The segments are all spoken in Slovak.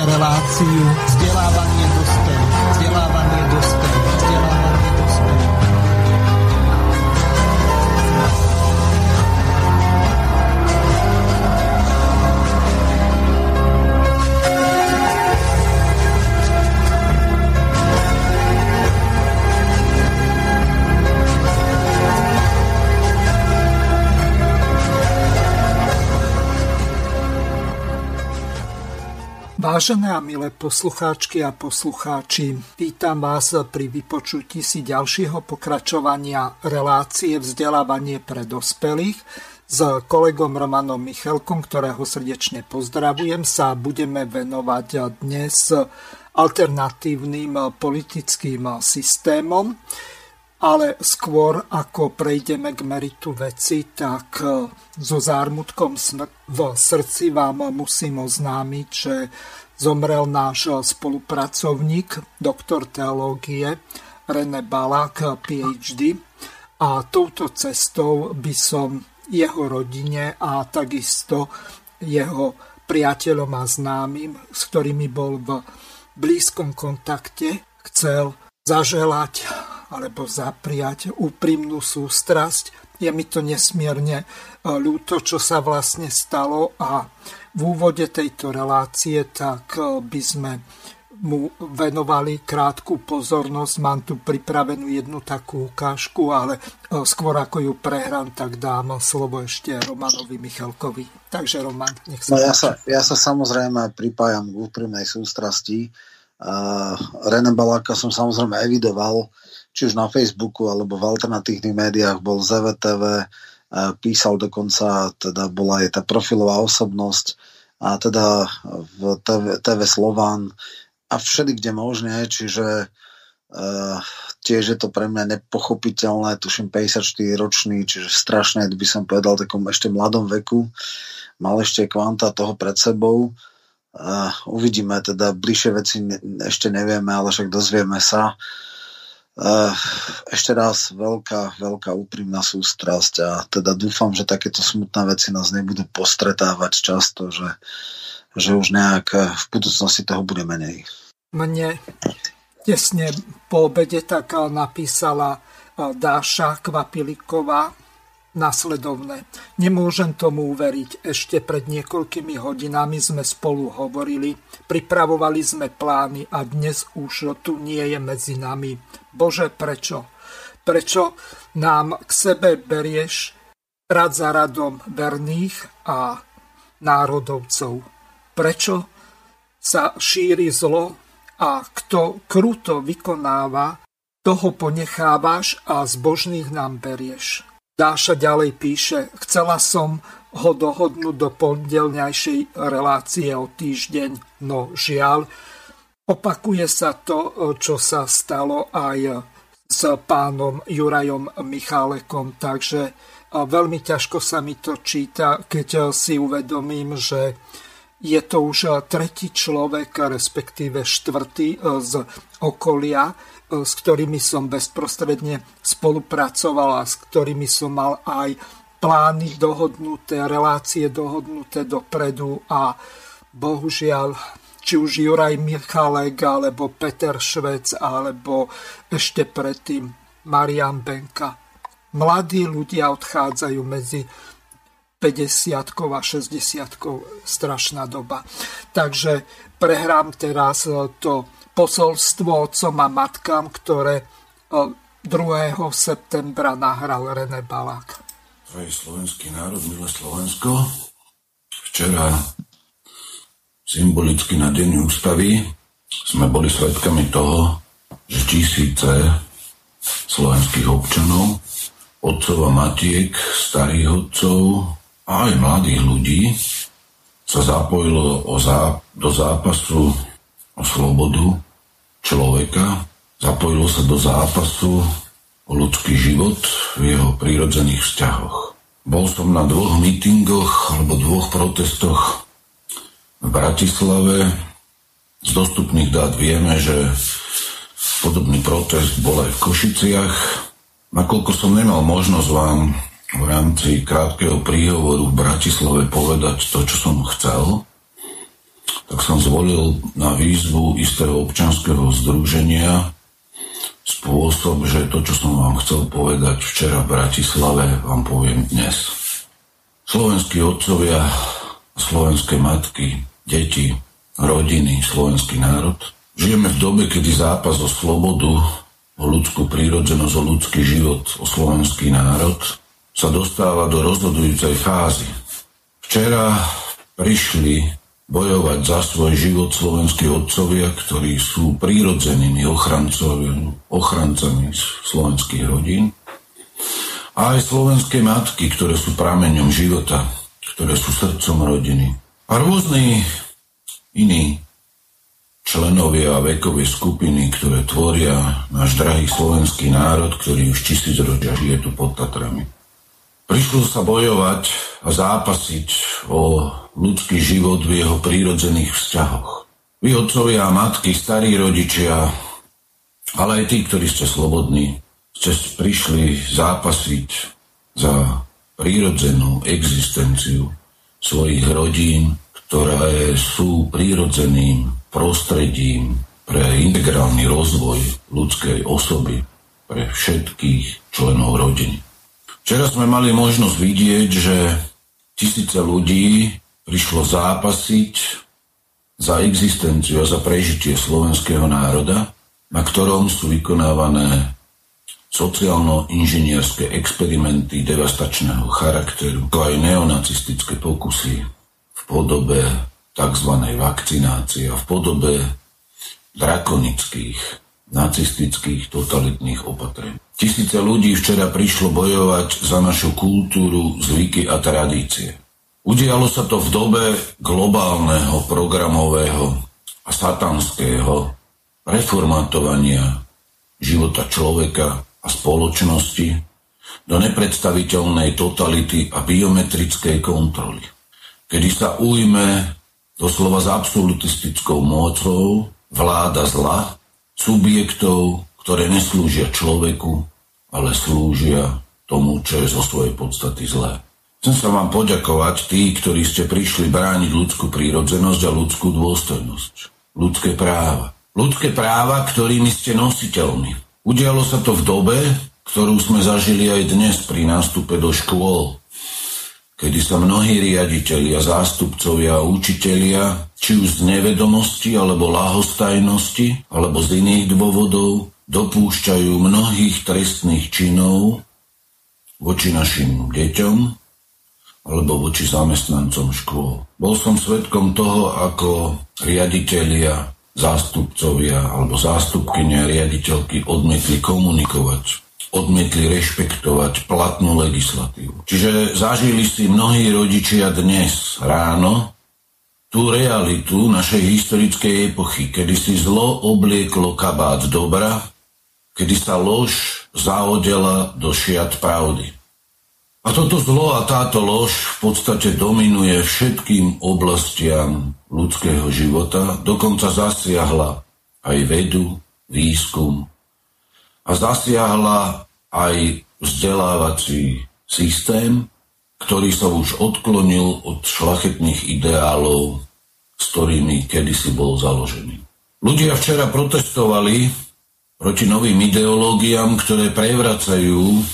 reláciu Vzdelávanie dospelých. Vzdelávanie dospelých. Vzdelávanie dospelých. Vážené a milé poslucháčky a poslucháči, vítam vás pri vypočutí si ďalšieho pokračovania relácie Vzdelávanie pre dospelých. S kolegom Romanom Michalkom, ktorého srdečne pozdravujem, sa budeme venovať dnes alternatívnym politickým systémom. Ale skôr, ako prejdeme k meritu veci, tak so zármutkom v srdci vám musím oznámiť, že zomrel náš spolupracovník, doktor teológie René Balák, PhD. A touto cestou by som jeho rodine a takisto jeho priateľom a známym, s ktorými bol v blízkom kontakte, chcel zaželať alebo zapriať úprimnú sústrasť. Je mi to nesmierne ľúto, čo sa vlastne stalo, a v úvode tejto relácie tak by sme mu venovali krátku pozornosť. Mám tu pripravenú jednu takú ukážku, ale skôr ako ju prehrám, tak dám slovo ešte Romanovi Michalkovi. Takže Roman, nech sa páči. Ja sa samozrejme pripájam k úprimnej sústrasti. René Baláka som samozrejme evidoval, či už na Facebooku alebo v alternatívnych médiách, bol z EVTV, písal dokonca, teda bola aj tá profilová osobnosť a teda v TV Slován a všeli kde možné, čiže tiež je to pre mňa nepochopiteľné, tuším 54-ročný, čiže strašné, by som povedal, takom ešte mladom veku, mal ešte kvanta toho pred sebou. Uvidíme, teda bližšie veci ešte nevieme, ale však dozvieme sa. Ešte raz veľká úprimná sústrasť a teda dúfam, že takéto smutné veci nás nebudú postretávať často, že už nejak v budúcnosti toho bude menej. Mne tesne po obede tak napísala Dáša Kvapiliková nasledovné. Nemôžem tomu uveriť. Ešte pred niekoľkými hodinami sme spolu hovorili, pripravovali sme plány a dnes už tu nie je medzi nami. Bože, prečo? Prečo nám k sebe berieš rad za radom verných a národovcov? Prečo sa šíri zlo a kto kruto vykonáva, toho ponechávaš a zbožných nám berieš? Dáša ďalej píše, chcela som ho dohodnúť do pondelňajšej relácie o týždeň, no žiaľ, opakuje sa to, čo sa stalo aj s pánom Jurajom Michálekom, takže veľmi ťažko sa mi to číta, keď si uvedomím, že je to už tretí človek, respektíve štvrtý z okolia, s ktorými som bezprostredne spolupracoval a s ktorými som mal aj plány dohodnuté, relácie dohodnuté dopredu a bohužiaľ, či už Juraj Michalek, alebo Peter Švec, alebo ešte predtým Marian Benka. Mladí ľudia odchádzajú medzi 50 a 60, strašná doba. Takže prehrám teraz to posolstvo otcom a matkám, ktoré 2. septembra nahral René Balák. Drahý slovenský národ, milé Slovensko, včera symbolicky na Deň ústavy sme boli svedkami toho, že tisíce slovenských občanov, otcov a matiek, starých otcov a aj mladých ľudí sa zapojilo do zápasu o slobodu človeka, zapojilo sa do zápasu o ľudský život v jeho prírodzených vzťahoch. Bol som na 2 mítingoch alebo 2 protestoch v Bratislave. Z dostupných dát vieme, že podobný protest bol aj v Košiciach. Nakoľko som nemal možnosť vám v rámci krátkeho príhovoru v Bratislave povedať to, čo som chcel, tak som zvolil na výzvu istého občianskeho združenia spôsob, že to, čo som vám chcel povedať včera v Bratislave, vám poviem dnes. Slovenskí otcovia, slovenské matky, deti, rodiny, slovenský národ. Žijeme v dobe, kedy zápas o slobodu, o ľudskú prírodzenosť, o ľudský život, o slovenský národ sa dostáva do rozhodujúcej fázy. Včera prišli bojovať za svoj život slovenskí otcovia, ktorí sú prírodzenými ochrancami slovenských rodín, a aj slovenské matky, ktoré sú prameňom života, ktoré sú srdcom rodiny. A rôzni iní členovia a vekové skupiny, ktoré tvoria náš drahý slovenský národ, ktorý už 1000 ročia žije tu pod Tatrami. Prišlo sa bojovať a zápasiť o ľudský život v jeho prírodzených vzťahoch. Vy otcovia a matky, starí rodičia, ale aj tí, ktorí ste slobodní, ste prišli zápasiť za prírodzenú existenciu svojich rodín, ktoré sú prírodzeným prostredím pre integrálny rozvoj ľudskej osoby, pre všetkých členov rodiny. Včera sme mali možnosť vidieť, že tisíce ľudí prišlo zápasiť za existenciu a za prežitie slovenského národa, na ktorom sú vykonávané sociálno-inžinierské experimenty devastačného charakteru, ako aj neonacistické pokusy v podobe tzv. Vakcinácie a v podobe drakonických, nacistických, totalitných opatrení. Tisíce ľudí včera prišlo bojovať za našu kultúru, zvyky a tradície. Udialo sa to v dobe globálneho, programového a satanského reformátovania života človeka a spoločnosti do nepredstaviteľnej totality a biometrickej kontroly, kedy sa ujme doslova s absolutistickou mocou vláda zla, subjektov, ktoré neslúžia človeku, ale slúžia tomu, čo je zo svojej podstaty zlé. Chcem sa vám poďakovať tí, ktorí ste prišli brániť ľudskú prírodzenosť a ľudskú dôstojnosť, ľudské práva. Ľudské práva, ktorými ste nositeľmi. Udialo sa to v dobe, ktorú sme zažili aj dnes pri nástupe do škôl, kedy sa mnohí riaditelia, zástupcovia a učitelia, či už z nevedomosti, alebo ľahostajnosti, alebo z iných dôvodov, dopúšťajú mnohých trestných činov voči našim deťom, alebo voči zamestnancom škôl. Bol som svedkom toho, ako riaditelia, zástupcovia alebo zástupkynia riaditeľky odmietli komunikovať, odmietli rešpektovať platnú legislatívu. Čiže zažili si mnohí rodičia dnes ráno tú realitu našej historickej epochy, kedy si zlo oblieklo kabát dobra, kedy sa lož zaodela do šiat pravdy. A toto zlo a táto lož v podstate dominuje všetkým oblastiam ľudského života, dokonca zasiahla aj vedu, výskum a zasiahla aj vzdelávací systém, ktorý sa už odklonil od šľachetných ideálov, s ktorými kedysi bol založený. Ľudia včera protestovali proti novým ideológiám, ktoré prevracajú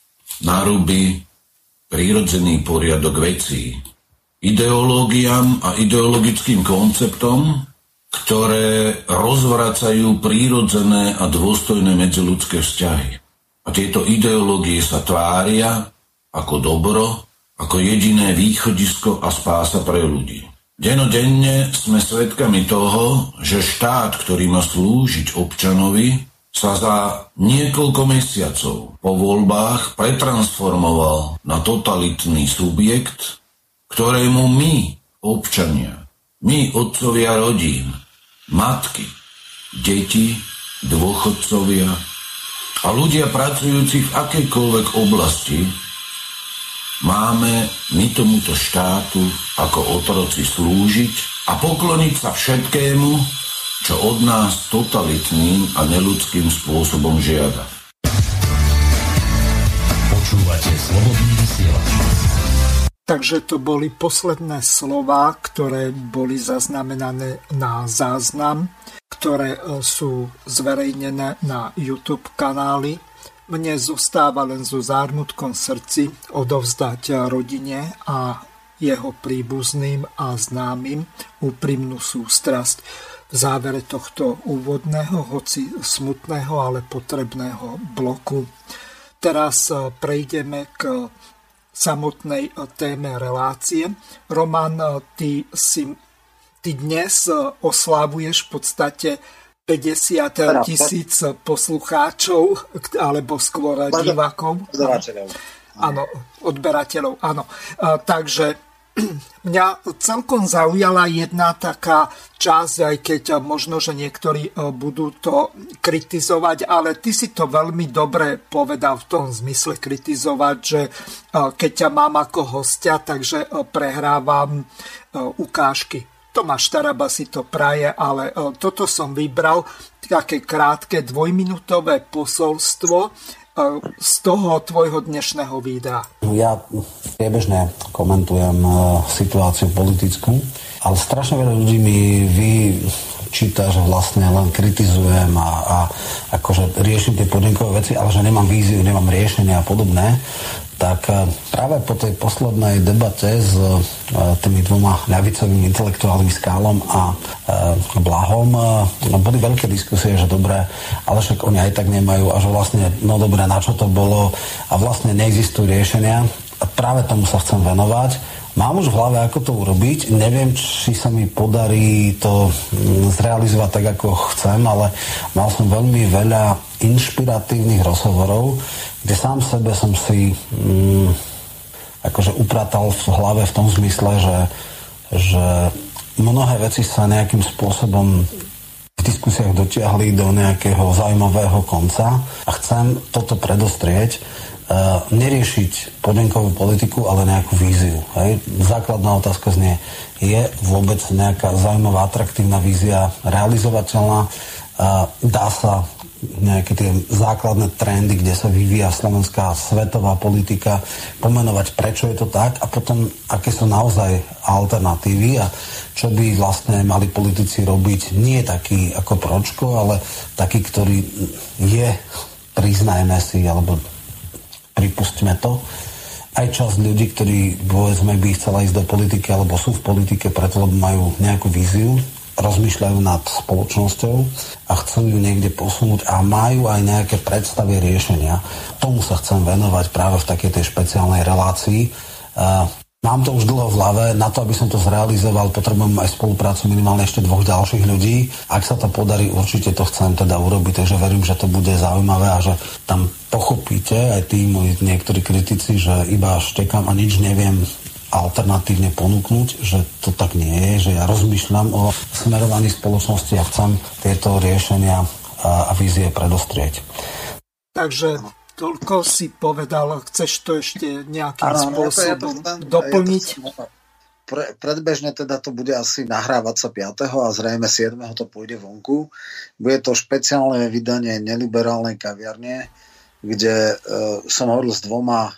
náruby prírodzený poriadok vecí. Ideológiám a ideologickým konceptom, ktoré rozvracajú prírodzené a dôstojné medziľudské vzťahy. A tieto ideológie sa tvária ako dobro, ako jediné východisko a spása pre ľudí. Denodenne sme svedkami toho, že štát, ktorý má slúžiť občanovi, sa za niekoľko mesiacov po voľbách pretransformoval na totalitný subjekt, ktorému my, občania, my, otcovia rodín, matky, deti, dôchodcovia a ľudia pracujúci v akejkoľvek oblasti, máme my tomuto štátu ako otroci slúžiť a pokloniť sa všetkému, čo od nás totalitným a neľudským spôsobom žiada. Počúvate Slobodný vysielač. Takže to boli posledné slová, ktoré boli zaznamenané na záznam, ktoré sú zverejnené na YouTube kanáli. Mne zostáva len so zármutkom srdci odovzdať rodine a jeho príbuzným a známym úprimnú sústrasť v závere tohto úvodného, hoci smutného, ale potrebného bloku. Teraz prejdeme k samotnej téme relácie. Roman, ty dnes oslávuješ v podstate 50 000 poslucháčov, alebo skôr divákov. Áno, odberateľov, áno. Takže mňa celkom zaujala jedna taká časť, aj keď možno, že niektorí budú to kritizovať, ale ty si to veľmi dobre povedal v tom zmysle kritizovať, že keď ťa mám ako hostia, takže prehrávam ukážky. Tomáš Taraba si to praje, ale toto som vybral, také krátke dvojminútové posolstvo z toho tvojho dnešného videa. Ja priebežne komentujem situáciu politickú, ale strašne veľa ľudí mi vyčíta, že vlastne len kritizujem a akože riešim tie podnikové veci, ale že nemám víziu, nemám riešenia a podobné. Tak práve po tej poslednej debate s tými dvoma ľavicovými intelektuálmi Skálom a Blahom boli veľké diskusie, že dobré, ale však oni aj tak nemajú a že vlastne, no dobré, na čo to bolo a vlastne neexistujú riešenia. A práve tomu sa chcem venovať. Mám už v hlave, ako to urobiť. Neviem, či sa mi podarí to zrealizovať tak, ako chcem, ale mal som veľmi veľa inšpiratívnych rozhovorov, kde sám sebe som si akože upratal v hlave v tom zmysle, že mnohé veci sa nejakým spôsobom v diskusiách dotiahli do nejakého zaujímavého konca a chcem toto predostrieť, neriešiť podmienkovú politiku, ale nejakú víziu. Hej. Základná otázka znie, je vôbec nejaká zaujímavá, atraktívna vízia realizovateľná? Dá sa nejaké tie základné trendy, kde sa vyvíja slovenská svetová politika, pomenovať, prečo je to tak a potom, aké sú naozaj alternatívy a čo by vlastne mali politici robiť. Nie taký ako Pročko, ale taký, ktorý je, priznajme si, alebo pripustíme to, aj časť ľudí, ktorí povedzme by chcela ísť do politiky alebo sú v politike preto, lebo majú nejakú víziu, rozmýšľajú nad spoločnosťou a chcú ju niekde posunúť a majú aj nejaké predstavy riešenia. Tomu sa chcem venovať práve v takej tej špeciálnej relácii. Mám to už dlho v hlave, na to, aby som to zrealizoval, potrebujem aj spoluprácu minimálne ešte 2 ďalších ľudí. Ak sa to podarí, určite to chcem teda urobiť, takže verím, že to bude zaujímavé a že tam pochopíte aj tí moji niektorí kritici, že iba štekám a nič neviem alternatívne ponúknuť, že to tak nie je, že ja rozmýšľam o smerovaní spoločnosti a chcem tieto riešenia a vízie predostrieť. Takže toľko si povedal, chceš to ešte nejakým spôsobom doplniť? Predbežne teda to bude asi nahrávať sa 5. a zrejme 7. to pôjde vonku. Bude to špeciálne vydanie Neliberálnej kaviarne, kde som hovoril s 2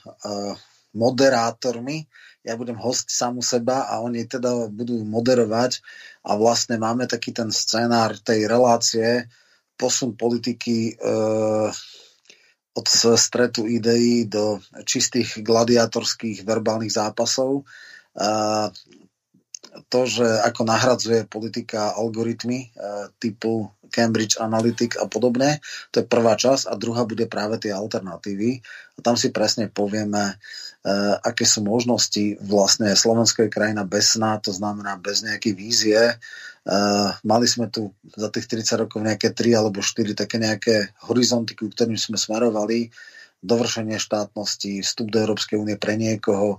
moderátormi. Ja budem host sám u seba a oni teda budú moderovať a vlastne máme taký ten scenár tej relácie posun politiky od stretu ideí do čistých gladiátorských verbálnych zápasov. To, že ako nahradzuje politika algoritmy typu Cambridge Analytica a podobne, to je prvá časť a druhá bude práve tie alternatívy. A tam si presne povieme, aké sú možnosti. Vlastne Slovensko je krajina bez sna, to znamená bez nejakej vízie. Mali sme tu za tých 30 rokov nejaké 3 alebo 4 také nejaké horizonty, ku ktorým sme smerovali. Dovršenie štátnosti, vstup do Európskej únie pre niekoho,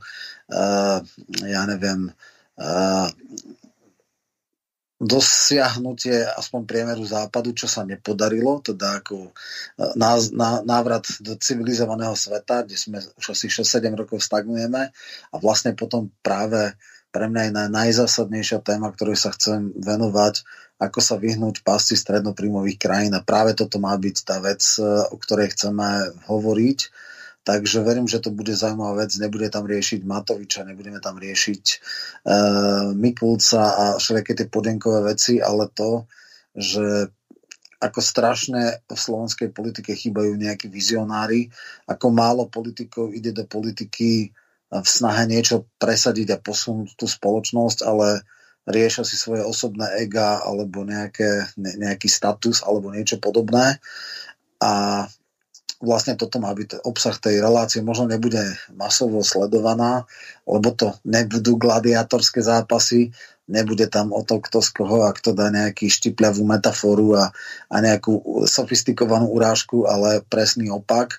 dosiahnutie aspoň priemeru západu, čo sa nepodarilo, teda ako návrat do civilizovaného sveta, kde sme už asi 6-7 rokov stagnujeme a vlastne potom práve pre mňa je najzásadnejšia téma, ktorej sa chcem venovať, ako sa vyhnúť pasti strednopríjmových krajín a práve toto má byť tá vec, o ktorej chceme hovoriť. Takže verím, že to bude zaujímavá vec. Nebude tam riešiť Matoviča, nebudeme tam riešiť Mikulca a všetky tie podienkové veci, ale to, že ako strašne v slovenskej politike chýbajú nejakí vizionári, ako málo politikov ide do politiky v snahe niečo presadiť a posunúť tú spoločnosť, ale riešia si svoje osobné ega alebo nejaký status alebo niečo podobné. A vlastne toto má byť obsah tej relácie. Možno nebude masovo sledovaná, lebo to nebudú gladiátorské zápasy, nebude tam o to, kto z koho a kto dá nejaký štipľavú metaforu a nejakú sofistikovanú urážku, ale presný opak.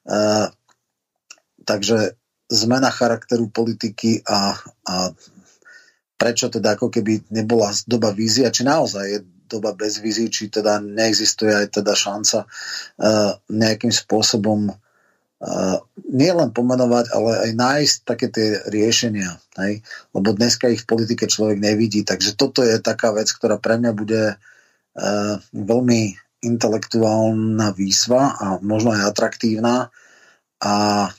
Takže zmena charakteru politiky a prečo teda ako keby nebola doba vízie, či naozaj je doba bez vízií, či teda neexistuje aj teda šanca nejakým spôsobom nie len pomenovať, ale aj nájsť také tie riešenia. Hej? Lebo dneska ich v politike človek nevidí. Takže toto je taká vec, ktorá pre mňa bude veľmi intelektuálna výzva a možno aj atraktívna. A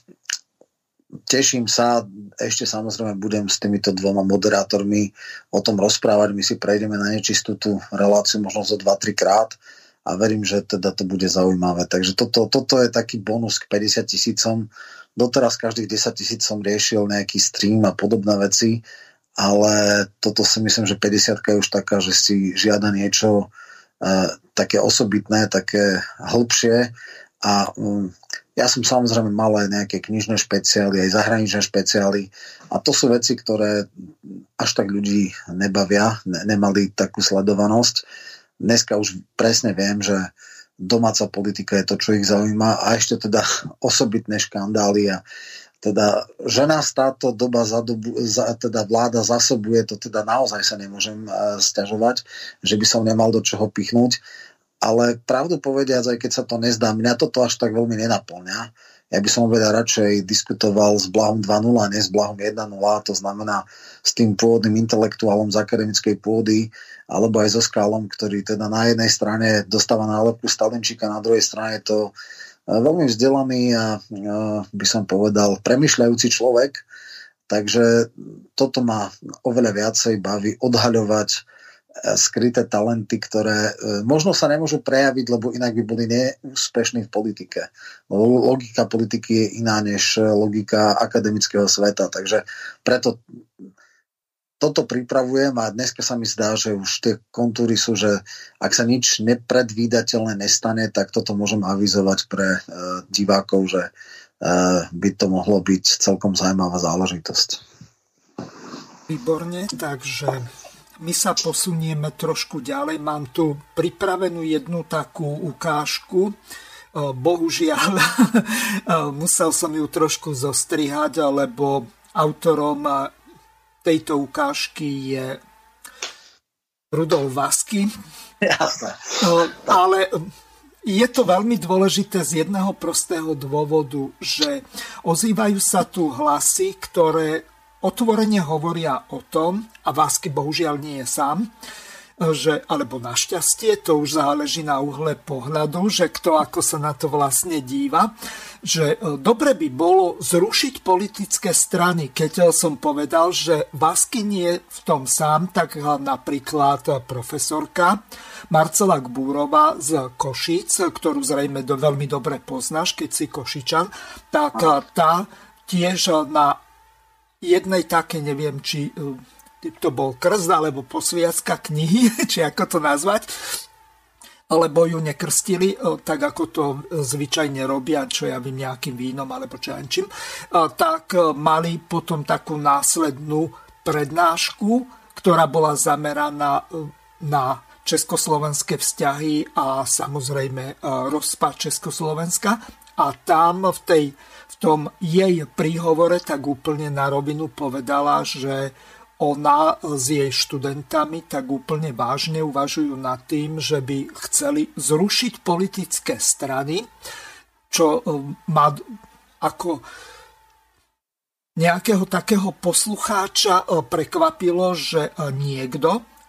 teším sa, ešte samozrejme budem s týmito dvoma moderátormi o tom rozprávať. My si prejdeme na nečistú tú reláciu možno zo 2-3 krát a verím, že teda to bude zaujímavé. Takže toto je taký bonus k 50 000. Doteraz každých 10 000 som riešil nejaký stream a podobné veci, ale toto si myslím, že 50 je už taká, že si žiada niečo také osobitné, také hlbšie. A ja som samozrejme mal aj nejaké knižné špeciály, aj zahraničné špeciály a to sú veci, ktoré až tak ľudí nebavia, nemali takú sledovanosť. Dneska už presne viem, že domáca politika je to, čo ich zaujíma a ešte teda osobitné škandály a teda, že nás táto doba teda vláda zasobuje, to teda naozaj sa nemôžem sťažovať, že by som nemal do čoho pichnúť. Ale pravdu povediac, aj keď sa to nezdá, mňa toto až tak veľmi nenapĺňa. Ja by som teda radšej diskutoval s Blahom 2.0, nie s Blahom 1.0, to znamená s tým pôvodným intelektuálom z akademickej pôdy, alebo aj so Skálom, ktorý teda na jednej strane dostáva nálepku Stalinčíka, na druhej strane je to veľmi vzdelaný a by som povedal premýšľajúci človek. Takže toto ma oveľa viacej baví odhaľovať skryté talenty, ktoré možno sa nemôžu prejaviť, lebo inak by boli neúspešní v politike. Logika politiky je iná než logika akademického sveta, takže preto toto pripravujem a dneska sa mi zdá, že už tie kontúry sú, že ak sa nič nepredvídateľné nestane, tak toto môžem avizovať pre divákov, že by to mohlo byť celkom zaujímavá záležitosť. Výborne, takže my sa posunieme trošku ďalej. Mám tu pripravenú jednu takú ukážku. Bohužiaľ, musel som ju trošku zostrihať, lebo autorom tejto ukážky je Rudolf Vasky. Jasné. Ale je to veľmi dôležité z jedného prostého dôvodu, že ozývajú sa tu hlasy, ktoré otvorene hovoria o tom, a Vasky bohužiaľ nie je sám, že, alebo našťastie, to už záleží na uhle pohľadu, že kto ako sa na to vlastne díva, že dobre by bolo zrušiť politické strany. Keď som povedal, že Vasky nie je v tom sám, tak napríklad profesorka Marcela Gbúrová z Košíc, ktorú zrejme veľmi dobre poznáš, keď si Košičan, tak tá tiež na jednej také, neviem, či to bol krst, alebo posviacka knihy, či ako to nazvať, alebo ju nekrstili, tak ako to zvyčajne robia, čo ja viem, nejakým vínom, alebo čo ja čím, tak mali potom takú následnú prednášku, ktorá bola zameraná na československé vzťahy a samozrejme rozpad Československa. A tam v tom jej príhovore tak úplne na rovinu povedala, že ona s jej študentami tak úplne vážne uvažujú nad tým, že by chceli zrušiť politické strany, čo má ako nejakého takého poslucháča prekvapilo, že niekto,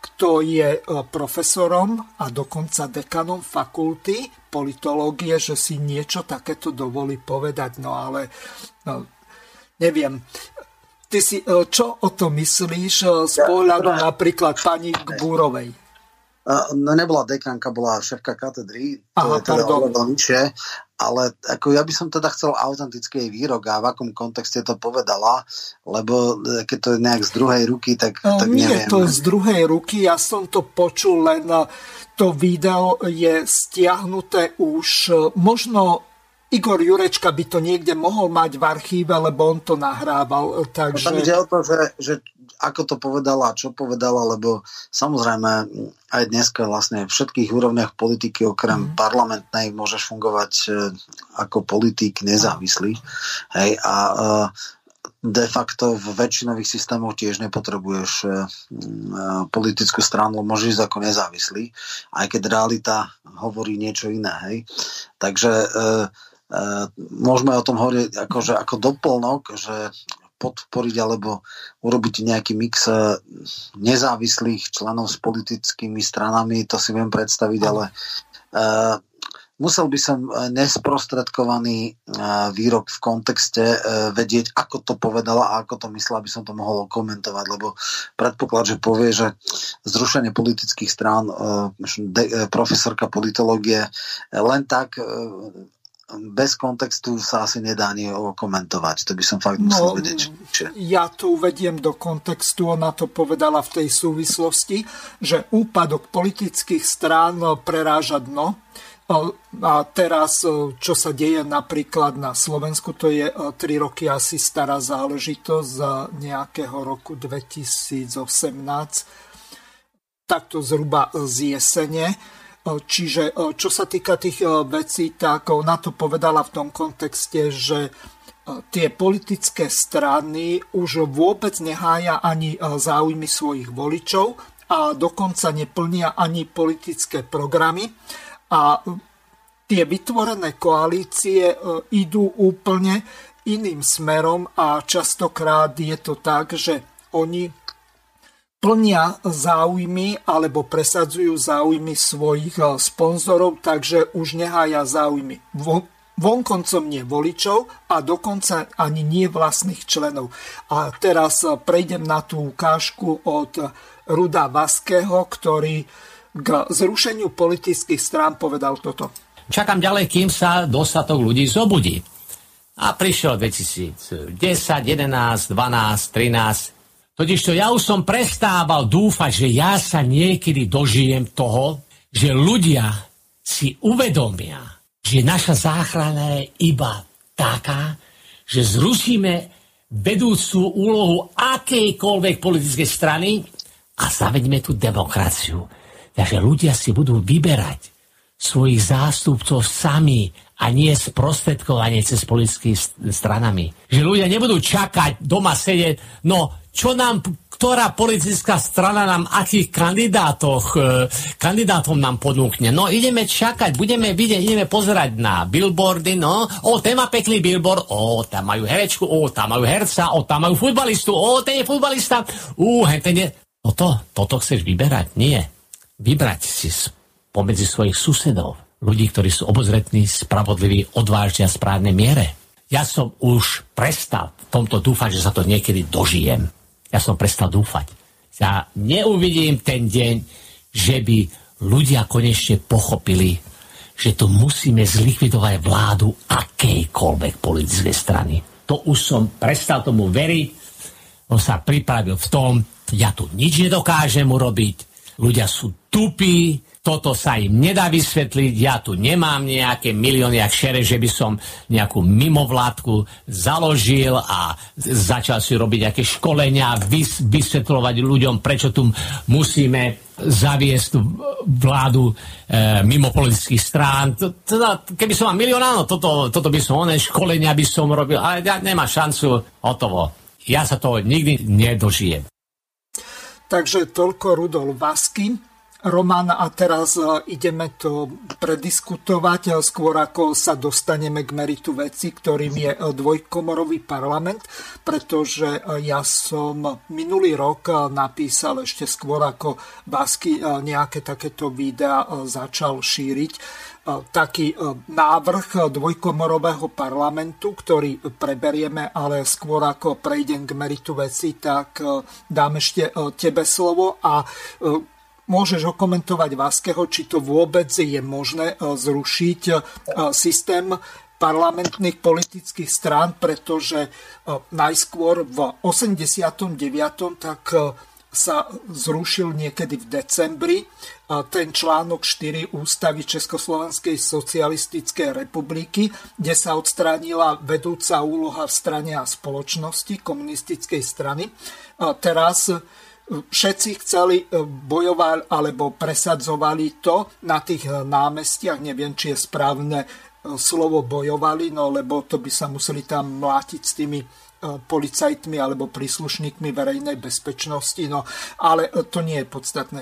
kto je profesorom a dokonca dekanom fakulty politológie, že si niečo takéto dovolí povedať. No ale neviem. Ty si čo o to myslíš z pohľadu napríklad pani Gbúrovej? No nebola dekanka, bola šéfka katedry, to Aha, je teda oveľa nižšie, ale ako ja by som teda chcel autentický jej výrok a v akom kontexte to povedala, lebo keď to je nejak z druhej ruky, tak nie neviem. Nie to z druhej ruky, ja som to počul, len to video je stiahnuté už, možno Igor Jurečka by to niekde mohol mať v archíve, lebo on to nahrával. Takže... Tam ide o to, že ako to povedala, čo povedala, lebo samozrejme aj dneska vlastne v všetkých úrovniach politiky okrem parlamentnej môžeš fungovať ako politik nezávislý. Hej, a de facto v väčšinových systémoch tiež nepotrebuješ politickú stranu, môžeš ísť ako nezávislý, aj keď realita hovorí niečo iné. Hej. Takže môžeme o tom hovoriť akože, ako doplnok, že podporiť alebo urobiť nejaký mix nezávislých členov s politickými stranami, to si viem predstaviť, ale musel by som nesprostredkovaný výrok v kontexte vedieť, ako to povedala a ako to myslela, aby som to mohol komentovať, lebo predpoklad, že povie, že zrušenie politických strán profesorka politológie len tak bez kontextu sa asi nedá ani komentovať. To by som fakt musel vedieť. Ja to uvediem do kontextu. Ona to povedala v tej súvislosti, že úpadok politických strán preráža dno. A teraz, čo sa deje napríklad na Slovensku, to je 3 roky asi stará záležitosť z nejakého roku 2018. Takto zhruba z jesene. Čiže čo sa týka tých vecí, tak ona to povedala v tom kontexte, že tie politické strany už vôbec nehája ani záujmy svojich voličov a dokonca neplnia ani politické programy. A tie vytvorené koalície idú úplne iným smerom a častokrát je to tak, že oni plnia záujmy alebo presadzujú záujmy svojich sponzorov, takže už nehája záujmy vonkoncom nie voličov a dokonca ani nie vlastných členov. A teraz prejdem na tú ukážku od Ruda Vaského, ktorý k zrušeniu politických strán povedal toto. Čakám ďalej, kým sa dostatok ľudí zobudí. A prišiel 2010, 11, 12, 13. Totižto ja už som prestával dúfať, že ja sa niekedy dožijem toho, že ľudia si uvedomia, že naša záchrana je iba taká, že zrušíme vedúcu úlohu akejkoľvek politickej strany a zaveďme tú demokraciu. Takže ľudia si budú vyberať svojich zástupcov sami a nie sprostredkovanie cez politickými stranami. Že ľudia nebudú čakať, doma sedieť, no čo nám, ktorá politická strana nám, akých kandidátov nám ponúkne. No ideme čakať, budeme vidieť, ideme pozerať na billboardy, no, ten má pekný billboard, tam majú herečku, tam majú herca, tam majú futbalistu, ten je futbalista, ten je... No toto chceš vyberať? Nie. Vybrať si pomedzi svojich susedov, ľudí, ktorí sú obozretní, spravodliví, odvážni a správnej miere. Ja som už prestal v tomto dúfať, že sa to niekedy dožijem. Ja som prestal dúfať. Ja neuvidím ten deň, že by ľudia konečne pochopili, že tu musíme zlikvidovať vládu akejkoľvek politickej strany. To už som prestal tomu veriť. On sa pripravil v tom, ja tu nič nedokážem urobiť. Ľudia sú tupí, toto sa im nedá vysvetliť, ja tu nemám nejaké milióny jak šere, že by som nejakú mimovládku založil a začal si robiť nejaké školenia, vysvetľovať ľuďom, prečo tu musíme zaviesť vládu mimo politických strán. Teda, keby som mal milión, áno, toto by som, školenia by som robil, ale ja nemám šancu, hotovo. Ja sa toho nikdy nedožijem. Takže toľko Rudolf Vasky. Roman, a teraz ideme to prediskutovať, skôr ako sa dostaneme k meritu veci, ktorým je dvojkomorový parlament, pretože ja som minulý rok napísal ešte skôr ako Basky nejaké takéto videa začal šíriť taký návrh dvojkomorového parlamentu, ktorý preberieme, ale skôr ako prejdem k meritu veci, tak dám ešte tebe slovo a môžeš okomentovať Vaskeho, či to vôbec je možné zrušiť systém parlamentných politických strán, pretože najskôr v 89. tak sa zrušil niekedy v decembri ten článok 4 Ústavy Československej socialistickej republiky, kde sa odstránila vedúca úloha v strane a spoločnosti komunistickej strany. Teraz všetci chceli bojovať alebo presadzovali to na tých námestiach, neviem, či je správne slovo bojovali, no lebo to by sa museli tam mlátiť s tými policajtmi alebo príslušníkmi verejnej bezpečnosti, no ale to nie je podstatné.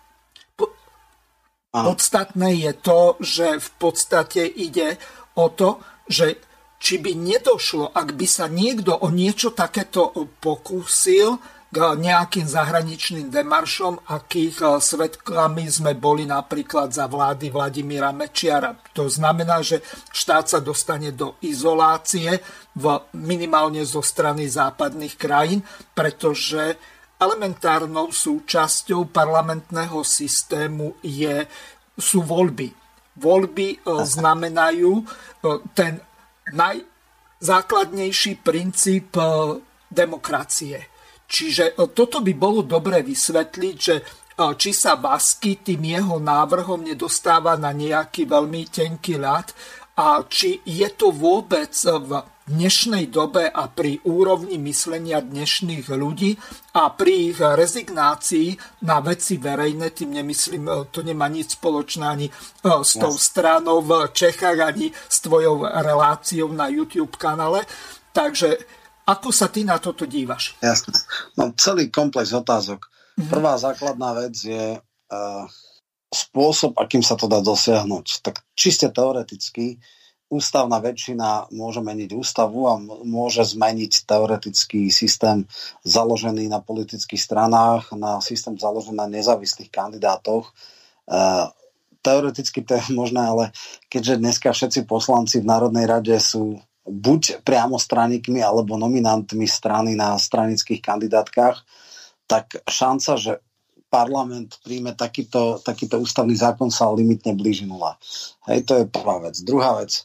Podstatné je to, že v podstate ide o to, že či by nedošlo, ak by sa niekto o niečo takéto pokúsil k nejakým zahraničným demaršom, akých svedkami sme boli napríklad za vlády Vladimíra Mečiara. To znamená, že štát sa dostane do izolácie minimálne zo strany západných krajín, pretože elementárnou súčasťou parlamentného systému sú voľby. Voľby znamenajú ten najzákladnejší princíp demokracie. Čiže toto by bolo dobre vysvetliť, že či sa Vasky tým jeho návrhom nedostáva na nejaký veľmi tenký ľad a či je to vôbec v dnešnej dobe a pri úrovni myslenia dnešných ľudí a pri ich rezignácii na veci verejné, tým nemyslím, to nemá nič spoločné ani s tou stranou v Čechách, ani s tvojou reláciou na YouTube kanále. Takže ako sa ty na toto dívaš? Jasne. Mám celý komplex otázok. Prvá základná vec je spôsob, akým sa to dá dosiahnuť. Tak čiste teoreticky ústavná väčšina môže meniť ústavu a môže zmeniť teoretický systém založený na politických stranách, na systém založený na nezávislých kandidátoch. Teoreticky to je možné, ale keďže dneska všetci poslanci v Národnej rade sú buď priamo straníkmi alebo nominantmi strany na stranických kandidátkach, tak šanca, že parlament príjme takýto ústavný zákon, sa limitne blíži nula. Hej, to je prvá vec. Druhá vec.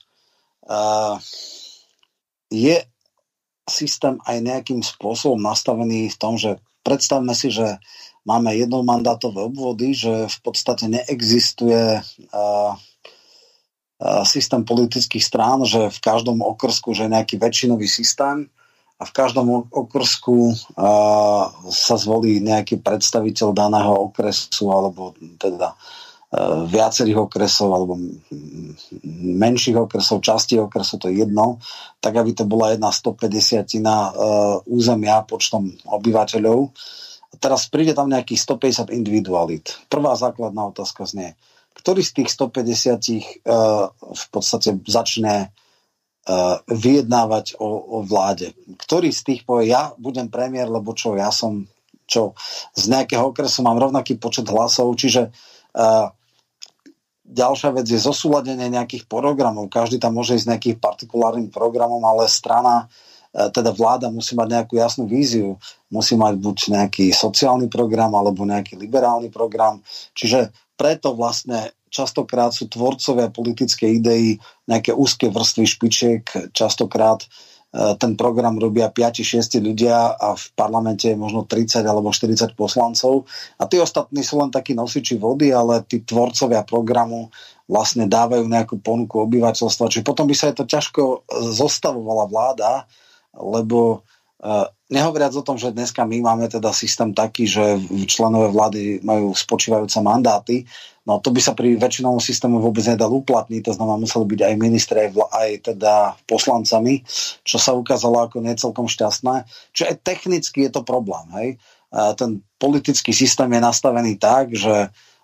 Je systém aj nejakým spôsobom nastavený v tom, že predstavme si, že máme jednomandátové obvody, že v podstate neexistuje systém politických strán, že v každom okrsku že je nejaký väčšinový systém a v každom okrsku sa zvolí nejaký predstaviteľ daného okresu alebo teda viacerých okresov alebo menších okresov, častí okresov, to je jedno, tak aby to bola 1/150 územia počtom obyvateľov. A teraz príde tam nejakých 150 individualít. Prvá základná otázka znie, ktorý z tých 150 v podstate začne vyjednávať o vláde. Ktorý z tých povie, ja budem premiér, lebo z nejakého okresu mám rovnaký počet hlasov, čiže ďalšia vec je zosúladenie nejakých programov. Každý tam môže ísť nejakým partikulárnym programom, ale strana, teda vláda musí mať nejakú jasnú víziu. Musí mať buď nejaký sociálny program, alebo nejaký liberálny program. Čiže preto vlastne častokrát sú tvorcovia politické idei nejaké úzke vrstvy špičiek. Častokrát ten program robia 5-6 ľudia a v parlamente je možno 30 alebo 40 poslancov. A tí ostatní sú len takí nosiči vody, ale tí tvorcovia programu vlastne dávajú nejakú ponuku obyvateľstva. Čiže potom by sa to ťažko zostavovala vláda, lebo nehovoriac o tom, že dneska my máme teda systém taký, že členové vlády majú spočívajúce mandáty, no to by sa pri väčšinovom systému vôbec nedal uplatniť, to znamená, museli byť aj ministri, aj teda poslancami, čo sa ukázalo ako nie celkom šťastné. Čiže aj technicky je to problém. Hej? Ten politický systém je nastavený tak, že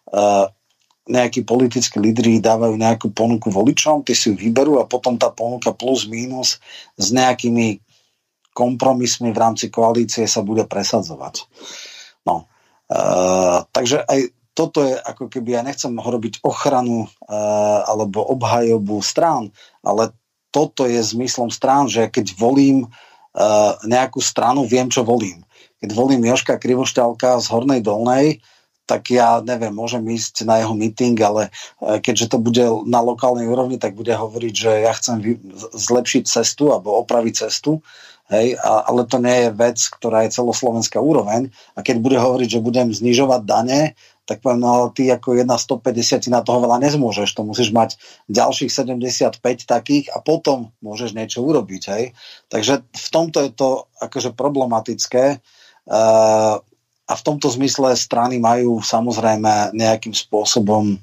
nejakí politickí lídri dávajú nejakú ponuku voličom, tí si ju vyberú a potom tá ponuka plus mínus s nejakými kompromismi v rámci koalície sa bude presadzovať. No. Takže aj toto je ako keby, ja nechcem robiť ochranu alebo obhajobu strán, ale toto je zmyslom strán, že keď volím nejakú stranu, viem, čo volím. Keď volím Jožka Krivošťalka z Hornej Dolnej, tak ja neviem, môžem ísť na jeho meeting, ale keďže to bude na lokálnej úrovni, tak bude hovoriť, že ja chcem zlepšiť cestu alebo opraviť cestu. Hej, ale to nie je vec, ktorá je celoslovenská úroveň. A keď bude hovoriť, že budem znižovať dane, tak poviem, no ale ty ako 1/150 na toho veľa nezmôžeš. To musíš mať ďalších 75 takých a potom môžeš niečo urobiť. Hej. Takže v tomto je to akože problematické. A v tomto zmysle strany majú samozrejme nejakým spôsobom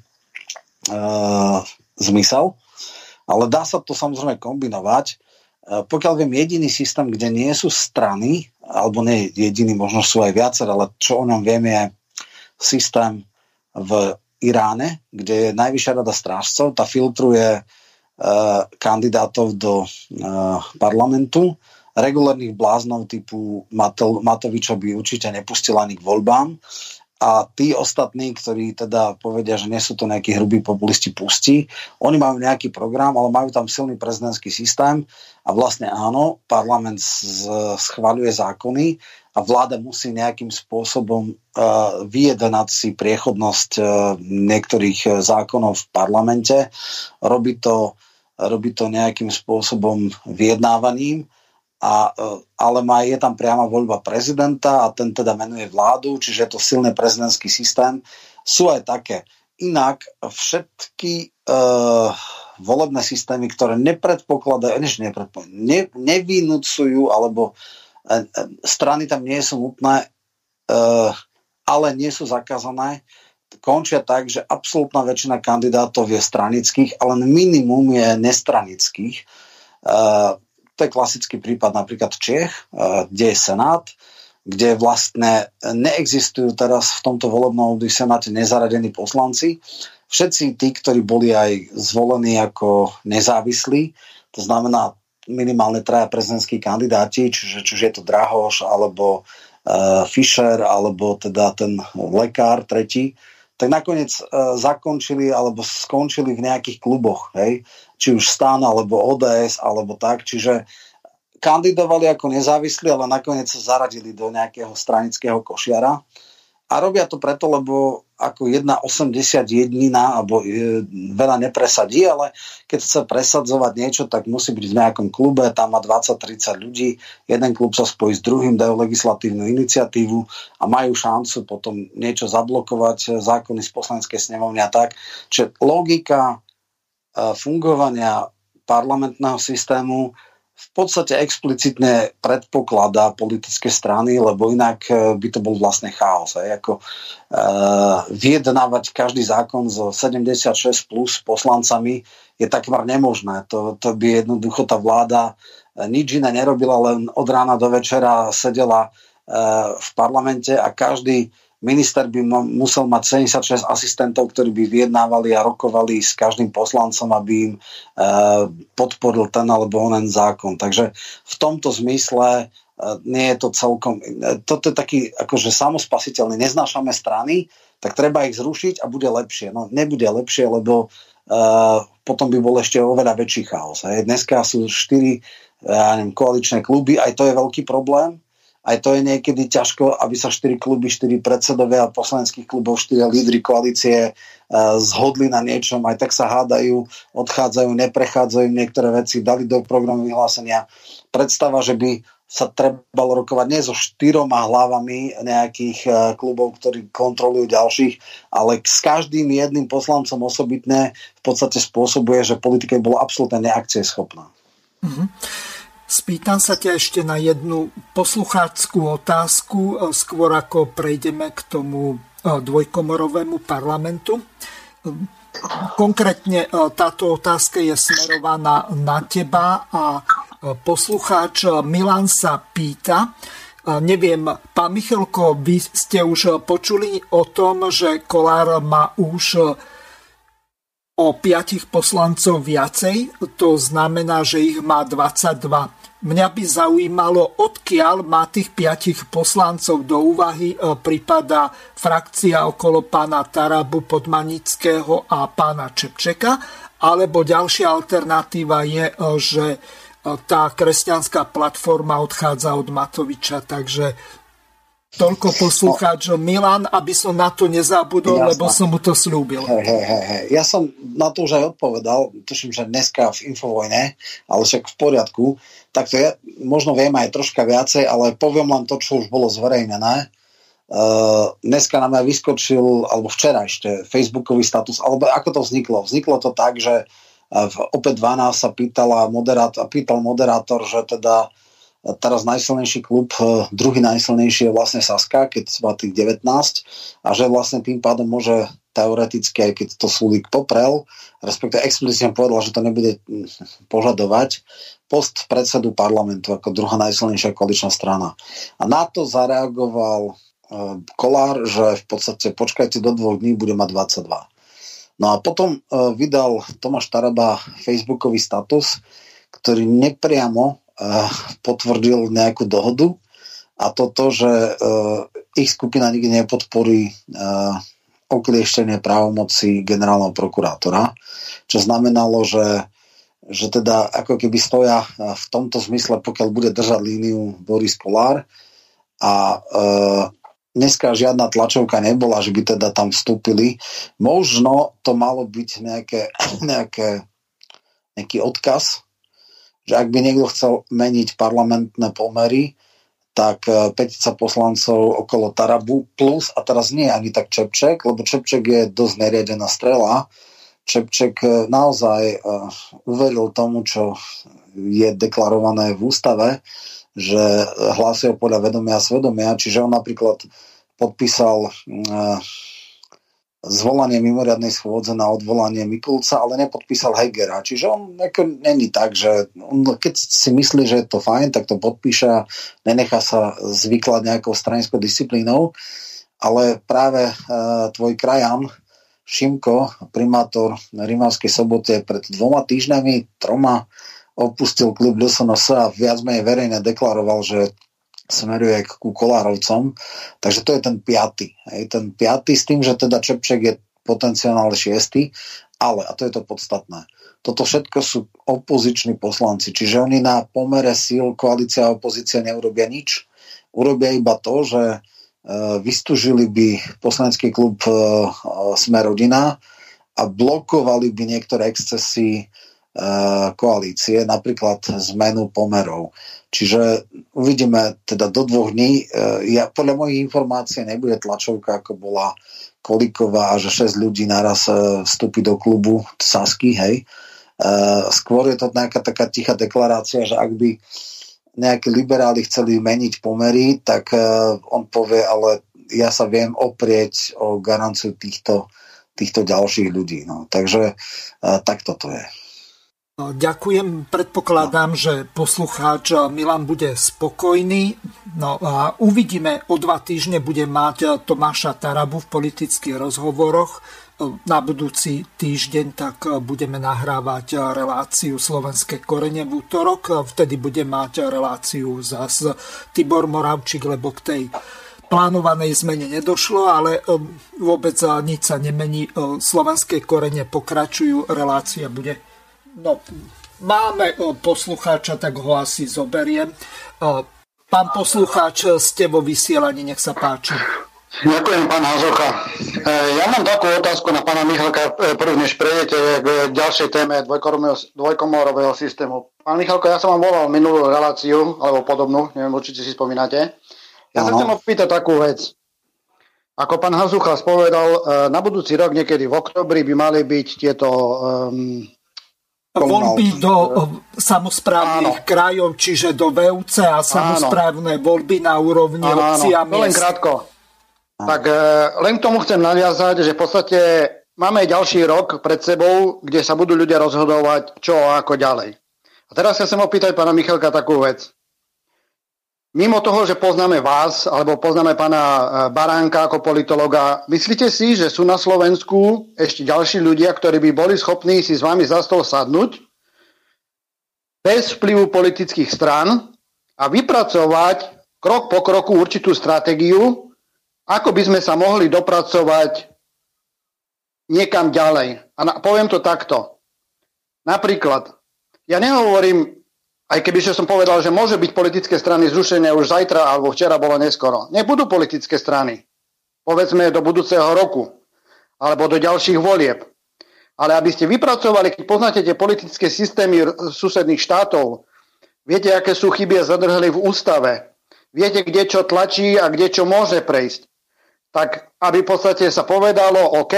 zmysel. Ale dá sa to samozrejme kombinovať. Pokiaľ viem, jediný systém, kde nie sú strany, alebo nie jediný, možno sú aj viacer, ale čo o ňom viem, je systém v Iráne, kde je Najvyššia rada strážcov, tá filtruje kandidátov do parlamentu. Regulárnych bláznov typu Matoviča by určite nepustil ani k voľbám. A tí ostatní, ktorí teda povedia, že nie sú to nejakí hrubí populisti, pustí. Oni majú nejaký program, ale majú tam silný prezidentský systém a vlastne áno, parlament schvaľuje zákony a vláda musí nejakým spôsobom vyjednať si priechodnosť niektorých zákonov v parlamente. Robí to nejakým spôsobom vyjednávaním. Ale je tam priama voľba prezidenta a ten teda menuje vládu, čiže je to silný prezidentský systém. Sú aj také. Inak všetky volebné systémy, ktoré nevynúcujú, alebo strany tam nie sú nutné, ale nie sú zakázané, končia tak, že absolútna väčšina kandidátov je stranických, ale minimum je nestranických. To je klasický prípad napríklad Čech, kde je Senát, kde vlastne neexistujú teraz v tomto volebnom období v Senáte nezaradení poslanci. Všetci tí, ktorí boli aj zvolení ako nezávislí, to znamená minimálne 3 prezidentskí kandidáti, čiže je to Drahoš, alebo Fischer, alebo teda ten lekár tretí, tak nakoniec zakončili alebo skončili v nejakých kluboch, hej? Či už STAN, alebo ODS, alebo tak, čiže kandidovali ako nezávislí, ale nakoniec sa zaradili do nejakého stranického košiara a robia to preto, lebo ako 1,81 alebo veľa nepresadí, ale keď chce presadzovať niečo, tak musí byť v nejakom klube, tam má 20-30 ľudí, jeden klub sa spojí s druhým, dajú legislatívnu iniciatívu a majú šancu potom niečo zablokovať, zákony z poslaneckej snemovne a tak. Čiže logika fungovania parlamentného systému v podstate explicitne predpokladá politické strany, lebo inak by to bol vlastne chaos. Vyjednávať každý zákon so 76 plus poslancami je takmer nemožné. To by jednoducho tá vláda nič iné nerobila, len od rána do večera sedela v parlamente a každý minister by musel mať 76 asistentov, ktorí by vyjednávali a rokovali s každým poslancom, aby im podporil ten alebo onen zákon. Takže v tomto zmysle nie je to celkom... Toto je taký akože samospasiteľný. Neznášame strany, tak treba ich zrušiť a bude lepšie. No nebude lepšie, lebo potom by bol ešte oveľa väčší chaos. Dneska sú 4 koaličné kluby, aj to je veľký problém. Aj to je niekedy ťažko, aby sa 4 kluby, 4 predsedovia poslaneckých klubov, 4 lídri koalície zhodli na niečom, aj tak sa hádajú, odchádzajú, neprechádzajú niektoré veci, dali do programu vyhlásenia. Predstava, že by sa trebalo rokovať nie so 4 hlavami nejakých klubov, ktorí kontrolujú ďalších, ale s každým jedným poslancom osobitne v podstate spôsobuje, že politika bola absolútne neakcieschopná. Mhm. Spýtam sa ťa ešte na jednu poslucháckú otázku, skôr ako prejdeme k tomu dvojkomorovému parlamentu. Konkrétne táto otázka je smerovaná na teba a poslucháč Milan sa pýta, Neviem, pán Michalko, vy ste už počuli o tom, že Kollár má už o 5 poslancov viacej, to znamená, že ich má 22. Mňa by zaujímalo, odkiaľ má tých 5 poslancov. Do úvahy pripadá frakcia okolo pána Tarabu, Podmanického a pána Čepčeka, alebo ďalšia alternatíva je, že tá kresťanská platforma odchádza od Matoviča, takže toľko poslucháč Milan, aby som na to nezabudol, jasná, lebo som mu to slúbil. Hej. Ja som na to už aj odpovedal, tuším, že dneska v Infovojne, ale však v poriadku, tak to ja možno viem aj troška viacej, ale poviem len to, čo už bolo zverejnené. Dneska nám aj vyskočil, alebo včera ešte, facebookový status, alebo ako to vzniklo? Vzniklo to tak, že v opäť 12 sa pýtal moderátor, že teda teraz najsilnejší klub, druhý najsilnejší je vlastne Saska, keď má tých 19 a že vlastne tým pádom môže teoreticky, aj keď to Sulík poprel, respektíve explicitne povedal, že to nebude požadovať, post predsedu parlamentu ako druhá najsilnejšia koaličná strana. A na to zareagoval Kollár, že v podstate počkajte, do 2 dní bude mať 22. No a potom vydal Tomáš Taraba facebookový status, ktorý nepriamo potvrdil nejakú dohodu a toto, že ich skupina nikdy nepodporí oklieštenie právomoci generálneho prokurátora, čo znamenalo, že teda ako keby stoja v tomto zmysle, pokiaľ bude držať líniu Boris Kollár a dneska žiadna tlačovka nebola, že by teda tam vstúpili. Možno to malo byť nejaký odkaz, že ak by niekto chcel meniť parlamentné pomery, tak 5 poslancov okolo Tarabu plus, a teraz nie ani tak Čepček, lebo Čepček je dosť neriadená strela. Čepček naozaj uveril tomu, čo je deklarované v ústave, že hlásia podľa vedomia a svedomia, čiže on napríklad podpísal zvolanie mimoriadnej schôdze na odvolanie Mikulca, ale nepodpísal Hegera. Čiže on není tak, že on, keď si myslí, že je to fajn, tak to podpíše a nenechá sa zvyklať nejakou stranickou disciplínou. Ale práve tvoj krajan Šimko, primátor Rimavskej Sobote, pred 2 týždňami, 3 opustil klub SNS a viac menej verejne deklaroval, že smeruje ku Kollárovcom. Takže to je ten 5. Ten 5 s tým, že teda Čepček je potenciálne 6. Ale, a to je to podstatné, toto všetko sú opoziční poslanci, čiže oni na pomere síl koalícia a opozícia neurobia nič. Urobia iba to, že vystúžili by poslanecký klub Sme rodina a blokovali by niektoré excesy koalície, napríklad zmenu pomerov. Čiže uvidíme teda do 2 dní. Podľa mojich informácií nebude tlačovka, ako bola Kolíková, že 6 ľudí naraz vstúpi do klubu Sasky, hej. Skôr je to nejaká taká tichá deklarácia, že ak by nejakí liberáli chceli meniť pomery, tak on povie, ale ja sa viem oprieť o garanciu týchto ďalších ľudí. No. Takže takto to je. Ďakujem, predpokladám, že poslucháč Milan bude spokojný. No a uvidíme, o 2 týždne bude mať Tomáša Tarabu v politických rozhovoroch. Na budúci týždeň tak budeme nahrávať reláciu Slovenské korene v útorok. Vtedy bude mať reláciu zas Tibor Moravčík, lebo k tej plánovanej zmene nedošlo, ale vôbec nič sa nemení. Slovenské korene pokračujú, relácia bude. No, máme poslucháča, tak ho asi zoberiem. Pán poslucháč, ste vo vysielaní, nech sa páči. Ďakujem, pán Hazucha. Ja mám takú otázku na pána Michalka, prvý než prejdete k ďalšej téme dvojkomorového systému. Pán Michalko, ja som vám volal minulú reláciu, alebo podobnú, neviem, určite si spomínate. Ja sa chcem opýtať takú vec. Ako pán Hazucha spovedal, na budúci rok, niekedy v októbri, by mali byť tieto voľby do samosprávnych krajov, čiže do VUC a samosprávne voľby na úrovni obcí a miest. Len krátko. Tak len k tomu chcem naviazať, že v podstate máme ďalší rok pred sebou, kde sa budú ľudia rozhodovať, čo a ako ďalej. A teraz sa chcem opýtať pána Michalka takú vec. mimo toho, že poznáme vás, alebo poznáme pána Baránka ako politologa, myslíte si, že sú na Slovensku ešte ďalší ľudia, ktorí by boli schopní si s vami za stôl sadnúť bez vplyvu politických strán a vypracovať krok po kroku určitú stratégiu, ako by sme sa mohli dopracovať niekam ďalej. A poviem to takto. Napríklad, ja nehovorím, aj kebyže som povedal, že môže byť politické strany zrušené už zajtra alebo včera bolo neskoro. Nebudú politické strany. Povedzme do budúceho roku alebo do ďalších volieb. Ale aby ste vypracovali, keď poznáte tie politické systémy susedných štátov, viete, aké sú chyby a zadrhely v ústave, viete, kde čo tlačí a kde čo môže prejsť, tak aby v podstate sa povedalo, OK,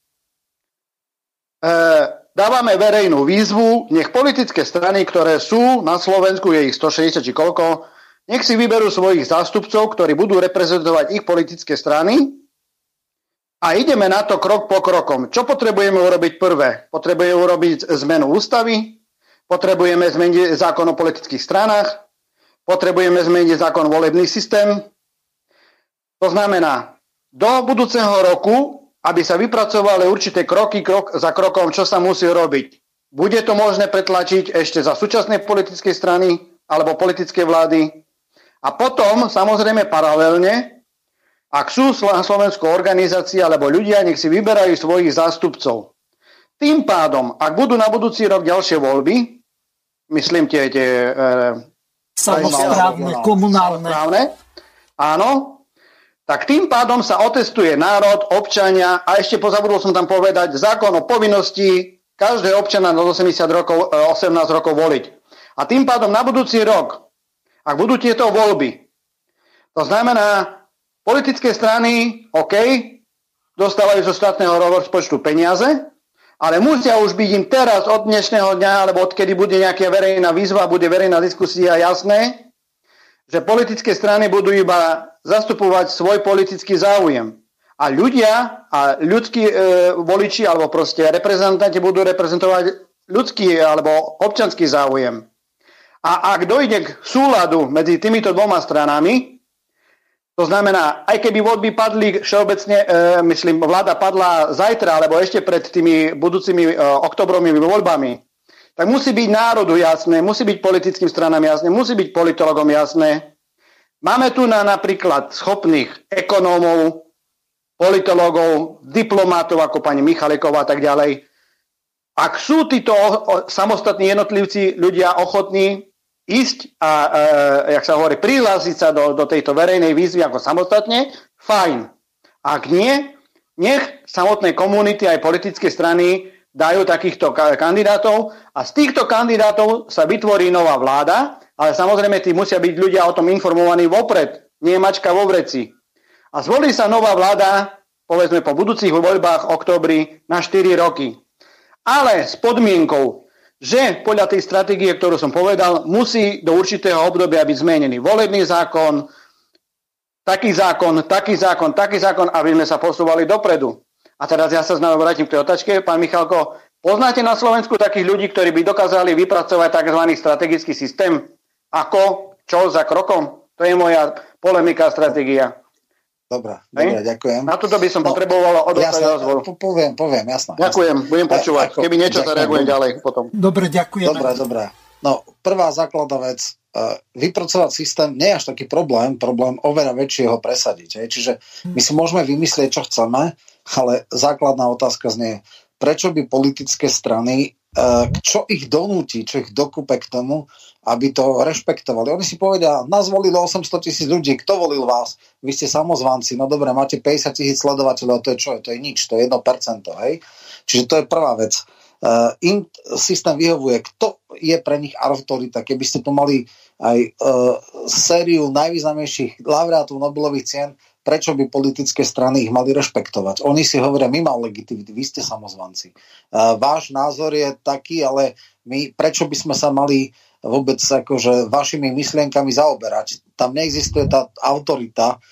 dávame verejnú výzvu, nech politické strany, ktoré sú na Slovensku, je ich 160 či koľko, nech si vyberú svojich zástupcov, ktorí budú reprezentovať ich politické strany a ideme na to krok po krokom. Čo potrebujeme urobiť prvé? Potrebujeme urobiť zmenu ústavy, potrebujeme zmeniť zákon o politických stranách, potrebujeme zmeniť zákon o volebný systém. To znamená, do budúceho roku aby sa vypracovali určité kroky, krok za krokom, čo sa musí robiť. Bude to možné pretlačiť ešte za súčasnej politickej strany alebo politickej vlády. A potom, samozrejme, paralelne, ak sú na Slovensku organizácie alebo ľudia, nech si vyberajú svojich zástupcov. Tým pádom, ak budú na budúci rok ďalšie voľby, myslím tie samosprávne, komunálne. Áno, tak tým pádom sa otestuje národ, občania a ešte pozabudol som tam povedať zákon o povinnosti každého občana do 18 rokov voliť. A tým pádom na budúci rok, ak budú tieto voľby, to znamená, politické strany, OK, dostávajú zo štátneho rozpočtu peniaze, ale musia už byť im teraz od dnešného dňa, alebo odkedy bude nejaká verejná výzva, bude verejná diskusia jasné, že politické strany budú iba zastupovať svoj politický záujem. A ľudia a ľudskí voliči alebo proste reprezentanti budú reprezentovať ľudský alebo občanský záujem. A ak dojde k súladu medzi týmito dvoma stranami, to znamená, aj keby voľby padli všeobecne, myslím, vláda padla zajtra alebo ešte pred tými budúcimi oktobrovými voľbami, tak musí byť národu jasné, musí byť politickým stranám jasné, musí byť politologom jasné. Máme tu napríklad schopných ekonómov, politologov, diplomátov ako pani Michaliková a tak ďalej. Ak sú títo samostatní jednotlivci ľudia ochotní ísť a, jak sa hovorí, prihlásiť sa do tejto verejnej výzvy ako samostatne, fajn. Ak nie, nech samotné komunity aj politické strany dajú takýchto kandidátov a z týchto kandidátov sa vytvorí nová vláda, ale samozrejme tí musia byť ľudia o tom informovaní vopred, nie mačka vo vreci. A zvolí sa nová vláda, povedzme po budúcich voľbách v októbri na 4 roky. Ale s podmienkou, že podľa tej stratégie, ktorú som povedal, musí do určitého obdobia byť zmenený volebný zákon, taký zákon, aby sme sa posúvali dopredu. A teraz ja sa znovu vrátim k tej otázke. Pán Michalko, poznáte na Slovensku takých ľudí, ktorí by dokázali vypracovať tzv. Strategický systém? Ako? Čo za krokom? To je moja polemika a stratégia. Dobre, ďakujem. Na toto by som potreboval odostať rozhovor. Poviem, jasné. Ďakujem, budem počúvať. Keby niečo zareagujem ďalej potom. Dobre, ďakujem. Dobre. No, prvá základná vec, vypracovať systém nie je až taký problém oveľa väčšie ho presadiť. Čiže my si môžeme vymyslieť, čo chceme, ale základná otázka znie, prečo by politické strany, čo ich donúti, čo ich dokúpe k tomu, aby to rešpektovali. Oni si povedia, nás volilo 800,000 ľudí, kto volil vás? Vy ste samozvanci, no dobre, máte 50,000 sledovateľov, to je čo? To je nič, to je 1%, hej? Čiže to je prvá vec. Im systém vyhovuje, kto je pre nich autorita. Keby ste tu mali aj sériu najvýznamnejších laureátov Nobelových cien, prečo by politické strany ich mali rešpektovať? Oni si hovoria, my máme legitimity, vy ste samozvanci. Váš názor je taký, ale prečo by sme sa mali vôbec akože vašimi myšlienkami zaoberať? Tam neexistuje tá autorita,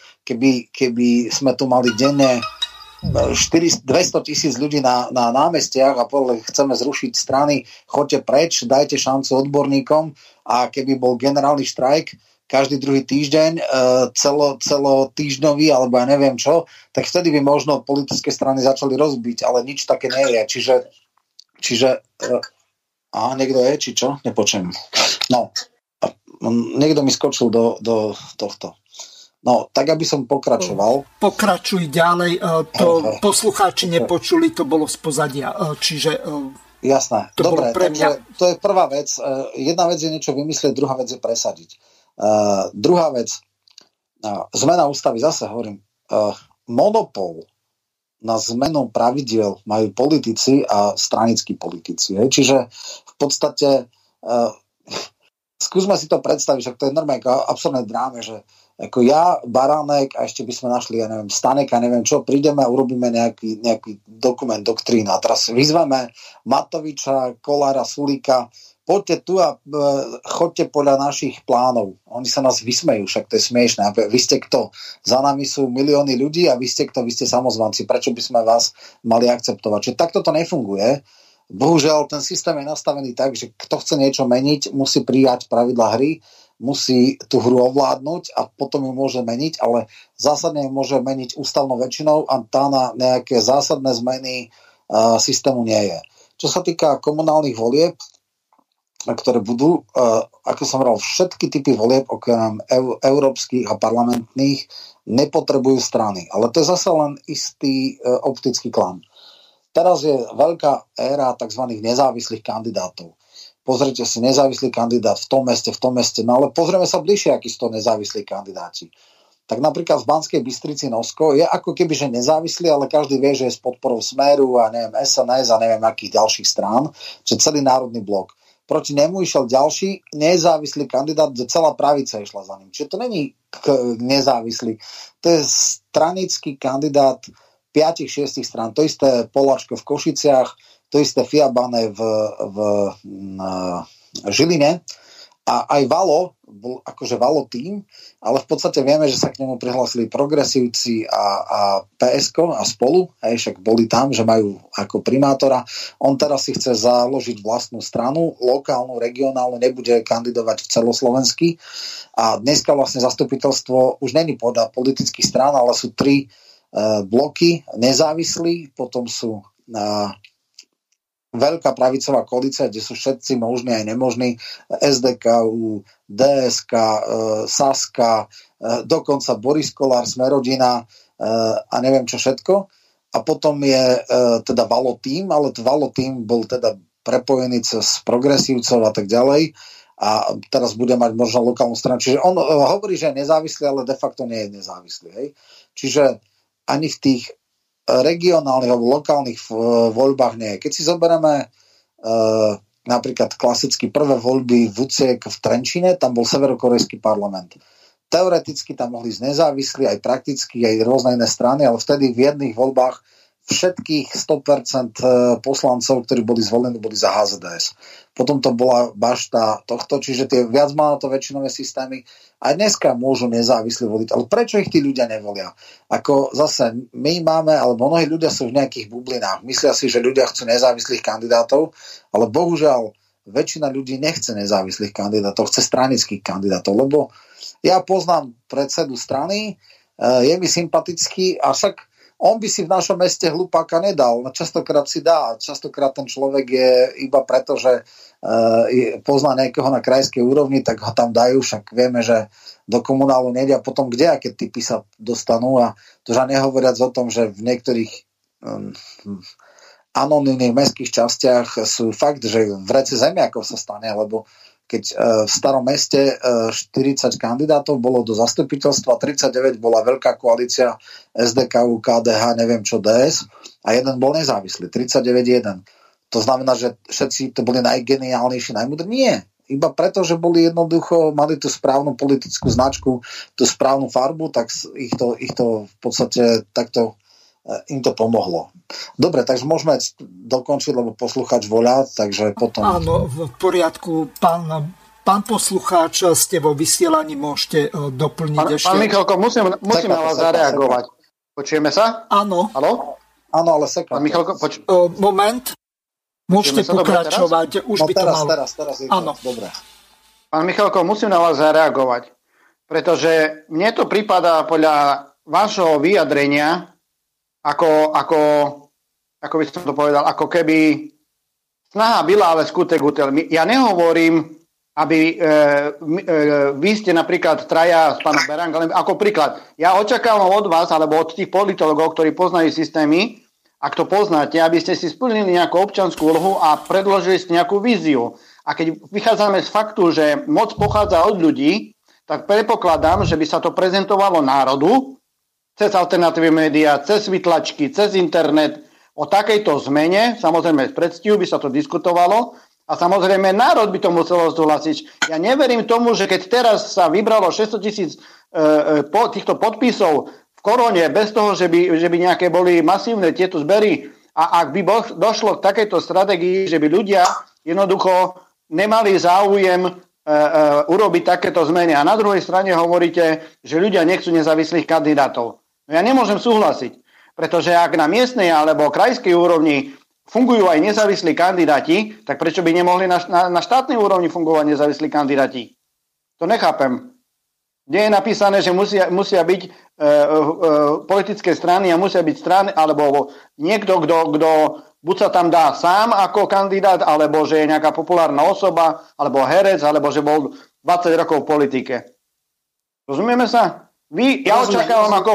keby sme tu mali denne 200,000 ľudí na námestiach a povedali, chceme zrušiť strany, choďte preč, dajte šancu odborníkom a keby bol generálny štrajk, každý druhý týždeň, celotýždňový, alebo ja neviem čo, tak vtedy by možno politické strany začali rozbiť, ale nič také nie je. Čiže niekto je, či čo? Nepočujem. No, niekto mi skočil do tohto. No, tak aby som pokračoval. Pokračuj ďalej, poslucháči nepočuli, to bolo z pozadia, čiže... Jasné, dobre, takže to je prvá vec. Jedna vec je niečo vymyslieť, druhá vec je presadiť. Druhá vec, zmena ústavy, zase hovorím, monopol na zmenu pravidiel majú politici a stranickí politici. Čiže v podstate skúsme si to predstaviť, že to je normálne absurdné dráme, že ako ja, Baránek a ešte by sme našli, ja neviem, Stanek a neviem čo, prídeme a urobíme nejaký dokument, doktrína. A teraz vyzveme Matoviča, Kollára, Sulíka, poďte tu a chodte podľa našich plánov. Oni sa nás vysmejú, však to je smiešné. Vy ste kto? Za nami sú milióny ľudí a vy ste kto? Vy ste samozvanci. Prečo by sme vás mali akceptovať? Čiže takto to nefunguje. Bohužiaľ, ten systém je nastavený tak, že kto chce niečo meniť, musí prijať pravidlá hry, musí tú hru ovládnuť a potom ju môže meniť, ale zásadne ju môže meniť ústavnou väčšinou a tá na nejaké zásadné zmeny systému nie je. Čo sa týka komunálnych volieb, ktoré budú, ako som hovoril, všetky typy volieb, okrem európskych a parlamentných, nepotrebujú strany. Ale to je zase len istý optický klam. Teraz je veľká éra tzv. Nezávislých kandidátov. Pozrite si, nezávislý kandidát v tom meste, no ale pozrieme sa bližšie, akí sú to nezávislí kandidáti. Tak napríklad v Banskej Bystrici Nosko je ako keby, že nezávislý, ale každý vie, že je s podporou Smeru a neviem, SNS a neviem akých ďalších strán, čiže celý národný blok. Proti nemu išiel ďalší nezávislý kandidát, kde celá pravica išla za ním. Čiže to není nezávislý. To je stranický kandidát 5-6 strán. To isté Poláčko v Košiciach, to isté Fiabane v Žiline. A aj Valo, bol akože Valo tým, ale v podstate vieme, že sa k nemu prihlásili progresívci a PSK a spolu, však boli tam, že majú ako primátora. On teraz si chce založiť vlastnú stranu, lokálnu, regionálnu, nebude kandidovať v celoslovensky. A dneska vlastne zastupiteľstvo už není podľa politických strán, ale sú 3 bloky nezávislí, potom sú veľká pravicová koalícia, kde sú všetci možní aj nemožní, SDKU, DSK, Saska, dokonca Boris Kollár, Smerodina a neviem čo všetko. A potom je teda Valo tým, ale Valo tým bol teda prepojený cez progresívcov a tak ďalej a teraz bude mať možno lokálnu stranu. Čiže on hovorí, že je nezávislý, ale de facto nie je nezávislý. Hej? Čiže ani v tých regionálnych alebo lokálnych voľbách nie. Keď si zoberieme napríklad klasicky prvé voľby VUCIEK v Trenčine, tam bol severokorejský parlament. Teoreticky tam mohli ísť nezávislí, aj prakticky, aj rôzne iné strany, ale vtedy v jedných voľbách všetkých 100% poslancov, ktorí boli zvolení, boli za HZDS. Potom to bola bašta tohto, čiže tie viac má to väčšinové systémy. Aj dneska môžu nezávisle voliť, ale prečo ich tí ľudia nevolia? Ako zase my máme, alebo mnohí ľudia sú v nejakých bublinách. Myslia si, že ľudia chcú nezávislých kandidátov, ale bohužiaľ väčšina ľudí nechce nezávislých kandidátov, chce stranických kandidátov, lebo ja poznám predsedu strany, je mi sympatický, a však on by si v našom meste hlupáka nedal. Častokrát si dá. Častokrát ten človek je iba preto, že pozná niekoho na krajskej úrovni, tak ho tam dajú. Však vieme, že do komunálu nejde. A potom kde, aké typy sa dostanú. A to že nehovoriac o tom, že v niektorých anonymných mestských častiach sú fakt, že v rece zemiakov sa stane, lebo keď v starom meste 40 kandidátov bolo do zastupiteľstva, 39 bola veľká koalícia SDKU, KDH, neviem čo, DS a jeden bol nezávislý, 39-1. To znamená, že všetci to boli najgeniálnejší, najmudrejší? Nie. Iba preto, že boli jednoducho, mali tú správnu politickú značku, tú správnu farbu, tak ich to v podstate takto im to pomohlo. Dobre, takže môžeme dokončiť, lebo poslucháč voľa, takže potom... Áno, v poriadku. Pán poslucháč, ste vo vysielaní, môžete doplniť ešte... Pán Michalko, musím na vás zareagovať. Počujeme sa? Áno. Haló? Áno, ale sekund. Pán Michalko, moment. Môžete pokračovať. Už by to malo. Teraz. Áno. Dobre. Pán Michalko, musím na vás zareagovať. pretože mne to prípada podľa vášho vyjadrenia ako by som to povedal, ako keby snaha byla, ale skutek utel. Ja nehovorím, aby vy ste napríklad traja s pánom Berangom, ako príklad. Ja očakávam od vás, alebo od tých politologov, ktorí poznajú systémy, ak to poznáte, aby ste si splnili nejakú občanskú úlohu a predložili ste nejakú víziu. A keď vychádzame z faktu, že moc pochádza od ľudí, tak predpokladám, že by sa to prezentovalo národu cez alternatívne médiá, cez vytlačky, cez internet, o takejto zmene, samozrejme z predstihu by sa to diskutovalo a samozrejme národ by to muselo súhlasiť. Ja neverím tomu, že keď teraz sa vybralo 600 000 týchto podpisov v korone bez toho, že by nejaké boli masívne tieto zbery a ak by došlo k takejto stratégii, že by ľudia jednoducho nemali záujem urobiť takéto zmeny a na druhej strane hovoríte, že ľudia nechcú nezávislých kandidátov. No ja nemôžem súhlasiť. Pretože ak na miestnej alebo krajskej úrovni fungujú aj nezávislí kandidáti, tak prečo by nemohli na štátnej úrovni fungovať nezávislí kandidáti? To nechápem. Kde je napísané, že musia byť politické strany a musia byť strany, alebo niekto, kto buď sa tam dá sám ako kandidát, alebo že je nejaká populárna osoba, alebo herec, alebo že bol 20 rokov v politike. Rozumieme sa? Ja očakávam ako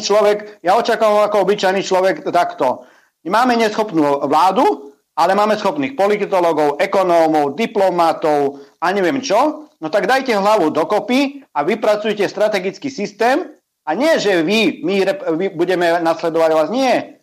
obyčajný človek takto. Máme neschopnú vládu, ale máme schopných politologov, ekonómov, diplomatov a neviem čo. No tak dajte hlavu dokopy a vypracujte strategický systém a nie, že my budeme nasledovať vás. Nie.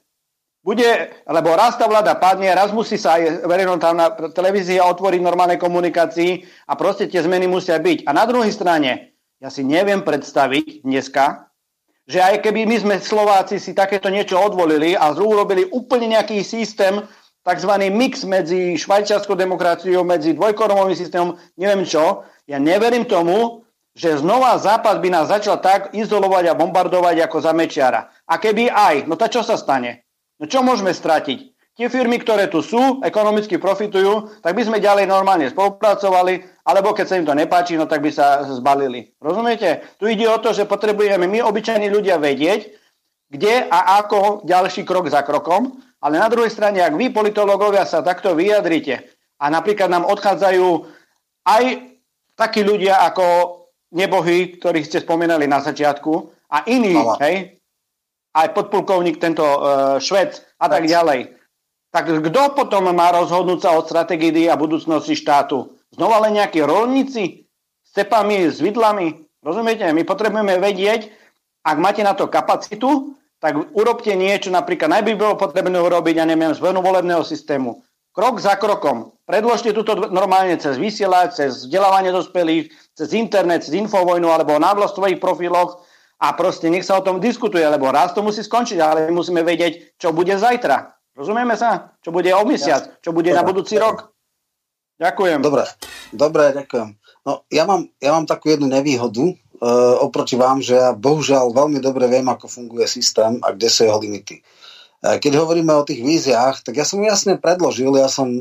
Lebo raz tá vláda padne, raz musí sa aj verejnoprávna televízia otvoriť normálnej komunikácii a proste tie zmeny musia byť. A na druhej strane ja si neviem predstaviť dneska, že aj keby my sme Slováci si takéto niečo odvolili a urobili úplne nejaký systém, takzvaný mix medzi švajčiarskou demokraciou, medzi dvojkorumovým systémom, neviem čo, ja neverím tomu, že znova Západ by nás začal tak izolovať a bombardovať ako za Mečiara. A keby aj, no tak čo sa stane? No čo môžeme stratiť? Tie firmy, ktoré tu sú, ekonomicky profitujú, tak by sme ďalej normálne spolupracovali, alebo keď sa im to nepáči, no tak by sa zbalili. Rozumiete? Tu ide o to, že potrebujeme my, obyčajní ľudia, vedieť, kde a ako ďalší krok za krokom, ale na druhej strane, ak vy, politológovia, sa takto vyjadrite a napríklad nám odchádzajú aj takí ľudia ako nebohy, ktorých ste spomínali na začiatku, a iní, hej, aj podplukovník tento Švec a tak ďalej. Tak kto potom má rozhodnúť sa o stratégii a budúcnosti štátu? Znova len nejakí roľníci s cepami, s vidlami? Rozumiete? My potrebujeme vedieť, ak máte na to kapacitu, tak urobte niečo, napríklad najby bolo potrebné urobiť, ja neviem, zmenu volebného systému. Krok za krokom. Predložte túto normálne cez vysielač, cez vzdelávanie dospelých, cez internet, cez infovojnu alebo na svojich profiloch a proste nech sa o tom diskutuje, lebo raz to musí skončiť, ale musíme vedieť, čo bude zajtra. Rozumieme sa? Čo bude o mesiac? Čo bude na budúci rok? Ďakujem. Dobre, ďakujem. No, ja mám takú jednu nevýhodu oproti vám, že ja bohužiaľ veľmi dobre viem, ako funguje systém a kde sú jeho limity. Keď hovoríme o tých víziách, tak ja som jasne predložil, ja som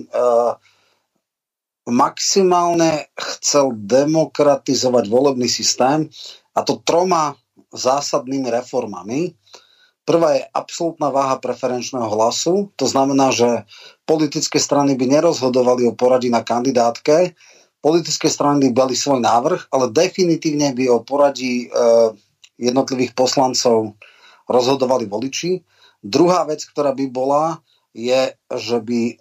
maximálne chcel demokratizovať volebný systém a to 3 zásadnými reformami. Prvá je absolútna váha preferenčného hlasu. To znamená, že politické strany by nerozhodovali o poradí na kandidátke. Politické strany by dali svoj návrh, ale definitívne by o poradí jednotlivých poslancov rozhodovali voliči. Druhá vec, ktorá by bola, je, že by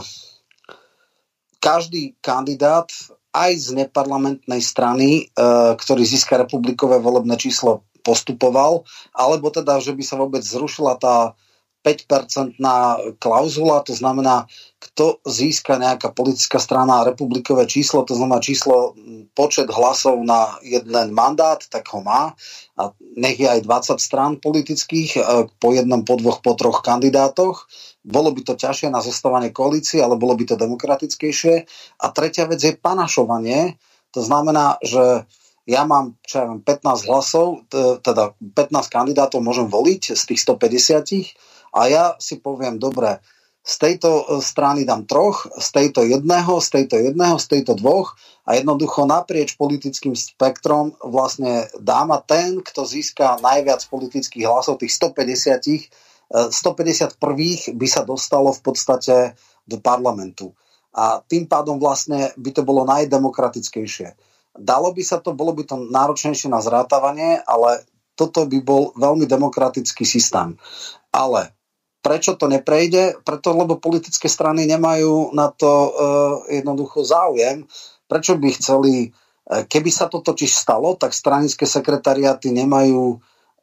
každý kandidát aj z neparlamentnej strany, ktorý získa republikové volebné číslo, postupoval, alebo teda, že by sa vôbec zrušila tá 5%-ná klauzula, to znamená, kto získa nejaká politická strana a republikové číslo, to znamená počet hlasov na jeden mandát, tak ho má. A nech je aj 20 strán politických, po jednom, po dvoch, po 3 kandidátoch. Bolo by to ťažšie na zostavanie koalície, ale bolo by to demokratickejšie. A tretia vec je panašovanie. To znamená, že ja mám 15 hlasov, teda 15 kandidátov môžem voliť z tých 150 a ja si poviem, dobre, z tejto strany dám 3, z tejto jedného, z tejto 2 a jednoducho naprieč politickým spektrom vlastne dám a ten, kto získa najviac politických hlasov, tých 150 prvých by sa dostalo v podstate do parlamentu. A tým pádom vlastne by to bolo najdemokratickejšie. Dalo by sa to, bolo by to náročnejšie na zrátavanie, ale toto by bol veľmi demokratický systém. Ale prečo to neprejde? Preto, lebo politické strany nemajú na to jednoducho záujem. Prečo by chceli, keby sa to totiž stalo, tak stranické sekretariáty nemajú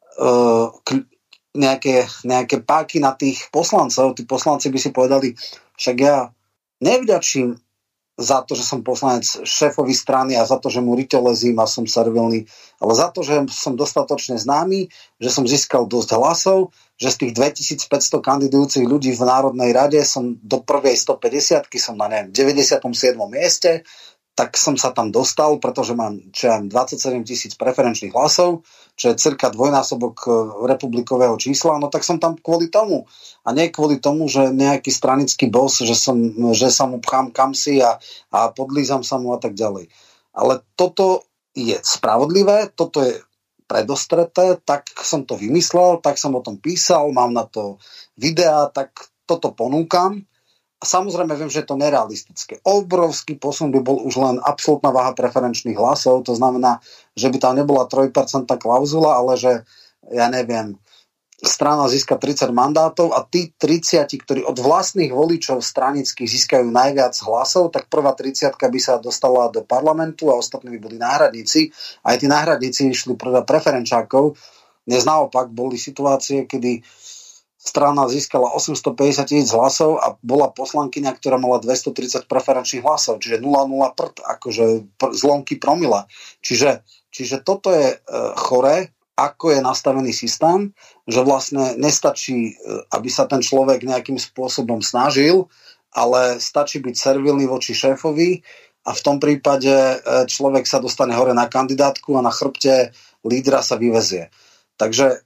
nejaké páky na tých poslancov. Tí poslanci by si povedali, však ja nevďačím za to, že som poslanec šéfovi strany a za to, že mu ryťolezím a som servilný, ale za to, že som dostatočne známy, že som získal dosť hlasov, že z tých 2500 kandidujúcich ľudí v Národnej rade som do prvej 150-ky, som na 97. mieste, tak som sa tam dostal, pretože mám 27 000 preferenčných hlasov, čo je cirka dvojnásobok republikového čísla, no tak som tam kvôli tomu. A nie kvôli tomu, že nejaký stranický boss, že sa mu pchám kamsi a podlízam sa mu a tak ďalej. Ale toto je spravodlivé, toto je predostreté, tak som to vymyslel, tak som o tom písal, mám na to videá, tak toto ponúkam. A samozrejme viem, že je to nerealistické. Obrovský posun by bol už len absolútna váha preferenčných hlasov, to znamená, že by tam nebola 3% klauzula, ale že, ja neviem, strana získa 30 mandátov a tí 30, ktorí od vlastných voličov stranických získajú najviac hlasov, tak prvá 30 by sa dostala do parlamentu a ostatní by boli náhradníci. Aj tí náhradníci išli prvá preferenčákov. Dnes naopak boli situácie, kedy strana získala 850 000 hlasov a bola poslankyňa, ktorá mala 230 preferenčných hlasov, čiže 0,0 prd, akože zlomky promila. Čiže toto je choré, ako je nastavený systém, že vlastne nestačí, aby sa ten človek nejakým spôsobom snažil, ale stačí byť servilný voči šéfovi a v tom prípade človek sa dostane hore na kandidátku a na chrbte lídra sa vyvezie. Takže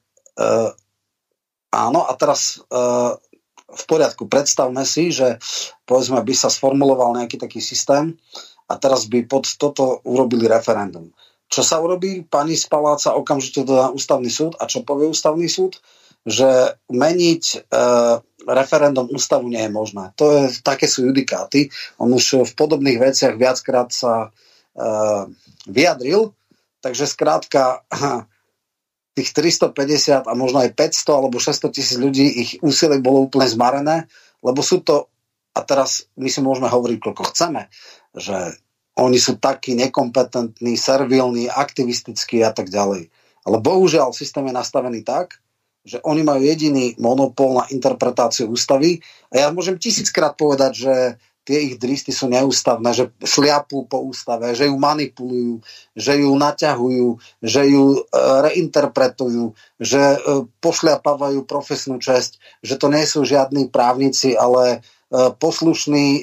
áno, a teraz v poriadku, predstavme si, že povedzme by sa sformuloval nejaký taký systém a teraz by pod toto urobili referendum. Čo sa urobí? Pani z paláca okamžite dodá ústavný súd. A čo povie ústavný súd? Že meniť referendum ústavu nie je možné. Také sú judikáty. On už v podobných veciach viackrát sa vyjadril, takže skrátka tých 350 a možno aj 500 alebo 600 000 ľudí, ich úsilie bolo úplne zmarené, lebo sú to, a teraz my si môžeme hovoriť, koľko chceme, že oni sú takí nekompetentní, servilní, aktivistickí a tak ďalej. Ale bohužiaľ systém je nastavený tak, že oni majú jediný monopol na interpretáciu ústavy a ja môžem 1000-krát povedať, že tie ich dristy sú neústavné, že šliapú po ústave, že ju manipulujú, že ju naťahujú, že ju reinterpretujú, že pošliapávajú profesnú česť, že to nie sú žiadni právnici, ale poslušní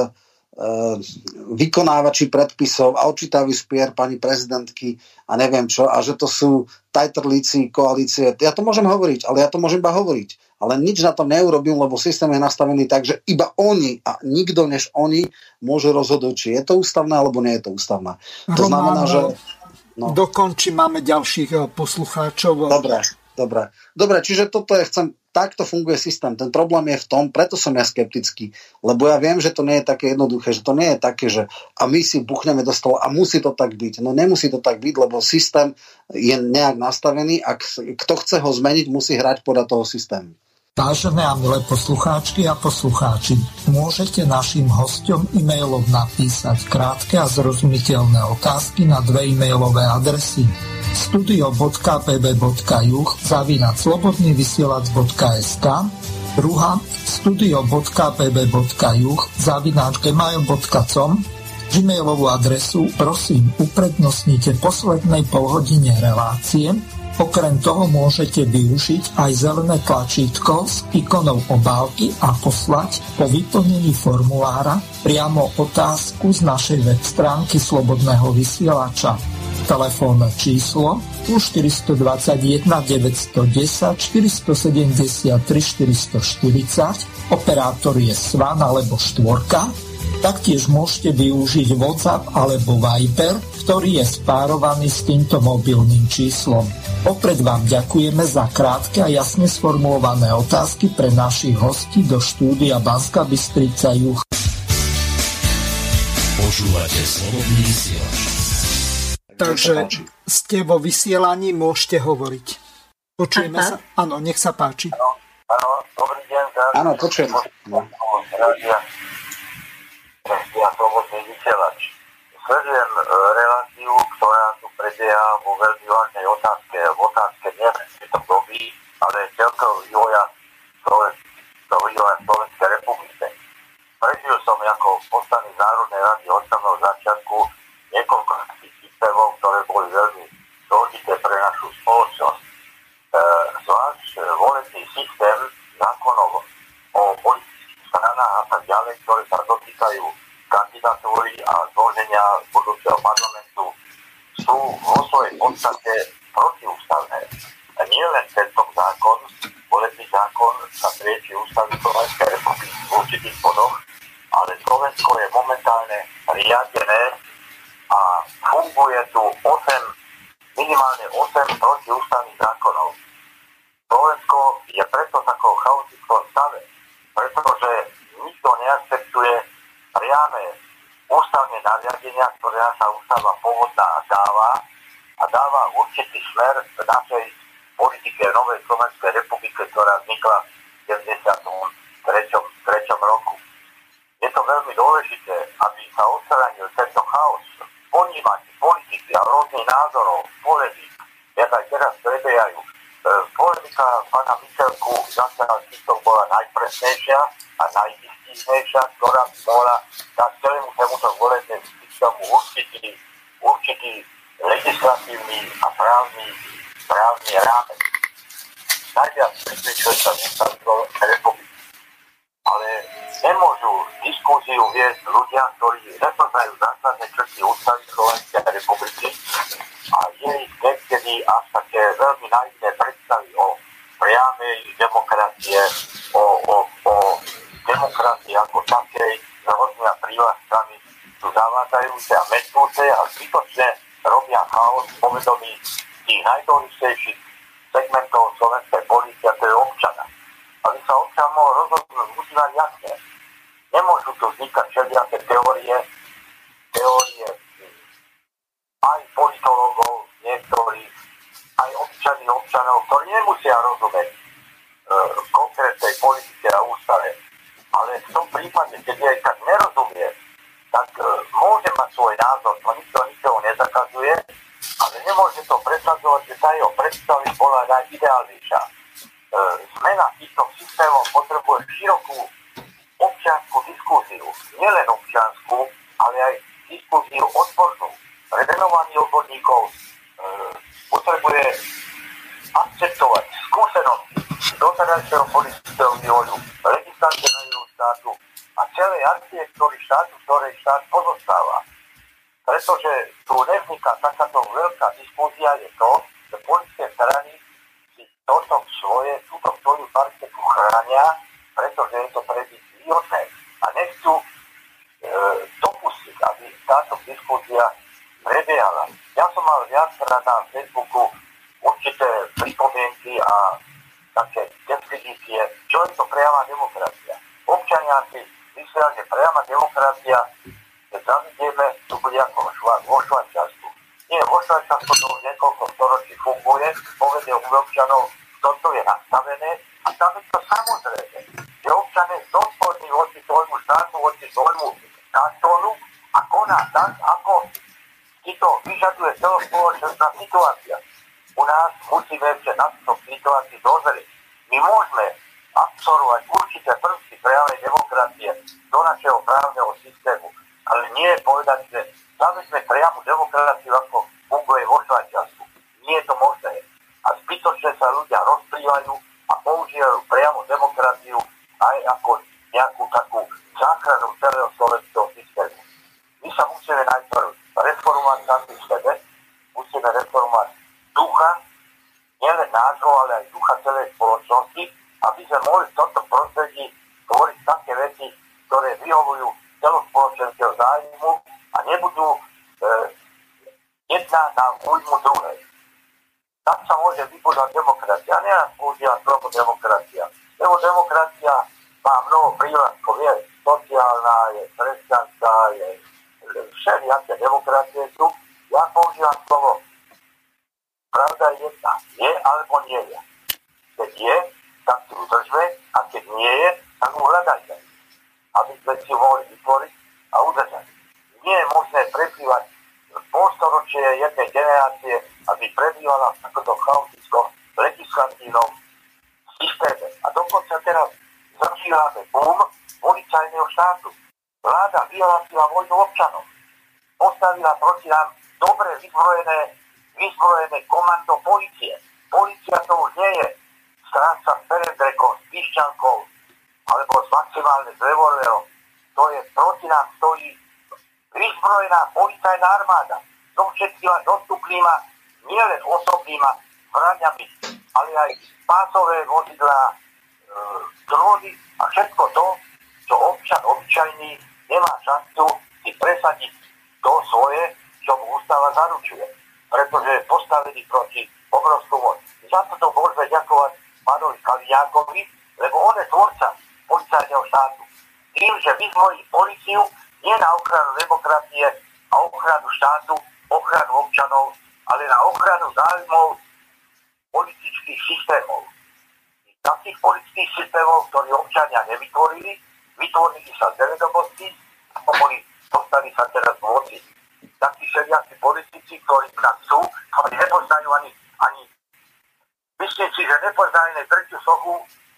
vykonávači predpisov a odčítajú spier pani prezidentky a neviem čo, a že to sú tajtrlíci koalície. Ja to môžem hovoriť, ale ja to môžem iba hovoriť. Ale nič na tom neurobím, lebo systém je nastavený tak, že iba oni a nikto než oni môžu rozhodnúť, či je to ústavné, alebo nie je to ústavné. To znamená, že... No. Dokončím, máme ďalších poslucháčov. Dobre, čiže toto takto funguje systém. Ten problém je v tom, preto som ja skeptický, lebo ja viem, že to nie je také jednoduché, že to nie je také, že a my si buchneme do stola a musí to tak byť. No nemusí to tak byť, lebo systém je nejak nastavený a kto chce ho zmeniť, musí hrať podľa toho systému. Vážené a milé poslucháčky a poslucháči, môžete našim hosťom e-mailom napísať krátke a zrozumiteľné otázky na 2 e-mailové adresy studio.pb.juh@slobodnyvysielac.sk, druhá studio.pb.juh@gmail.com. Gmailovú adresu prosím uprednostnite poslednej polhodine relácie. Okrem toho môžete využiť aj zelené tlačítko s ikonou obálky a poslať po vyplnení formulára priamo otázku z našej web stránky Slobodného vysielača. telefónne číslo +421 910 473 440, operátor je Svan alebo Štvorka. Taktiež môžete využiť WhatsApp alebo Viber, ktorý je spárovaný s týmto mobilným číslom. Opred vám ďakujeme za krátke a jasne sformulované otázky pre našich hostí do štúdia Banská Bystrica Juh. Počúvate Slobodný vysielač. Takže ste vo vysielaní, môžete hovoriť. Počujeme sa? Áno, nech sa páči. Áno, dobrý deň. Áno, počujem. Ja Slobodný vysielač. Sledujem reláciu, ktorá tu prebieha vo veľmi vážnej otázke. V otázke neviem, či to dobí, ale celkovo vývoja Slovenskej republike. Prežil som ako poslanec Národnej rady od samého začiatku niekoľko systémov, ktoré boli veľmi dôležité pre našu spoločnosť. Zvlášť volebný systém zákonov o politických stranách a tak ďalej, ktoré sa dotýkajú kandidatúry a zloženia budúceho parlamentu, sú vo svojej podstate protiústavné. Nie len tento zákon, volebný zákon sa prieči ústavy Slovenskej republiky v určitých bodoch, ale Slovensko je momentálne riadené a funguje tu minimálne 8 protiústavných zákonov. Slovensko je preto v takom chaotickom stave, pretože nikto neakceptuje priame ústavné nariadenia, ktoré naša ústava pôvodná dáva určitý smer v našej politike Novej Slovenskej republiky, ktorá vznikla v 93. roku. Je to veľmi dôležité, aby sa odstránil tento chaos ponímaní politiky a rôznych názorov, polemík, jak aj teraz prebiehajú. Polemika pána Michalku zatiaľ týchto bola najpresnejšia a najvystížnejšia, ktorá by mohla dať celému tomuto volebnému systému určitý legislatívny a právny rámec. Najviac presvedčuje sa Slovenskej republiky. Ale nemôžu diskúziu viesť ľudia, ktorí nepoznajú základné črty ústavy Slovenskej republiky a je ich niekedy až také veľmi naivné predstavy o priamej demokracie, o demokracii ako takej, s rôznymi prívlastkami sú zavádzajúce a metúce a zbytočne robia chaos v povedomí tých najdôležitejších segmentov slovenskej polície, a to je občana. Aby sa občan mohol rozhodnúť, musí mať jasne. Nemôžu tu vznikať všelijaké teórie aj politológov niektorých, aj občanov, ktorí nemusia rozumieť konkrétnej politike a ústave. Ale v tom prípade, keď jej tak nerozumie, tak môže mať svoj názor, to nikto nikoho nezakazuje, ale nemôže to presadzovať, že tá jeho predstavy bola najideálnejšia. Zmena týchto systémov potrebuje širokú občiansku diskúziu. Nielen občiansku, ale aj diskúziu odbornú. Revenovaní odborníkov potrebuje akceptovať skúsenosti doterajšieho politického vývoju, legislatívneho štátu a celej architektúry štátu, ktorej štát pozostáva. Pretože tu nevzniká takáto veľká diskúzia, je to, že politické strany si túto svoju parketu chránia, pretože je to pre nich výhodné a nechcú dopustiť, aby táto diskúzia prebiehala. Ja som mal viackrát na Facebooku určité pripomienky a také definície, čo je to priama demokracia. Občania si myslia, že priama demokracia, keď zavidieme, tu bude ako vo Švajčiarsku. Nie, vo Švajčiarsku to už niekoľko storočí funguje, povedie u občanov, toto je nastavené a tam je to samozrejme, že občan je zodpovedný voči svojmu štátu, voči svojmu kantónu a koná tak, ako si to vyžaduje celospoločenská situácia. U nás musíme ešte na túto situácii dozrieť. My môžeme absorbovať určité prvky priamej demokracie do našeho právneho systému, ale nie je povedať, že zaveďme priamu demokraciu, ako funguje vo Švajčiarsku. Nie je to možné. A zbytočne sa ľudia rozplývajú a používajú priamu demokraciu aj ako nejakú takú záchranu celého slovenského systému. My sa musíme najprv reformovať sami v sebe, musíme musíme reformovať ducha, nielen nášho, ale aj ducha celej spoločnosti, aby sme mohli v tomto prostredí tvoriť také veci, ktoré vyhovujú celospoločenského zájmu a nebudú jedna na újmu druhej. Tak sa môže vybudovať demokracia. A neraz používam slovo demokracia. Lebo demokracia má mnoho prívlastkov. Je sociálna, je kresťanská, je všelijaké demokracie sú. Ja používam slovo pravda je jedna. Je alebo nie je. Keď je, tak si udržme, a keď nie je, tak ju hľadajte. Aby sme si mohli vytvoriť a udržať. Nie je možné prebývať polstoročie jednej generácie, aby prebývala v takomto chaotickom legislatívnom systéme. A dokonca teraz zažívame boom policajného štátu. Vláda vyhlásila vojnu občanom. Postavila proti nám dobre vyzbrojené komando polície. Polícia to už nie je strážca s peredrekom, s pišťalkou alebo s maximálne s revolverom. To je proti nám stojí vyzbrojená policajná armáda. So všetkými dostupnými nielen osobnými zbraniami, ale aj pásové vozidlá, dróny a všetko to, čo občan obyčajný nemá šancu si presadiť to svoje, čo mu ústava zaručuje. Pretože je postavený proti obrovskú moc. Za to môžeme ďakovať pánovi Kaliňákovi, lebo on je tvorca policajného štátu. Tým, že vyzvojí policiu nie na ochranu demokracie a ochranu štátu, ochranu občanov, ale na ochranu záujmov politických systémov. Takých politických systémov, ktorí občania nevytvorili, vytvorili sa z nevedomosti a dostali sa teraz v moci. Takí všelijakí politici, ktorí tam sú, ale nepoznajú ani myslím si, že nepoznajú tretiu sochu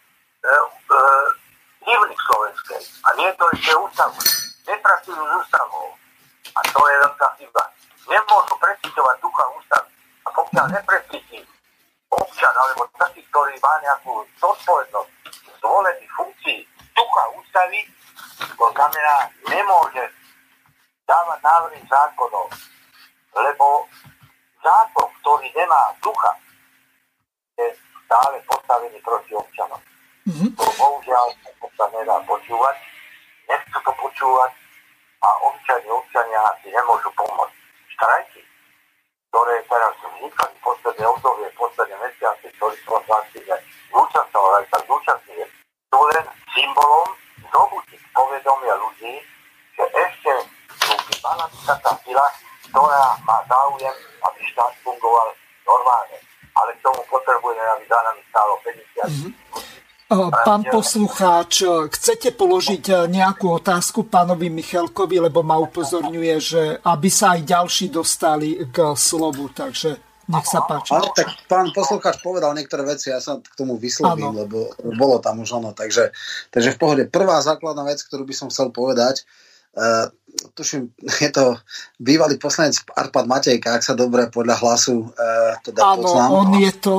hymny slovenskej. A nie to ešte ústavu. Nepracujú s ústavou. A to je veľká chyba. Nemôžu preciťovať ducha ústavy. A pokiaľ neprecíti občan alebo taký, ktorý má nejakú zodpovednosť zvolených funkcií ducha ústavy, to znamená, nemôže dávať návrhy zákonov, lebo zákon, ktorý nemá ducha, je stále postavený proti občanom. To bohužiaľ sa nedá počúvať, nechcú to počúvať a občania si nemôžu pomôcť. Štrajky, ktoré teraz vznikali v posledné obdobie, v posledné mesiace, ktorý som sa aktívne zúčastnoval, aj tak zúčastňujem, sú len symbolom zobudiť povedomia ľudí, že ešte sú vybalancká tá sila, ktorá má záujem, aby štát fungoval normálne. Ale k tomu potrebujeme, aby za nami stálo 50. Pán poslucháč, chcete položiť nejakú otázku pánovi Michalkovi, lebo ma upozorňuje, že aby sa aj ďalší dostali k slovu, takže nech sa páči. Ale tak pán poslucháč povedal niektoré veci, ja sa k tomu vyslovím, lebo bolo tam už ono. Takže v pohode. Prvá základná vec, ktorú by som chcel povedať, tuším, je to bývalý poslanec Arpad Matejka, ak sa dobre podľa hlasu teda poznám. Áno, on je to.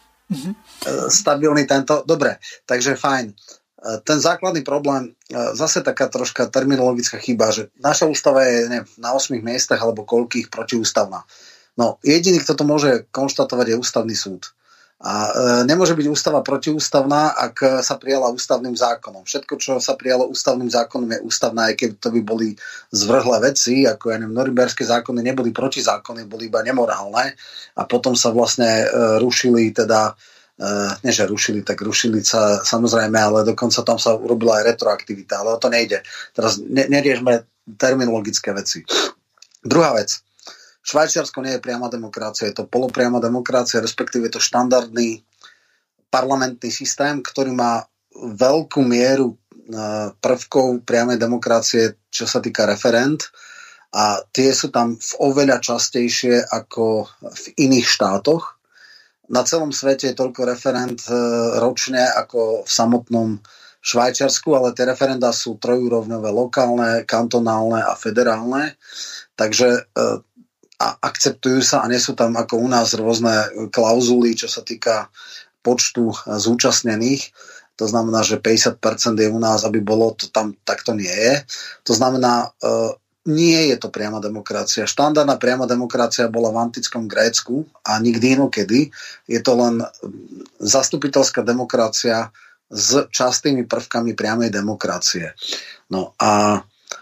Stabilný tento. Dobre, takže fajn. Ten základný problém, zase taká troška terminologická chyba, že naša ústava je na 8 miestach alebo koľkých protiústavná. No, jediný, kto to môže konštatovať, je ústavný súd. A nemôže byť ústava protiústavná, ak sa prijala ústavným zákonom. Všetko, čo sa prijalo ústavným zákonom, je ústavné, aj keď to by boli zvrhlé veci, ako ja neviem, norimberské zákony neboli protizákonné, boli iba nemorálne a potom sa vlastne rušili teda, nie že rušili, tak rušili sa samozrejme, ale dokonca tam sa urobila aj retroaktivita, ale o to nejde. Teraz neriešme terminologické veci. Druhá vec. Švajčiarsko nie je priama demokracia, je to polopriama demokracia, respektíve je to štandardný parlamentný systém, ktorý má veľkú mieru prvkov priamej demokracie, čo sa týka referend, a tie sú tam oveľa častejšie ako v iných štátoch. Na celom svete je toľko referend ročne ako v samotnom Švajčiarsku, ale tie referenda sú trojúrovňové, lokálne, kantonálne a federálne, takže a akceptujú sa a nie sú tam ako u nás rôzne klauzuly, čo sa týka počtu zúčastnených. To znamená, že 50% je u nás, aby bolo, to tam takto nie je. To znamená, nie je to priama demokracia. Štandardná priama demokracia bola v antickom Grécku a nikdy inokedy. Je to len zastupiteľská demokracia s častými prvkami priamej demokracie. No a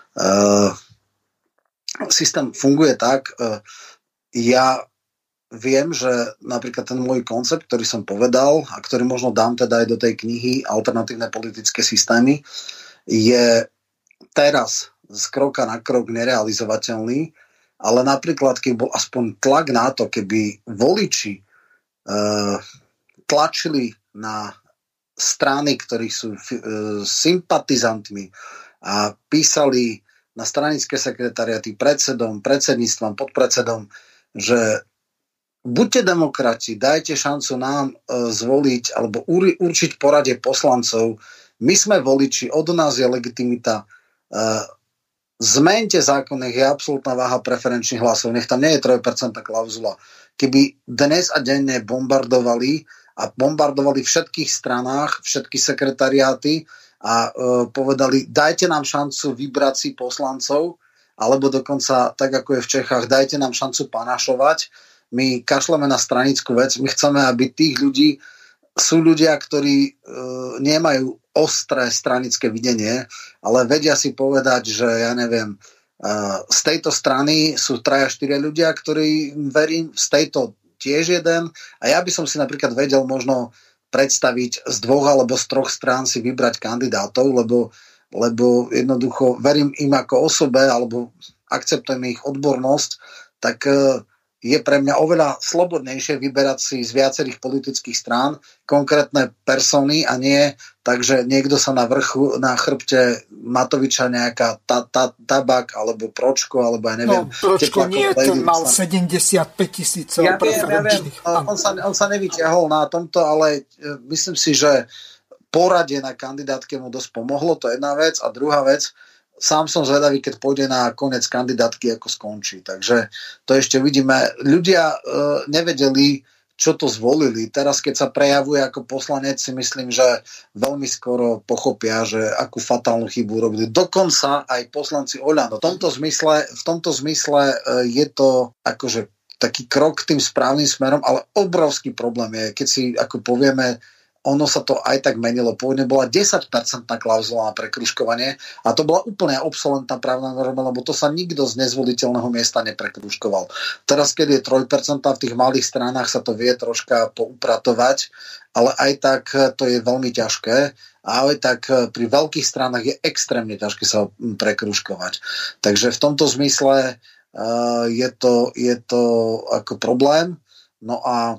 systém funguje tak, ja viem, že napríklad ten môj koncept, ktorý som povedal a ktorý možno dám teda aj do tej knihy Alternatívne politické systémy, je teraz z kroka na krok nerealizovateľný, ale napríklad, keby bol aspoň tlak na to, keby voliči tlačili na strany, ktorí sú sympatizantmi a písali na stranické sekretariaty predsedom, predsedníctvom, podpredsedom, že buďte demokrati, dajte šancu nám zvoliť alebo určiť poradie poslancov, my sme voliči, od nás je legitimita, zmeňte zákon, nech je absolútna váha preferenčných hlasov, nech tam nie je 3% klauzula. Keby dnes a denne bombardovali v všetkých stranách, všetky sekretariáty a povedali, dajte nám šancu vybrať si poslancov, alebo dokonca, tak ako je v Čechách, dajte nám šancu panašovať. My kašleme na stranickú vec, my chceme, aby tých ľudí, sú ľudia, ktorí nemajú ostré stranické videnie, ale vedia si povedať, že ja neviem, z tejto strany sú 3-4 ľudia, ktorí verím, z tejto tiež jeden a ja by som si napríklad vedel možno predstaviť z 2 alebo z 3 strán si vybrať kandidátov, lebo jednoducho verím im ako osobe alebo akceptujem ich odbornosť, tak je pre mňa oveľa slobodnejšie vyberať si z viacerých politických strán konkrétne persony a nie takže niekto sa na vrchu, na chrbte Matoviča nejaká Tabak alebo Pročko, alebo ja neviem. No, Pročko nie, ten mal 75 000 preferenčných. On sa nevyťahol na tomto, ale myslím si, že poradie na kandidátke mu dosť pomohlo, to je jedna vec. A druhá vec, sám som zvedavý, keď pôjde na koniec kandidátky, ako skončí. Takže to ešte vidíme. Ľudia nevedeli, čo to zvolili. Teraz, keď sa prejavuje ako poslanec, si myslím, že veľmi skoro pochopia, že akú fatálnu chybu robili. Dokonca aj poslanci Oľano. V tomto zmysle je to akože taký krok tým správnym smerom, ale obrovský problém je, keď si ako povieme, ono sa to aj tak menilo. Pôvodne bola 10% klauzula na prekružkovanie a to bola úplne obsolentná právna norma, lebo to sa nikto z nezvoliteľného miesta neprekružkoval. Teraz, keď je 3%, v tých malých stranách sa to vie troška poupratovať, ale aj tak to je veľmi ťažké a aj tak pri veľkých stranách je extrémne ťažké sa prekružkovať. Takže v tomto zmysle je to ako problém. No a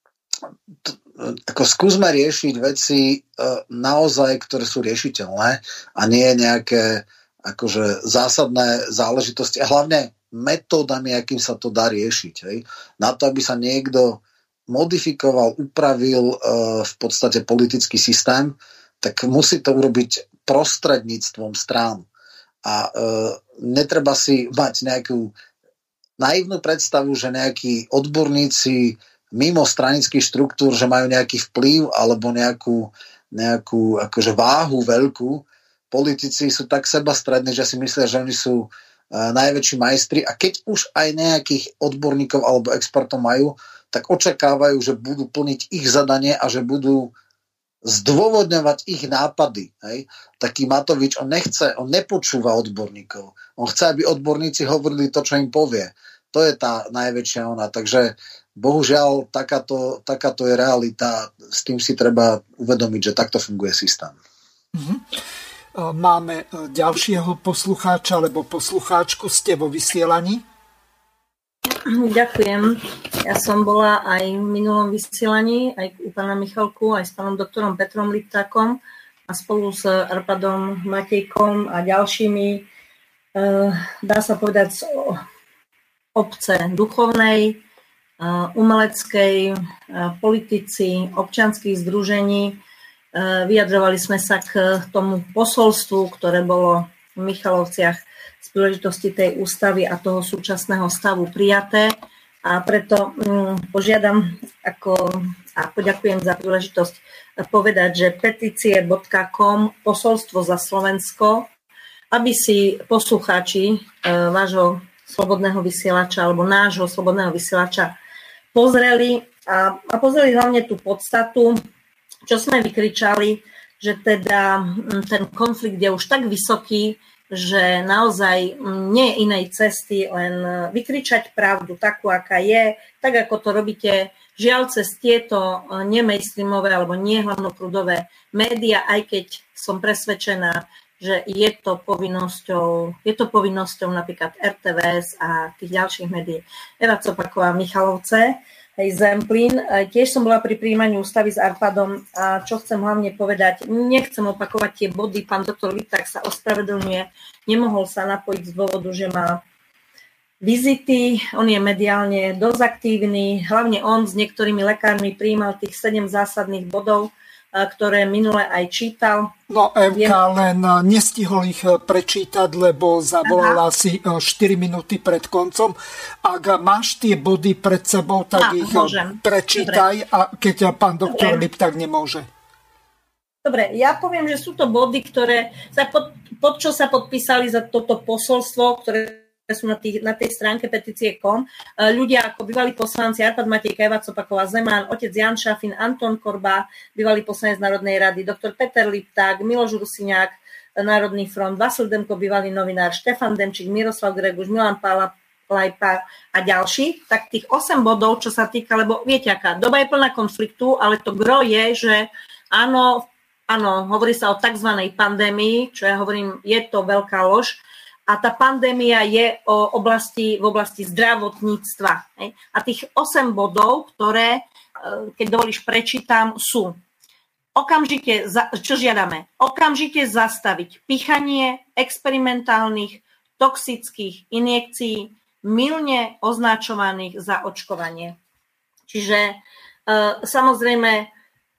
ako skúsme riešiť veci naozaj, ktoré sú riešiteľné a nie nejaké akože zásadné záležitosti a hlavne metódami, akým sa to dá riešiť. Hej. Na to, aby sa niekto modifikoval, upravil v podstate politický systém, tak musí to urobiť prostredníctvom strán. A netreba si mať nejakú naivnú predstavu, že nejakí odborníci mimo stranických štruktúr, že majú nejaký vplyv alebo nejakú akože váhu veľkú. Politici sú tak sebastrední, že si myslia, že oni sú najväčší majstri a keď už aj nejakých odborníkov alebo expertov majú, tak očakávajú, že budú plniť ich zadanie a že budú zdôvodňovať ich nápady. Hej? Taký Matovič, on nepočúva odborníkov. On chce, aby odborníci hovorili to, čo im povie. To je tá najväčšia ona. Takže bohužiaľ, takáto je realita. S tým si treba uvedomiť, že takto funguje systém. Máme ďalšieho poslucháča alebo poslucháčku. Ste vo vysielaní? Ďakujem. Ja som bola aj v minulom vysielaní, aj u pána Michalku, aj s pánom doktorom Petrom Liptákom a spolu s Arpadom Matejkom a ďalšími, dá sa povedať, z obce duchovnej, umeleckej, politici, občianskych združení. Vyjadrovali sme sa k tomu posolstvu, ktoré bolo v Michalovciach z príležitosti tej ústavy a toho súčasného stavu prijaté. A preto požiadam a poďakujem za príležitosť povedať, že petície.com posolstvo za Slovensko aby si poslucháči vášho slobodného vysielača alebo nášho slobodného vysielača pozreli a pozreli hlavne tú podstatu, čo sme vykričali, že teda ten konflikt je už tak vysoký, že naozaj nie je inej cesty, len vykričať pravdu takú, aká je, tak ako to robíte žiaľ cez tieto nemainstreamové alebo nie hlavnoprúdové médiá, aj keď som presvedčená, že je to povinnosťou napríklad RTVS a tých ďalších médií. Eva Copaková, Michalovce, Zemplín. Tiež som bola pri prijímaní ústavy s Arpadom a čo chcem hlavne povedať, nechcem opakovať tie body, pán doktor Lipták sa ospravedlňuje, nemohol sa napojiť z dôvodu, že má vizity, on je mediálne dosť aktívny, hlavne on s niektorými lekármi prijímal tých 7 zásadných bodov, ktoré minule aj čítal. No Evka, len nestihol ich prečítať, lebo zavolala si 4 minúty pred koncom. Ak máš tie body pred sebou, tak ich prečítaj, a keď pán doktor Lipták nemôže. Dobre, ja poviem, že sú to body, ktoré pod čo sa podpísali za toto posolstvo, ktoré sú na tej stránke petície.com. Ľudia ako bývalí poslanci Arpad Matejka, Eva Copaková, Zeman, otec Jan Šafin, Anton Korba, bývalý poslanec Národnej rady, doktor Peter Lipták, Miloš Rusiňák, Národný front, Vasil Demko, bývalý novinár, Štefan Demčík, Miroslav Greguš, Milan Palajpa a ďalší. Tak tých 8 bodov, čo sa týka, lebo viete aká, doba je plná konfliktu, ale to gro je, že áno, hovorí sa o tzv. Pandémii, čo ja hovorím, je to veľká lož. A tá pandémia je v oblasti zdravotníctva. A tých 8 bodov, ktoré, keď dovolíš, prečítam, sú okamžite, čo žiadame? Okamžite zastaviť pichanie experimentálnych toxických injekcií mylne označovaných za očkovanie. Čiže samozrejme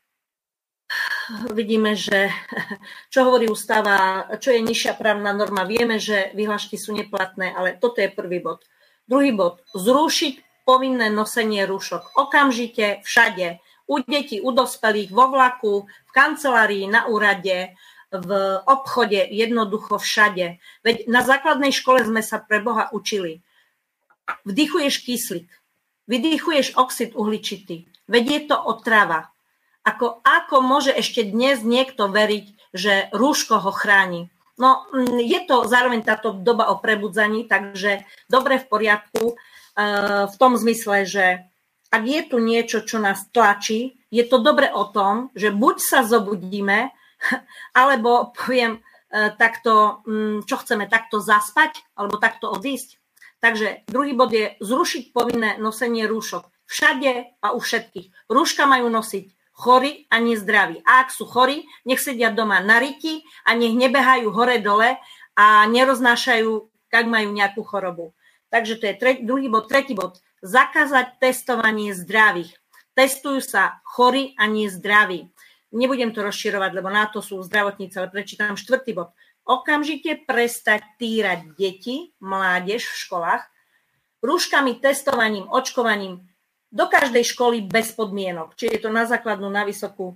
vidíme, že čo hovorí ústava, čo je nižšia právna norma, vieme, že vyhlášky sú neplatné, ale toto je prvý bod. Druhý bod, zrušiť povinné nosenie rúšok. Okamžite všade, u detí, u dospelých, vo vlaku, v kancelárii, na úrade, v obchode, jednoducho všade. Veď na základnej škole sme sa pre Boha učili. Vdychuješ kyslík, vydychuješ oxid uhličitý, veď je to otrava. Ako môže ešte dnes niekto veriť, že rúško ho chráni? No, je to zároveň táto doba o prebudzaní, takže dobre, v poriadku, v tom zmysle, že ak je tu niečo, čo nás tlačí, je to dobre o tom, že buď sa zobudíme, alebo poviem takto, čo chceme, takto zaspať, alebo takto odísť. Takže druhý bod je zrušiť povinné nosenie rúšok. Všade a u všetkých. Rúška majú nosiť chorí a nezdraví. A ak sú chorí, nech sedia doma na riti a nech nebehajú hore-dole a neroznášajú, ak majú nejakú chorobu. Takže to je druhý bod. Tretí bod. Zakázať testovanie zdravých. Testujú sa chorí a nezdraví. Nebudem to rozširovať, lebo na to sú zdravotníci, ale prečítam štvrtý bod. Okamžite prestať týrať deti, mládež v školách, rúškami, testovaním, očkovaním, do každej školy bez podmienok. Čiže je to na základnú, na vysokú.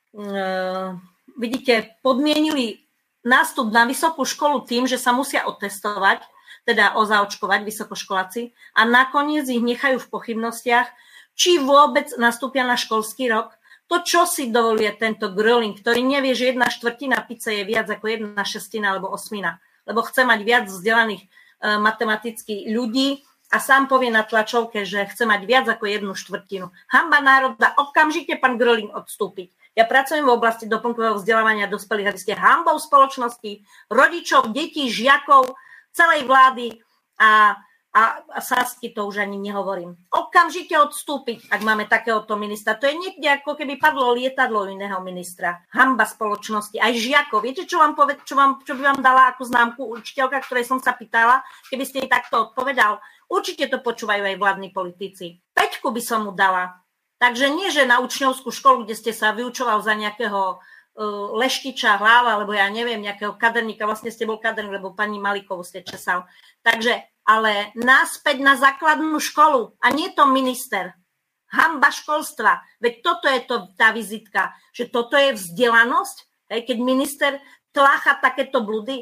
Vidíte, podmienili nástup na vysokú školu tým, že sa musia otestovať, teda ozaočkovať vysokoškoláci a nakoniec ich nechajú v pochybnostiach, či vôbec nastúpia na školský rok. To, čo si dovoluje tento Gröling, ktorý nevie, že 1/4 pice je viac ako 1/6 alebo 8, lebo chce mať viac vzdelaných matematických ľudí, a sám povie na tlačovke, že chce mať viac ako 1/4. Hanba národa, okamžite pán Gröling odstúpiť. Ja pracujem v oblasti doplnkového vzdelávania dospelých a vy ste hanbou spoločnosti, rodičov, detí, žiakov, celej vlády a Sasky to už ani nehovorím. Okamžite odstúpiť, ak máme takéhoto ministra. To je niekde, ako keby padlo lietadlo iného ministra. Hanba spoločnosti, aj žiakov. Viete, čo by vám dala ako známku učiteľka, ktorej som sa pýtala, keby ste jej takto odpovedal? Určite to počúvajú aj vládni politici. 5 by som mu dala. Takže nie, že na učňovskú školu, kde ste sa vyučoval za nejakého Leštiča, Hlava, alebo ja neviem, nejakého kaderníka, vlastne ste bol kaderník, lebo pani Malíkovú ste česal. Takže, ale naspäť na základnú školu a nie to minister. Hanba školstva. Veď toto je tá vizitka, že toto je vzdelanosť, keď minister tlácha takéto bludy.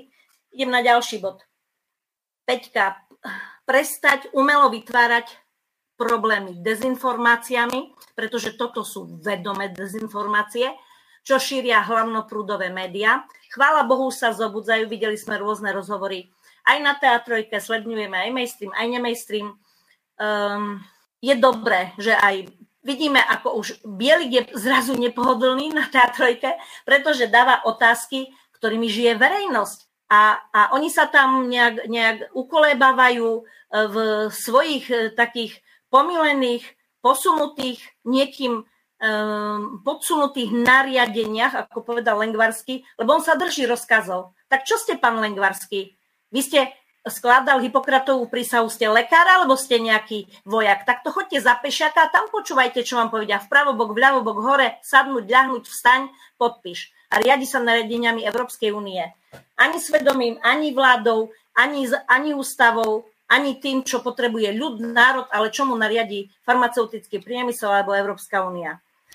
Idem na ďalší bod. Peťka, prestať umelo vytvárať problémy dezinformáciami, pretože toto sú vedomé dezinformácie, čo šíria hlavnoprúdové médiá. Chvála Bohu sa zobudzajú, videli sme rôzne rozhovory aj na Teatrojke, sledujeme aj mainstream, aj nemainstream. Je dobré, že aj vidíme, ako už Bielik je zrazu nepohodlný na Teatrojke, pretože dáva otázky, ktorými žije verejnosť. A oni sa tam nejak ukolébavajú v svojich takých pomylených, posunutých, niekým podsunutých nariadeniach, ako povedal Lengvarský, lebo on sa drží rozkazov. Tak čo ste, pán Lengvarský? Vy ste skladal Hippokratovú prísahu, ste lekár, alebo ste nejaký vojak? Tak to choďte za pešiaka a tam počúvajte, čo vám povedia. Vpravo bok, vľavo bok, hore, sadnúť, ľahnuť, vstaň, podpíš. A riadi sa nariadeniami Európskej únie. Ani svedomím, ani vládou, ani ústavou, ani tým, čo potrebuje ľud, národ, ale čo mu nariadí farmaceutický priemysel alebo Európska únia.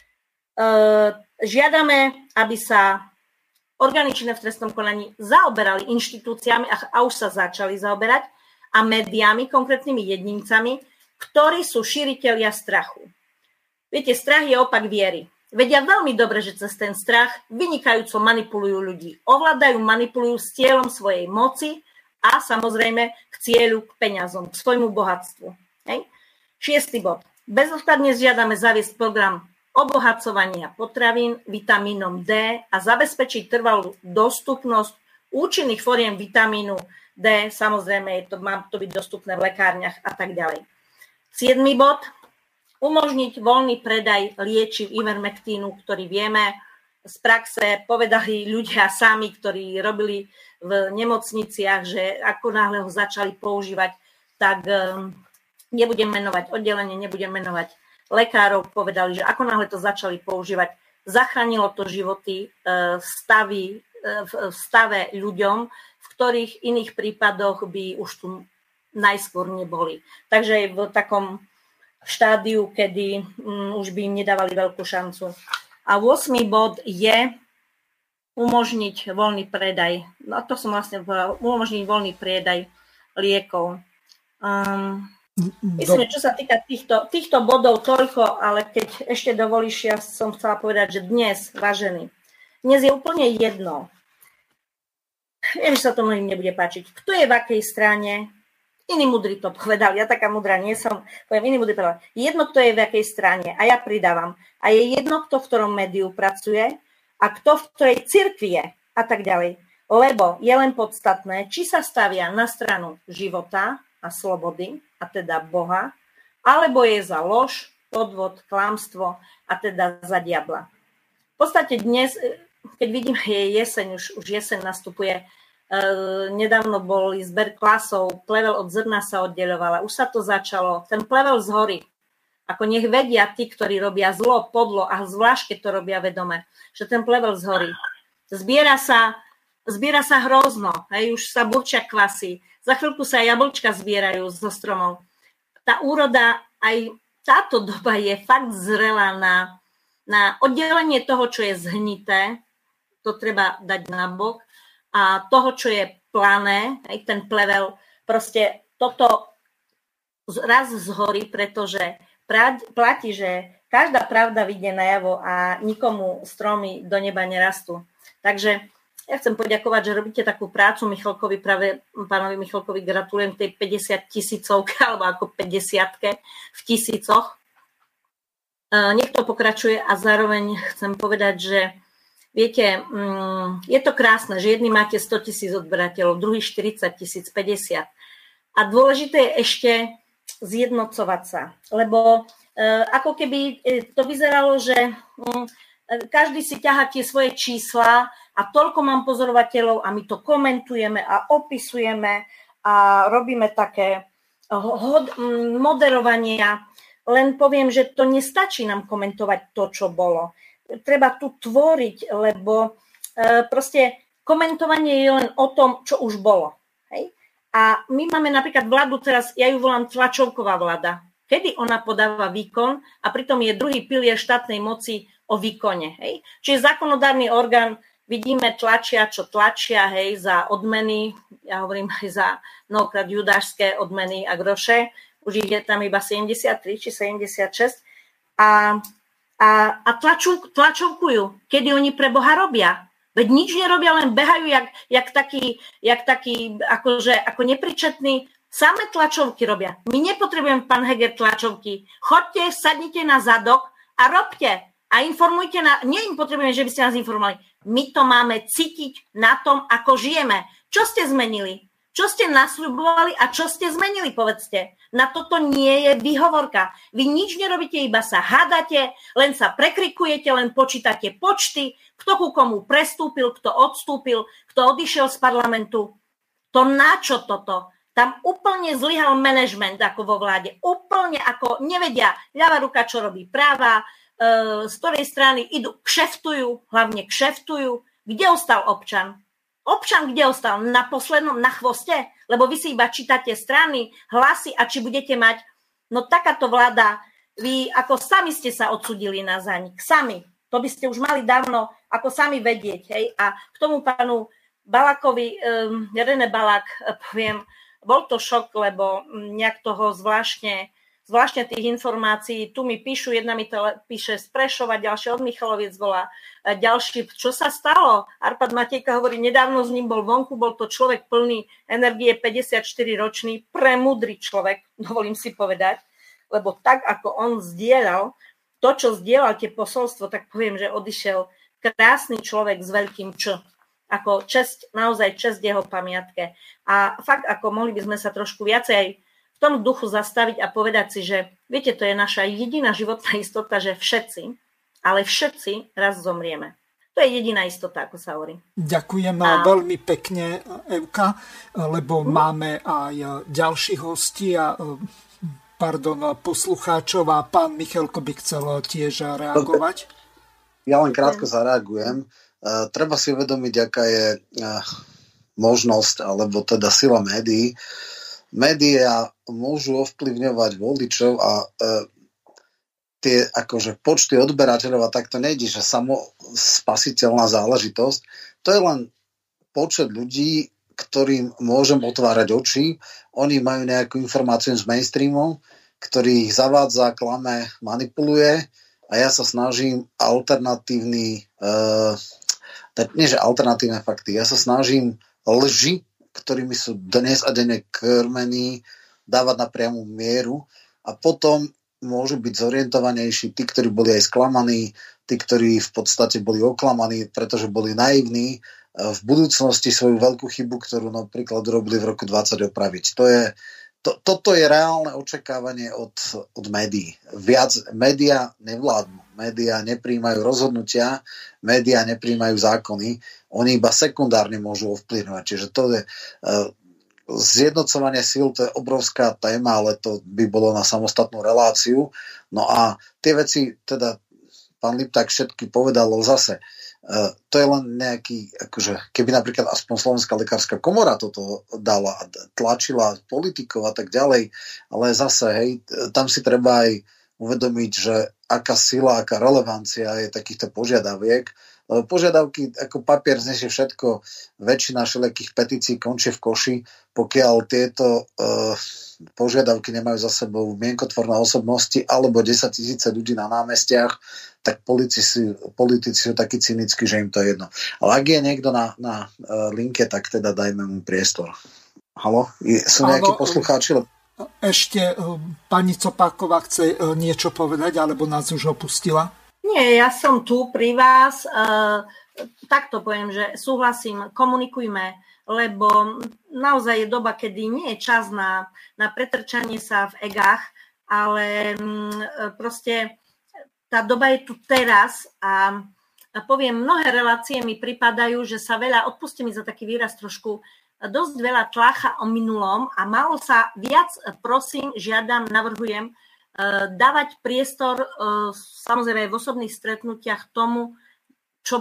Žiadame, aby sa orgány činné v trestnom konaní zaoberali inštitúciami a už sa začali zaoberať a médiami, konkrétnymi jedincami, ktorí sú šíritelia strachu. Viete, strach je opak viery. Vedia veľmi dobre, že cez ten strach vynikajúco manipulujú ľudí. Ovládajú, manipulujú s cieľom svojej moci a samozrejme k cieľu, k peňazom, k svojmu bohatstvu. Hej. 6. bod. Bezodkladne žiadame zaviesť program obohacovania potravín vitamínom D a zabezpečiť trvalú dostupnosť účinných foriem vitamínu D. Samozrejme, má to byť dostupné v lekárniach a tak ďalej. 7. bod. Umožniť voľný predaj liečiv Ivermectinu, ktorý vieme z praxe, povedali ľudia sami, ktorí robili v nemocniciach, že ako náhle ho začali používať, tak nebudem menovať oddelenie, nebudem menovať lekárov, povedali, že ako náhle to začali používať, zachránilo to životy v stave ľuďom, v ktorých iných prípadoch by už tu najskôr neboli. Takže v takom štádiu, kedy už by im nedávali veľkú šancu. A 8. bod je umožniť voľný predaj. No to som vlastne povedala, umožniť voľný predaj liekov. Myslím, čo sa týka týchto bodov toľko, ale keď ešte dovolíš, ja som chcela povedať, že dnes, vážený, dnes je úplne jedno. Viem, že sa to mnohým nebude páčiť. Kto je v akej strane? Iní mudrí to povedali, ja taká mudrá nie som, poviem, iní mudrí povedali. Jedno, kto je v akej strane, a ja pridávam. A je jedno, kto v ktorom médiu pracuje a kto v ktorej cirkvi je a tak ďalej. Lebo je len podstatné, či sa stavia na stranu života a slobody, a teda Boha, alebo je za lož, podvod, klamstvo a teda za diabla. V podstate dnes, keď vidíme, je jeseň, už jeseň nastupuje, nedávno boli zber klasov, plevel od zrna sa oddeľovala, už sa to začalo, ten plevel zhorí. Ako nech vedia tí, ktorí robia zlo, podlo a zvlášť, keď to robia vedome, že ten plevel zhorí. Zbiera sa hrozno, hej, už sa burčia kvasy, za chvíľku sa jablčka zbierajú zo stromov. Tá úroda, aj táto doba je fakt zrelá na oddelenie toho, čo je zhnité, to treba dať na bok, a toho, čo je plané, aj ten plevel, proste toto raz zhorí, pretože platí, že každá pravda vyjde najavo a nikomu stromy do neba nerastú. Takže ja chcem poďakovať, že robíte takú prácu Michalkovi, práve pánovi Michalkovi gratulujem tej 50 000 alebo ako 50 v tisícoch. Nech to pokračuje a zároveň chcem povedať, že viete, je to krásne, že jedni máte 100 000 odberateľov, druhý 40 000, 50. A dôležité je ešte zjednocovať sa, lebo ako keby to vyzeralo, že každý si ťahá tie svoje čísla a toľko mám pozorovateľov a my to komentujeme a opisujeme a robíme také moderovania. Len poviem, že to nestačí nám komentovať to, čo bolo. Treba tu tvoriť, lebo proste komentovanie je len o tom, čo už bolo. Hej? A my máme napríklad vládu teraz, ja ju volám tlačovková vláda, kedy ona podáva výkon a pritom je druhý pilier štátnej moci o výkone. Hej? Čiže zákonodárny orgán vidíme tlačia, čo tlačia, hej, za odmeny, ja hovorím aj za mnohokrát judášské odmeny a groše, už ich je tam iba 73 či 76 a tlačovkujú, kedy oni pre Boha robia. Veď nič nerobia, len behajú jak taký akože, ako nepričetný. Samé tlačovky robia. My nepotrebujeme, pán Heger, tlačovky. Chodte, sadnite na zadok a robte. A informujte potrebujeme, že by ste nás informovali. My to máme cítiť na tom, ako žijeme. Čo ste zmenili? Čo ste nasľubovali a čo ste zmenili, povedzte. Na toto nie je výhovorka. Vy nič nerobíte, iba sa hádate, len sa prekrikujete, len počítate počty, kto ku komu prestúpil, kto odstúpil, kto odišiel z parlamentu. To na čo toto? Tam úplne zlyhal manažment ako vo vláde. Úplne ako nevedia ľavá ruka, čo robí práva, z ktorej strany idú, kšeftujú, hlavne kšeftujú. Kde ostal občan? Občan kde ostal? Na poslednom, na chvoste? Lebo vy si iba čítate strany, hlasy a či budete mať, no takáto vláda, vy ako sami ste sa odsúdili na zánik. Sami. To by ste už mali dávno ako sami vedieť. Hej? A k tomu pánu Balakovi, René Balák, poviem, bol to šok, lebo nejak toho zvláštne tých informácií, tu mi píšu, jedna mi to píše z Prešova, ďalšie od Michaloviec volá, ďalší, čo sa stalo? Arpad Matejka hovorí, nedávno s ním bol vonku, bol to človek plný energie, 54-ročný, premudrý človek, dovolím si povedať, lebo tak, ako on zdieľal, to, čo zdieľal tie posolstvo, tak poviem, že odišiel krásny človek s veľkým Č. Ako naozaj česť jeho pamiatke. A fakt, ako mohli by sme sa trošku viacej v tom duchu zastaviť a povedať si, že viete, to je naša jediná životná istota, že všetci, ale všetci raz zomrieme. To je jediná istota, ako sa hovorí. Ďakujem veľmi pekne, Evka, lebo máme aj ďalších hostí a poslucháčov a pán Michalko by chcel tiež reagovať. Ja len krátko zareagujem. Treba si uvedomiť, aká je možnosť, alebo teda sila médií. Média môžu ovplyvňovať voličov a tie akože počty odberateľov a tak to nejde, že samospasiteľná záležitosť. To je len počet ľudí, ktorým môžem otvárať oči. Oni majú nejakú informáciu z mainstreamu, ktorý ich zavádza, klame, manipuluje a ja sa snažím alternatívne fakty. Ja sa snažím lži, ktorými sú dnes a denne krmení, dávať na priamu mieru a potom môžu byť zorientovanejší tí, ktorí boli aj sklamaní, tí, ktorí v podstate boli oklamaní, pretože boli naivní, v budúcnosti svoju veľkú chybu, ktorú napríklad urobili v roku 20 opraviť. Toto je reálne očakávanie od médií. Viac médiá nevládnu, médiá nepríjmajú rozhodnutia, médiá nepríjmajú zákony, oni iba sekundárne môžu ovplyvňovať. Čiže to je zjednocovanie síl, to je obrovská téma, ale to by bolo na samostatnú reláciu. No a tie veci, teda pán Lipták všetky povedal zase, to je len nejaký, akože, keby napríklad aspoň Slovenská lekárska komora toto dala, tlačila politikov a tak ďalej, ale zase, hej, tam si treba aj uvedomiť, že aká sila, aká relevancia je takýchto požiadaviek. Požiadavky, ako papier znesie všetko, väčšina všelijakých petícií končí v koši, pokiaľ tieto požiadavky nemajú za sebou mienkotvorné osobnosti alebo 10 000 ľudí na námestiach, tak politici sú takí cynickí, že im to je jedno. Ale ak je niekto na linke, tak teda dajme mu priestor. Haló? Sú nejakí poslucháči? Ešte pani Copáková chce niečo povedať, alebo nás už opustila? Nie, ja som tu pri vás. Takto poviem, že súhlasím, komunikujme, lebo naozaj je doba, kedy nie je čas na pretrčanie sa v egách, ale proste tá doba je tu teraz a poviem, mnohé relácie mi pripadajú, že sa veľa, odpustite mi za taký výraz trošku, dosť veľa tlacha o minulom a malo sa viac, prosím, žiadam, navrhujem, dávať priestor samozrejme v osobných stretnutiach tomu, čo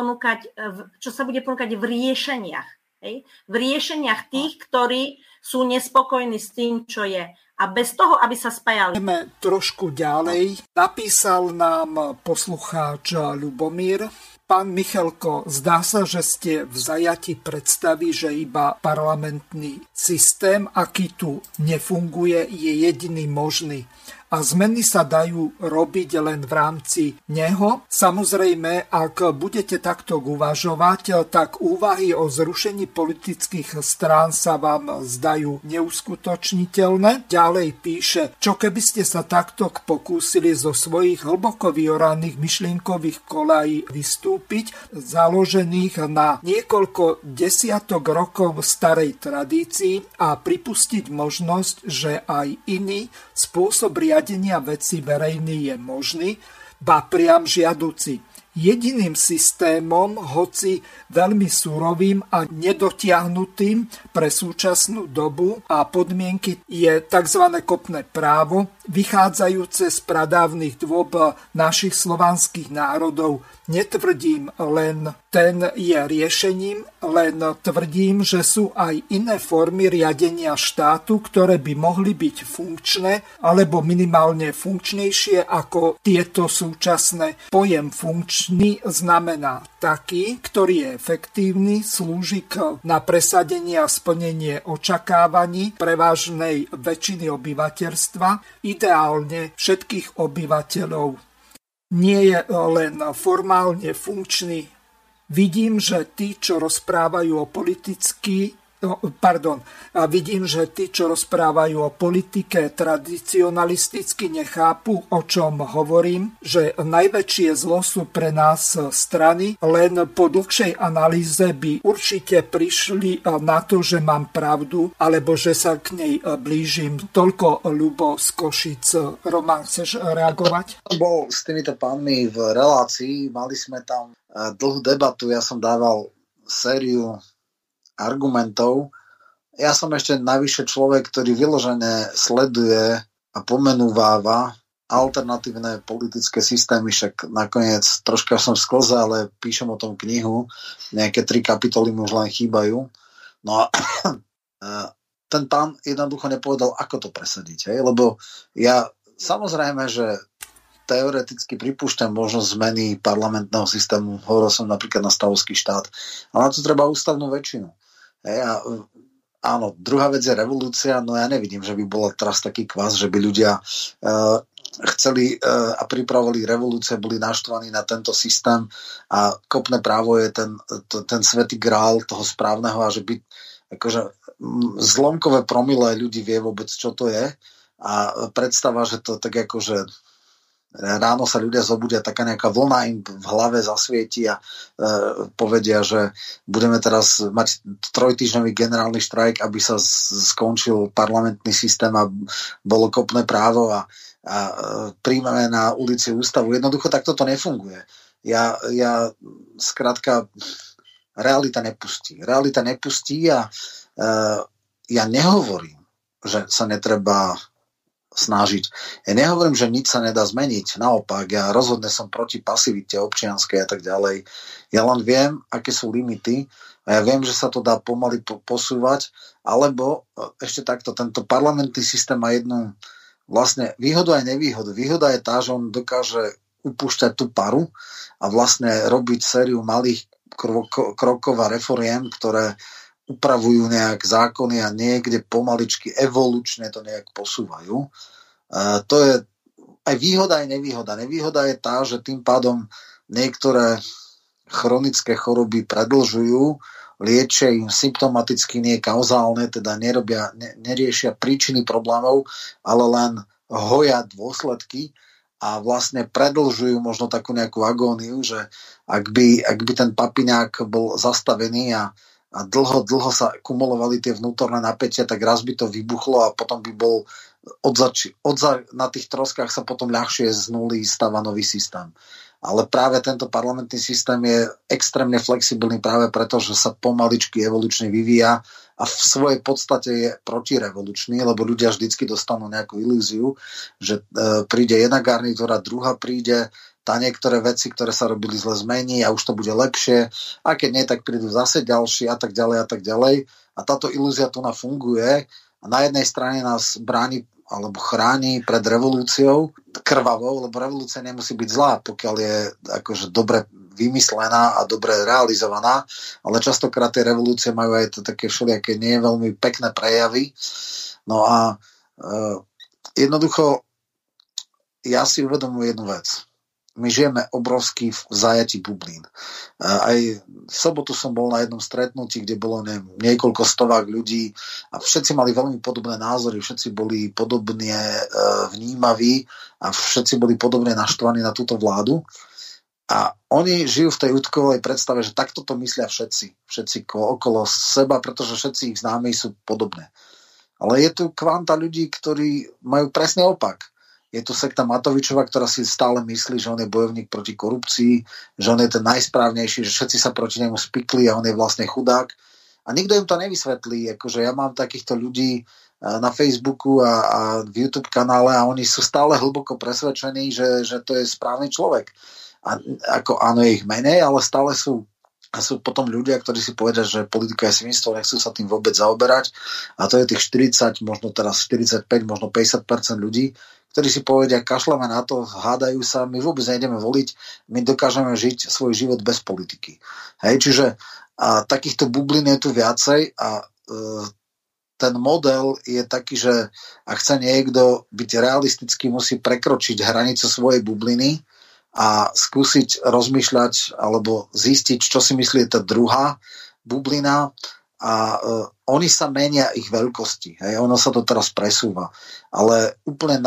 sa bude ponúkať v riešeniach. Hej? V riešeniach tých, ktorí sú nespokojní s tým, čo je. A bez toho, aby sa spájali. Ideme trošku ďalej. Napísal nám poslucháč Ľubomír. Pán Michalko, zdá sa, že ste v zajati predstavy, že iba parlamentný systém, aký tu nefunguje, je jediný možný. A zmeny sa dajú robiť len v rámci neho. Samozrejme, ak budete takto uvažovať, tak úvahy o zrušení politických strán sa vám zdajú neuskutočniteľné. Ďalej píše, čo keby ste sa takto pokúsili zo svojich hlboko vyoraných myšlienkových kolají vystúpiť, založených na niekoľko desiatok rokov starej tradícii a pripustiť možnosť, že aj iný spôsob riadenia vecí verejný je možný, ba priam žiaduci. Jediným systémom, hoci veľmi surovým a nedotiahnutým pre súčasnú dobu a podmienky, je tzv. Kopné právo, vychádzajúce z pradávnych dôb našich slovanských národov. Netvrdím len ten je riešením, len tvrdím, že sú aj iné formy riadenia štátu, ktoré by mohli byť funkčné alebo minimálne funkčnejšie ako tieto súčasné. Pojem funkčný znamená taký, ktorý je efektívny, slúži na presadenie a splnenie očakávaní prevažnej väčšiny obyvateľstva, ideálne všetkých obyvateľov. Nie je len formálne funkčný. Vidím, že tí, čo rozprávajú o vidím, že tí, čo rozprávajú o politike, tradicionalisticky nechápu, o čom hovorím, že najväčšie zlo sú pre nás strany, len po dlhšej analýze by určite prišli na to, že mám pravdu, alebo že sa k nej blížim. Toľko Ľubo z Košic. Roman, chceš reagovať? Bol s týmito pánmi v relácii, mali sme tam dlhú debatu, ja som dával sériu argumentov. Ja som ešte navyše človek, ktorý vyložene sleduje a pomenúváva alternatívne politické systémy, však nakoniec troška som sklze, ale píšem o tom knihu, nejaké 3 kapitoly mi už len chýbajú. No a ten pán jednoducho nepovedal, ako to presadiť, lebo ja samozrejme, že teoreticky pripúšťam možnosť zmeny parlamentného systému, hovoril som napríklad na stavovský štát, ale na to treba ústavnú väčšinu. Áno, druhá vec je revolúcia, no ja nevidím, že by bola teraz taký kvás, že by ľudia chceli a pripravovali revolúcie, boli naštvaní na tento systém a kopné právo je ten svätý grál toho správneho a že by akože zlomkové promile ľudí vie vôbec, čo to je a predstava, že to tak akože ráno sa ľudia zobudia, taká nejaká vlna im v hlave zasvieti a povedia, že budeme teraz mať 3-týždňový generálny štrajk, aby sa skončil parlamentný systém a bolo kopné právo a príjmeme na ulici ústavu. Jednoducho takto to nefunguje. Ja skrátka realita nepustí. Realita nepustí a ja nehovorím, že sa netreba snažiť. Ja nehovorím, že nič sa nedá zmeniť. Naopak, ja rozhodne som proti pasivite občianskej a tak ďalej. Ja len viem, aké sú limity a ja viem, že sa to dá pomaly posúvať, alebo ešte takto, tento parlamentný systém má jednu vlastne výhodu aj nevýhodu. Výhoda je tá, že on dokáže upúšťať tú paru a vlastne robiť sériu malých krokov a reforiem, ktoré upravujú nejak zákony a niekde pomaličky evolučne to nejak posúvajú. To je aj výhoda, aj nevýhoda. Nevýhoda je tá, že tým pádom niektoré chronické choroby predlžujú, liečia im symptomaticky, nie kauzálne, teda neriešia príčiny problémov, ale len hoja dôsledky a vlastne predlžujú možno takú nejakú agóniu, že ak by ten papiňák bol zastavený a dlho sa kumulovali tie vnútorné napätia, tak raz by to vybuchlo a potom by bol na tých troskách sa potom ľahšie z nuly stáva nový systém. Ale práve tento parlamentný systém je extrémne flexibilný práve preto, že sa pomaličky evolučne vyvíja a v svojej podstate je protirevolučný, lebo ľudia vždycky dostanú nejakú ilúziu, že príde jedna garnitúra, druhá príde, tá niektoré veci, ktoré sa robili zle, zmení a už to bude lepšie a keď nie, tak prídu zase ďalší a tak ďalej a tak ďalej. A táto ilúzia tu funguje a na jednej strane nás bráni alebo chráni pred revolúciou krvavou, lebo revolúcia nemusí byť zlá, pokiaľ je akože dobre vymyslená a dobre realizovaná, ale častokrát tie revolúcie majú aj to také všelijaké nie veľmi pekné prejavy. No a jednoducho ja si uvedomujem jednu vec. My žijeme obrovský v zajatí bublín. Aj v sobotu som bol na jednom stretnutí, kde bolo niekoľko stovák ľudí a všetci mali veľmi podobné názory, všetci boli podobne vnímaví a všetci boli podobne naštvaní na túto vládu. A oni žijú v tej útkovej predstave, že takto to myslia všetci okolo seba, pretože všetci ich známi sú podobné. Ale je tu kvanta ľudí, ktorí majú presne opak. Je tu sekta Matovičova, ktorá si stále myslí, že on je bojovník proti korupcii, že on je ten najsprávnejší, že všetci sa proti nemu spikli a on je vlastne chudák. A nikto im to nevysvetlí. Akože ja mám takýchto ľudí na Facebooku a v YouTube kanále a oni sú stále hlboko presvedčení, že to je správny človek. A ako áno, je ich menej, ale stále sú potom ľudia, ktorí si povedia, že politika je svinstvo, nechcú sa tým vôbec zaoberať. A to je tých 40, možno teraz 45, možno 50% ľudí, ktorí si povedia, kašľame na to, hádajú sa, my vôbec nejdeme voliť, my dokážeme žiť svoj život bez politiky. Hej, čiže takýchto bublín je tu viacej a ten model je taký, že ak chce niekto byť realistický, musí prekročiť hranicu svojej bubliny a skúsiť rozmýšľať alebo zistiť, čo si myslí tá druhá bublina a oni sa menia ich veľkosti. Hej, ono sa to teraz presúva. Ale úplne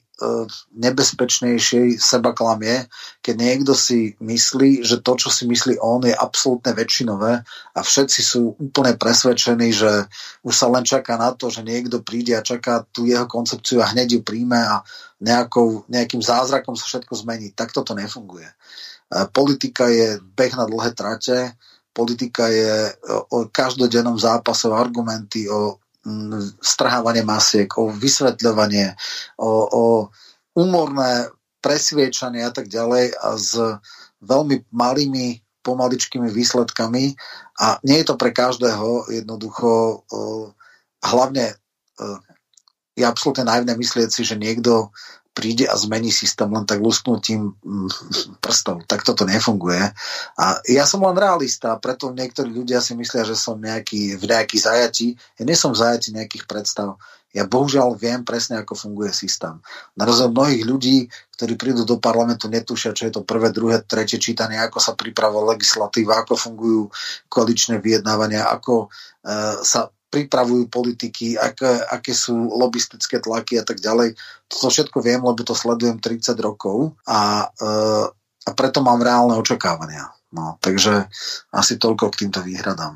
najnebezpečnejšie sebaklam je, keď niekto si myslí, že to, čo si myslí on, je absolútne väčšinové a všetci sú úplne presvedčení, že už sa len čaká na to, že niekto príde a čaká tú jeho koncepciu a hneď ju príjme a nejakým zázrakom sa všetko zmení. Takto to nefunguje. Politika je beh na dlhé trate, politika je o každodennom zápase, o argumenty, o strhávanie masiek, o vysvetľovanie, o úmorné presviečanie a tak ďalej a s veľmi malými, pomaličkými výsledkami. A nie je to pre každého jednoducho, hlavne je absolútne naivné myslieť si, že niekto príde a zmení systém len tak lusknutím prstov. Tak toto nefunguje. A ja som len realista, preto niektorí ľudia si myslia, že som v nejaký zajatí. Ja nie som v zajatí nejakých predstav. Ja bohužiaľ viem presne, ako funguje systém. Na rozdiel mnohých ľudí, ktorí prídu do parlamentu, netušia, čo je to prvé, druhé, tretie čítanie, ako sa pripravuje legislatíva, ako fungujú koaličné vyjednávania, ako sa pripravujú politiky, aké sú lobistické tlaky a tak ďalej. Toto všetko viem, lebo to sledujem 30 rokov a preto mám reálne očakávania. No, takže asi toľko k týmto výhradám.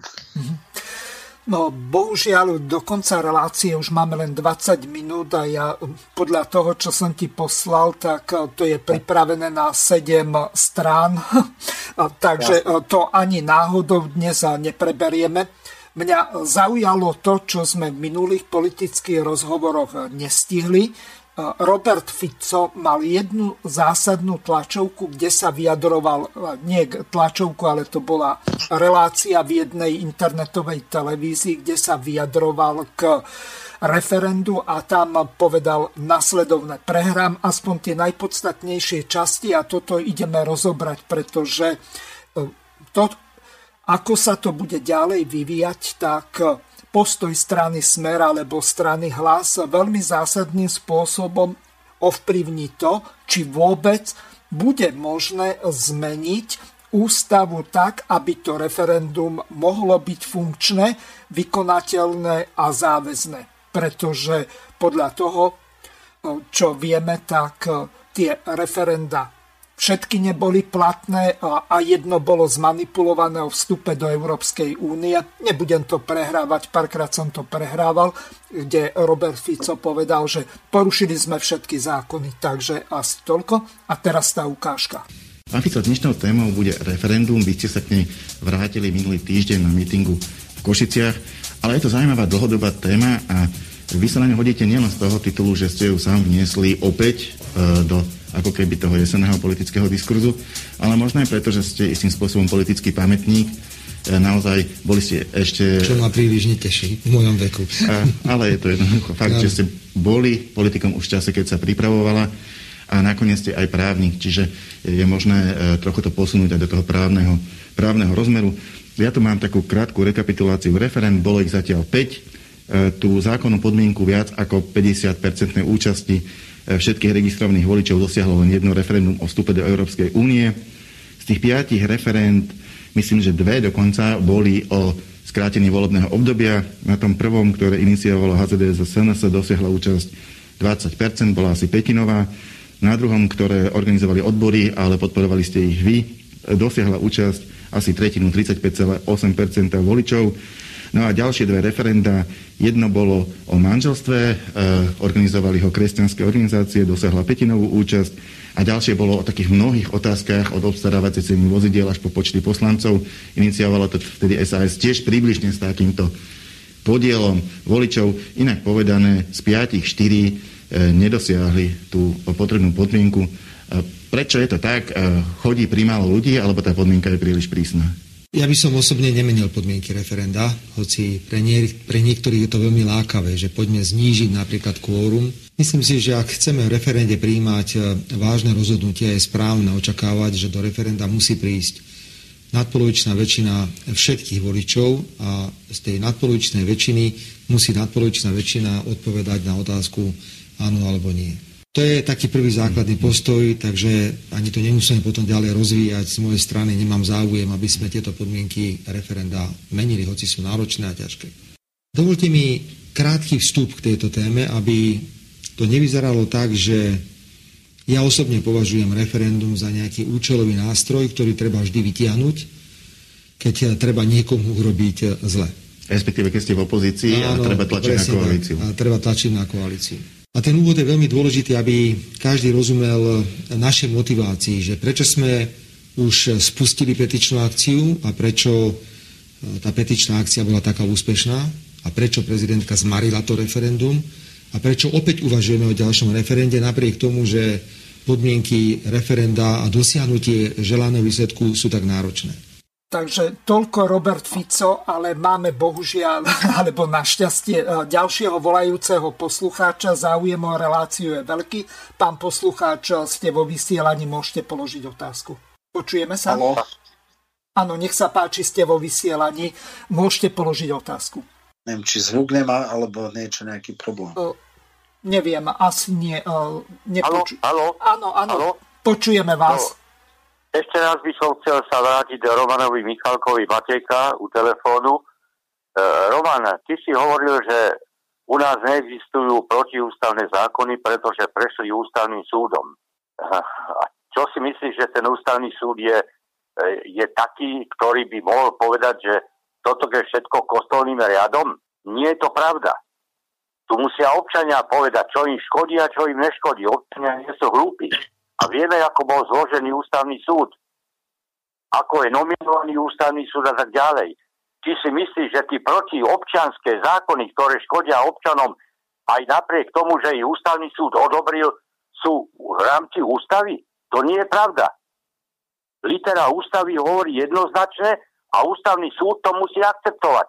No, bohužiaľ, do konca relácie už máme len 20 minút a ja podľa toho, čo som ti poslal, tak to je pripravené na 7 strán. Takže to ani náhodou dnes nepreberieme. Mňa zaujalo to, čo sme v minulých politických rozhovoroch nestihli. Robert Fico mal jednu zásadnú tlačovku, kde sa vyjadroval, nie tlačovku, ale to bola relácia v jednej internetovej televízii, kde sa vyjadroval k referendu a tam povedal nasledovne: prehrám aspoň tie najpodstatnejšie časti a toto ideme rozobrať, pretože to, ako sa to bude ďalej vyvíjať, tak postoj strany Smer alebo strany Hlas veľmi zásadným spôsobom ovplyvní to, či vôbec bude možné zmeniť ústavu tak, aby to referendum mohlo byť funkčné, vykonateľné a záväzné. Pretože podľa toho, čo vieme, tak tie referenda všetky neboli platné a jedno bolo zmanipulované o vstupe do Európskej únie. Nebudem to prehrávať, párkrát som to prehrával, kde Robert Fico povedal, že porušili sme všetky zákony, takže asi toľko. A teraz tá ukážka. Pán Fico, dnešnou témou bude referendum. Vy ste sa k nej vrátili minulý týždeň na mítingu v Košiciach, ale je to zaujímavá dlhodobá téma a vy sa na ňu hodíte nielen z toho titulu, že ste ju sám vniesli opäť do ako keby toho jesenného politického diskurzu, ale možno aj preto, že ste istým spôsobom politický pamätník. Naozaj boli ste ešte... Čo ma príliš neteší v mojom veku. Ale je to jednoducho fakt, že ste boli politikom už v čase, keď sa pripravovala a nakoniec ste aj právnik, čiže je možné trochu to posunúť aj do toho právneho rozmeru. Ja tu mám takú krátku rekapituláciu referend, bolo ich zatiaľ 5, tú zákonnú podmienku viac ako 50% účasti všetkých registrovaných voličov dosiahlo len jedno referendum o vstupe do Európskej únie. Z tých 5 referend, myslím, že 2 dokonca boli o skrátení volebného obdobia. Na tom prvom, ktoré iniciovalo HZDS a SNS, dosiahla účasť 20%, bola asi pätinová. Na druhom, ktoré organizovali odbory, ale podporovali ste ich vy, dosiahla účasť asi tretinu, 35,8% voličov. No a ďalšie 2 referenda, jedno bolo o manželstve, organizovali ho kresťanské organizácie, dosiahla pätinovú účasť, a ďalšie bolo o takých mnohých otázkach od obstarávacej ceny vozidiel až po počty poslancov. Iniciovala to vtedy SAS tiež približne s takýmto podielom voličov. Inak povedané, z 5 4 nedosiahli tú potrebnú podmienku. Prečo je to tak? Chodí primálo ľudí, alebo tá podmienka je príliš prísna? Ja by som osobne nemenil podmienky referenda, hoci pre niektorých je to veľmi lákavé, že poďme znížiť napríklad kvórum. Myslím si, že ak chceme v referende prijímať vážne rozhodnutia, je správne očakávať, že do referenda musí prísť nadpolovičná väčšina všetkých voličov a z tej nadpolovičnej väčšiny musí nadpolovičná väčšina odpovedať na otázku áno alebo nie. To je taký prvý základný postoj, takže ani to nemusíme potom ďalej rozvíjať. Z mojej strany nemám záujem, aby sme tieto podmienky referenda menili, hoci sú náročné a ťažké. Dovolte mi krátky vstup k tejto téme, aby to nevyzeralo tak, že ja osobne považujem referendum za nejaký účelový nástroj, ktorý treba vždy vytiahnuť, keď treba niekomu urobiť zle. Respektíve, keď ste v opozícii a treba tlačiť na koalíciu. A treba tlačiť na koalíciu. A ten úvod je veľmi dôležitý, aby každý rozumel našej motivácii, že prečo sme už spustili petičnú akciu a prečo tá petičná akcia bola taká úspešná a prečo prezidentka zmarila to referendum a prečo opäť uvažujeme o ďalšom referende napriek tomu, že podmienky referenda a dosiahnutie želaného výsledku sú tak náročné. Takže toľko Robert Fico, ale máme bohužiaľ, alebo našťastie ďalšieho volajúceho poslucháča. Záujem o reláciu je veľký. Pán poslucháč, ste vo vysielaní, môžete položiť otázku. Počujeme sa? Haló. Áno, nech sa páči, ste vo vysielaní. Môžete položiť otázku. Neviem, či zvuk nemá, alebo niečo, nejaký problém. Neviem, asi nie. Haló? Áno, počujeme vás. Haló. Ešte raz by som chcel sa vrátiť do Romanovi Michalkovi Matejka u telefónu. Roman, ty si hovoril, že u nás neexistujú protiústavné zákony, pretože prešli ústavným súdom. A čo si myslíš, že ten ústavný súd je taký, ktorý by mohol povedať, že toto je všetko kostolným riadom? Nie je to pravda. Tu musia občania povedať, čo im škodí a čo im neškodí. Občania nie sú hlúpi. A vieme, ako bol zložený ústavný súd. Ako je nominovaný ústavný súd a tak ďalej. Ty si myslíš, že tí protiobčianske zákony, ktoré škodia občanom, aj napriek tomu, že ich ústavný súd odobril, sú v rámci ústavy? To nie je pravda. Litera ústavy hovorí jednoznačne a ústavný súd to musí akceptovať.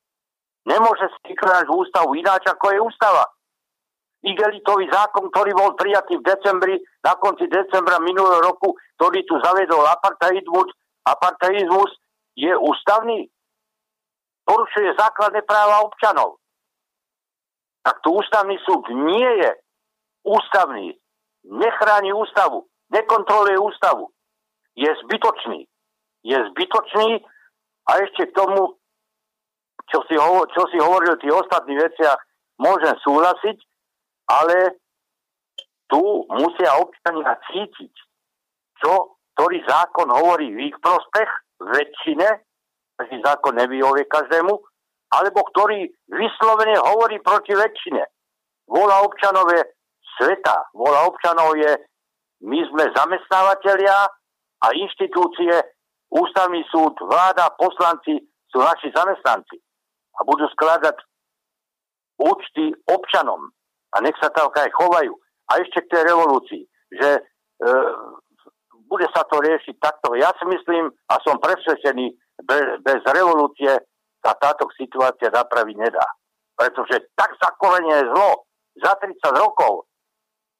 Nemôže si vykladať ústavu ináč, ako je ústava. Igelitový zákon, ktorý bol prijatý v decembri, na konci decembra minulého roku, ktorý tu zavedol apartheidizmus, je ústavný. Porušuje základné práva občanov. Tak tu ústavný súd nie je ústavný. Nechráni ústavu. Nekontroluje ústavu. Je zbytočný. A ešte k tomu, čo si hovoril o tých ostatných veciach, môžem súhlasiť, ale tu musia občania cítiť, ktorý zákon hovorí v ich prospech, väčšine, každý zákon nevyhovie každému, alebo ktorý vyslovene hovorí proti väčšine. Vôľa občanov je sveta. Vôľa občanov je, my sme zamestnávateľia a inštitúcie, ústavný súd, vláda, poslanci sú naši zamestnanci a budú skladať účty občanom. A nech sa tam aj chovajú. A ešte k tej revolúcii, že bude sa to riešiť takto. Ja si myslím a som presvedčený, bez revolúcie sa táto situácia napraviť nedá. Pretože tak zakolenie je zlo za 30 rokov.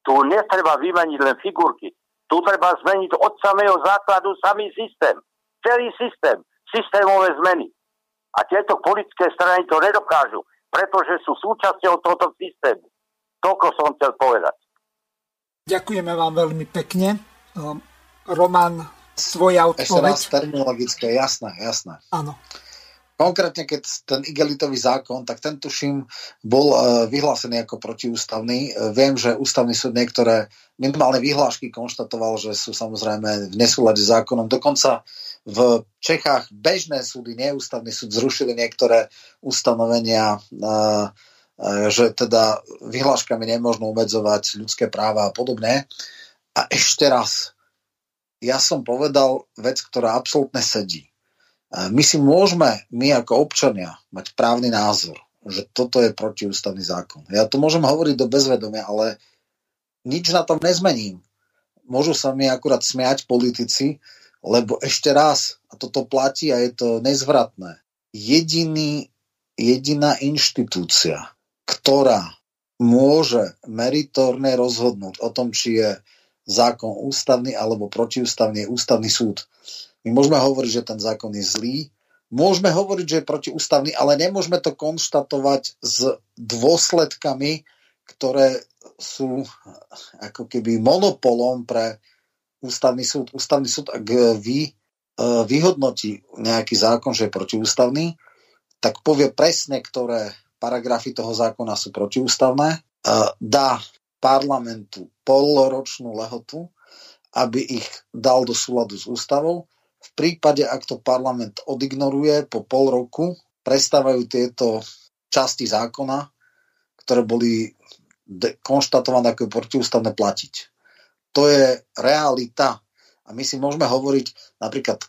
Tu netreba vymeniť len figurky. Tu treba zmeniť od samého základu samý systém. Celý systém. Systémové zmeny. A tieto politické strany to nedokážu, pretože sú súčasťou tohto systému. Toľko som chcel povedať. Ďakujeme vám veľmi pekne. Roman, svoja odpoveď. Ešte raz terminologické, jasné. Áno. Konkrétne, keď ten igelitový zákon, tak ten tuším bol vyhlásený ako protiústavný. Viem, že ústavný súd niektoré minimálne vyhlášky konštatoval, že sú samozrejme v nesúlade s zákonom. Dokonca v Čechách bežné súdy, neústavný súd, zrušili niektoré ustanovenia, že teda vyhláškami nemôžno obmedzovať ľudské práva a podobne. A ešte raz, ja som povedal vec, ktorá absolútne sedí. My si môžeme, my ako občania, mať právny názor, že toto je protiústavný zákon. Ja to môžem hovoriť do bezvedomia, ale nič na tom nezmením. Môžu sa mi akurát smiať politici, lebo ešte raz, a toto platí a je to nezvratné, jediná inštitúcia, ktorá môže meritorne rozhodnúť o tom, či je zákon ústavný alebo protiústavný, je ústavný súd. My môžeme hovoriť, že ten zákon je zlý, môžeme hovoriť, že je protiústavný, ale nemôžeme to konštatovať s dôsledkami, ktoré sú ako keby monopolom pre ústavný súd. Ústavný súd, ak vyhodnotí nejaký zákon, že je protiústavný, tak povie presne, ktoré paragrafy toho zákona sú protiústavné, dá parlamentu polročnú lehotu, aby ich dal do súladu s ústavou. V prípade, ak to parlament odignoruje, po pol roku prestávajú tieto časti zákona, ktoré boli konštatované ako protiústavné, platiť. To je realita. A my si môžeme hovoriť, napríklad,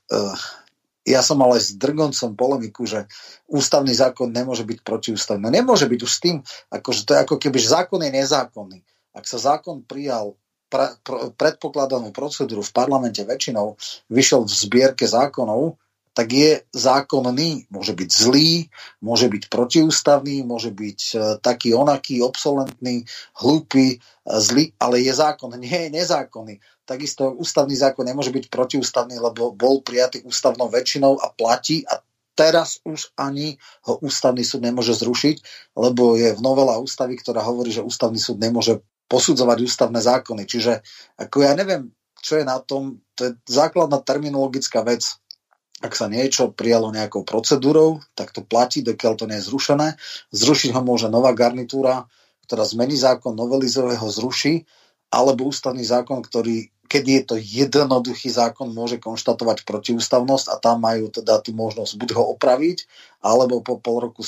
ja som ale s Drgoncom polemiku, že ústavný zákon nemôže byť protiústavný. No nemôže byť už s tým, akože to je ako keby zákon je nezákonný. Ak sa zákon prijal predpokladanú procedúru v parlamente väčšinou, vyšiel v zbierke zákonov, tak je zákonný, môže byť zlý, môže byť protiústavný, môže byť taký onaký, obsolentný, hlúpy, zlý, ale je zákon, nie je nezákonný. Takisto ústavný zákon nemôže byť protiústavný, lebo bol prijatý ústavnou väčšinou a platí a teraz už ani ho ústavný súd nemôže zrušiť, lebo je v novele ústavy, ktorá hovorí, že ústavný súd nemôže posudzovať ústavné zákony. Čiže ako ja neviem, čo je na tom, to je základná terminologická vec. Ak sa niečo prijalo nejakou procedúrou, tak to platí, dokiaľ to nie je zrušené. Zrušiť ho môže nová garnitúra, ktorá zmení zákon, novelizuje ho, zruší, alebo ústavný zákon, ktorý, keď je to jednoduchý zákon, môže konštatovať protiústavnosť a tam majú teda tú možnosť buď ho opraviť, alebo po pol roku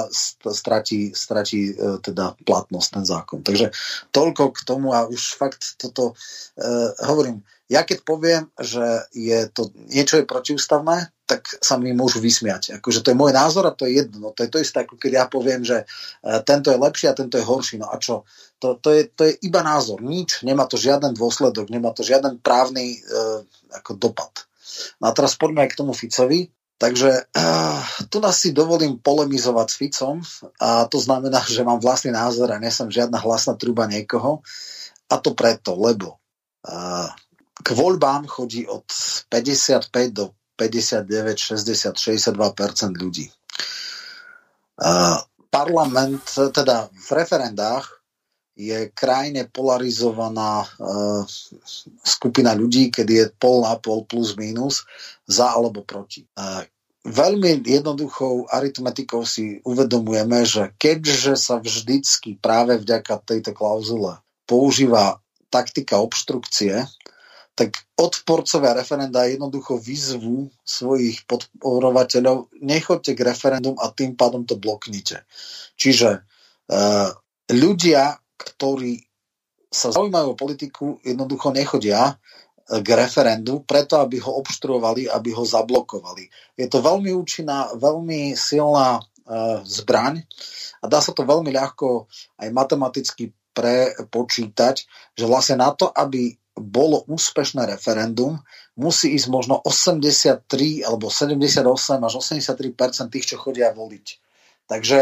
stratí teda platnosť ten zákon. Takže toľko k tomu a už fakt toto hovorím. Ja keď poviem, že je to, niečo je protiústavné, tak sa mi môžu vysmiať. Akože to je môj názor a to je jedno. To je to isté, ako keď ja poviem, že tento je lepší a tento je horší. No a čo? To je iba názor. Nič. Nemá to žiaden dôsledok, nemá to žiaden právny ako dopad. No a teraz poďme aj k tomu Ficovi. Takže tu nás si dovolím polemizovať s Ficom a to znamená, že mám vlastný názor a nesom žiadna hlasná truba niekoho. A to preto, lebo k voľbám chodí od 55 do 59, 60, 62% ľudí. Parlament, teda v referendách je krajne polarizovaná skupina ľudí, kedy je pol na pol plus minus za alebo proti. Veľmi jednoduchou aritmetikou si uvedomujeme, že keďže sa vždycky práve vďaka tejto klauzule používa taktika obštrukcie, tak odporcovia referenda jednoducho vyzvú svojich podporovateľov, nechoďte k referendum a tým pádom to bloknite. Čiže ľudia, ktorí sa zaujímajú o politiku, jednoducho nechodia k referendu, preto aby ho obštruovali, aby ho zablokovali. Je to veľmi účinná, veľmi silná zbraň a dá sa to veľmi ľahko aj matematicky prepočítať, že vlastne na to, aby bolo úspešné referendum, musí ísť možno 83 alebo 78 až 83% tých, čo chodia voliť. Takže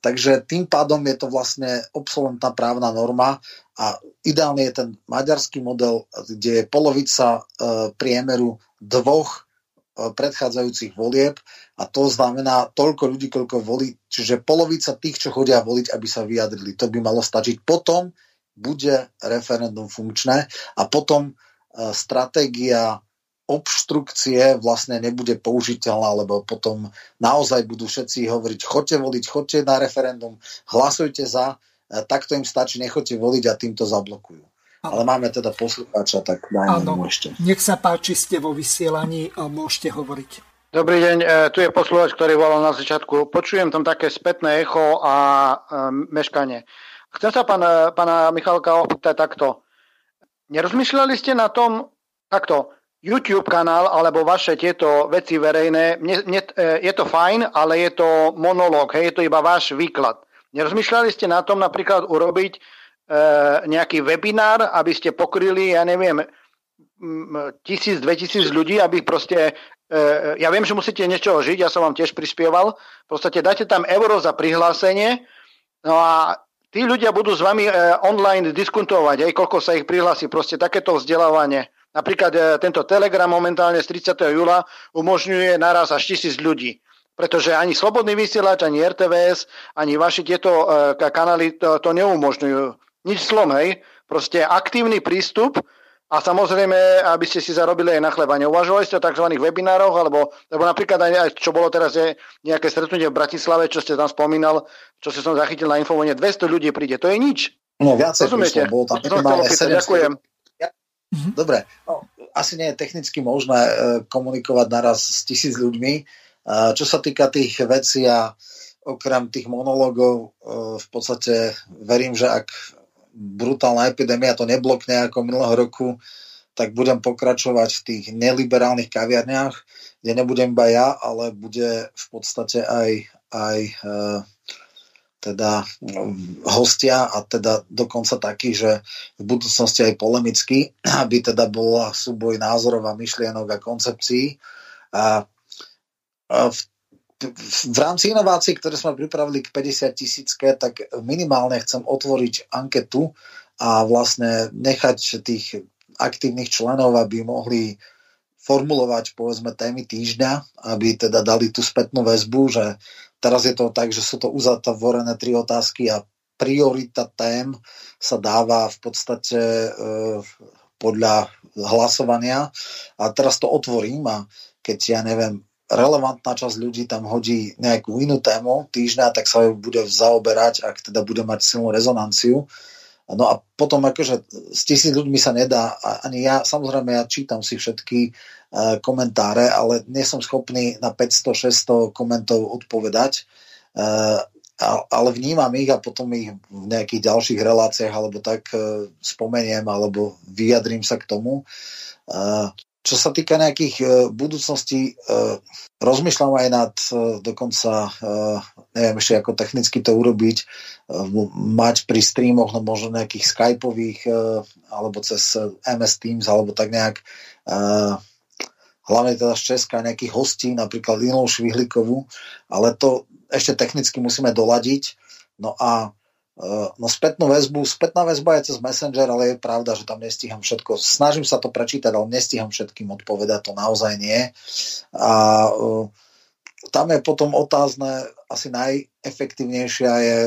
Takže tým pádom je to vlastne obsolentná právna norma a ideálne je ten maďarský model, kde je polovica priemeru 2 predchádzajúcich volieb a to znamená toľko ľudí, koľko volí, čiže polovica tých, čo chodia voliť, aby sa vyjadrili. To by malo stačiť. Potom bude referendum funkčné a potom stratégia obštrukcie vlastne nebude použiteľná, lebo potom naozaj budú všetci hovoriť, choďte voliť, choďte na referendum, hlasujte za, takto im stačí, nechoďte voliť a týmto zablokujú. Ale máme teda poslucháča, tak dajme mu ešte. Nech sa páči, ste vo vysielaní, môžete hovoriť. Dobrý deň, tu je poslucháč, ktorý volal na začiatku. Počujem tam také spätné echo a meškanie. Chcem sa pána Michalka opýtať takto. Nerozmýšľali ste na tom, takto, YouTube kanál alebo vaše tieto veci verejné, je to fajn, ale je to monológ, je to iba váš výklad. Nerozmýšľali ste na tom napríklad urobiť nejaký webinár, aby ste pokryli, ja neviem, 1000-2000 ľudí, aby proste, ja viem, že musíte niečo žiť, ja som vám tiež prispieval, v podstate dáte tam euro za prihlásenie, no a tí ľudia budú s vami online diskutovať, aj koľko sa ich prihlási, proste takéto vzdelávanie. Napríklad tento Telegram momentálne z 30. júla umožňuje naraz až 1000 ľudí. Pretože ani Slobodný vysielač, ani RTVS, ani vaši tieto kanály to neumožňujú. Nič slom, hej. Proste aktívny prístup a samozrejme, aby ste si zarobili aj na chleba. Neuvažovali ste o tzv. Webinároch, lebo napríklad aj čo bolo teraz je nejaké stretnutie v Bratislave, čo ste tam spomínal, čo si som zachytil na Infovojne, 200 ľudí príde. To je nič. No viacej prišlo, bolo tam minimálne 700. Ďakujem. Dobre, asi nie je technicky možné komunikovať naraz s 1000 ľuďmi. Čo sa týka tých vecí a okrem tých monológov, v podstate verím, že ak brutálna epidémia to neblokne ako minulého roku, tak budem pokračovať v tých neliberálnych kaviarniach, kde nebudem iba ja, ale bude v podstate aj teda hostia a teda dokonca taký, že v budúcnosti aj polemický, aby teda bola súboj názorov a myšlienok a koncepcií. A v rámci inovácií, ktoré sme pripravili k 50 000, tak minimálne chcem otvoriť anketu a vlastne nechať tých aktívnych členov, aby mohli formulovať povedzme témy týždňa, aby teda dali tú spätnú väzbu, že teraz je to tak, že sú to uzatvorené 3 otázky a priorita tém sa dáva v podstate podľa hlasovania a teraz to otvorím a keď ja neviem, relevantná časť ľudí tam hodí nejakú inú tému týždňa, tak sa ju bude zaoberať, ak teda bude mať silnú rezonanciu. No a potom akože s 1000 ľuďmi sa nedá, ani ja, samozrejme ja čítam si všetky komentáre, ale nie som schopný na 500-600 komentov odpovedať, ale vnímam ich a potom ich v nejakých ďalších reláciách alebo tak spomeniem alebo vyjadrím sa k tomu. Čo sa týka nejakých budúcností, rozmýšľam aj nad dokonca, neviem ešte ako technicky to urobiť, mať pri streamoch no možno nejakých skypových alebo cez MS Teams alebo tak nejak hlavne teda z Česka nejakých hostí, napríklad Linou Švihlikovú, ale to ešte technicky musíme doladiť. No a spätná väzba je cez Messenger, ale je pravda, že tam nestíham všetko. Snažím sa to prečítať, ale nestíham všetkým odpovedať, to naozaj nie. A tam je potom otázne, asi najefektívnejšia je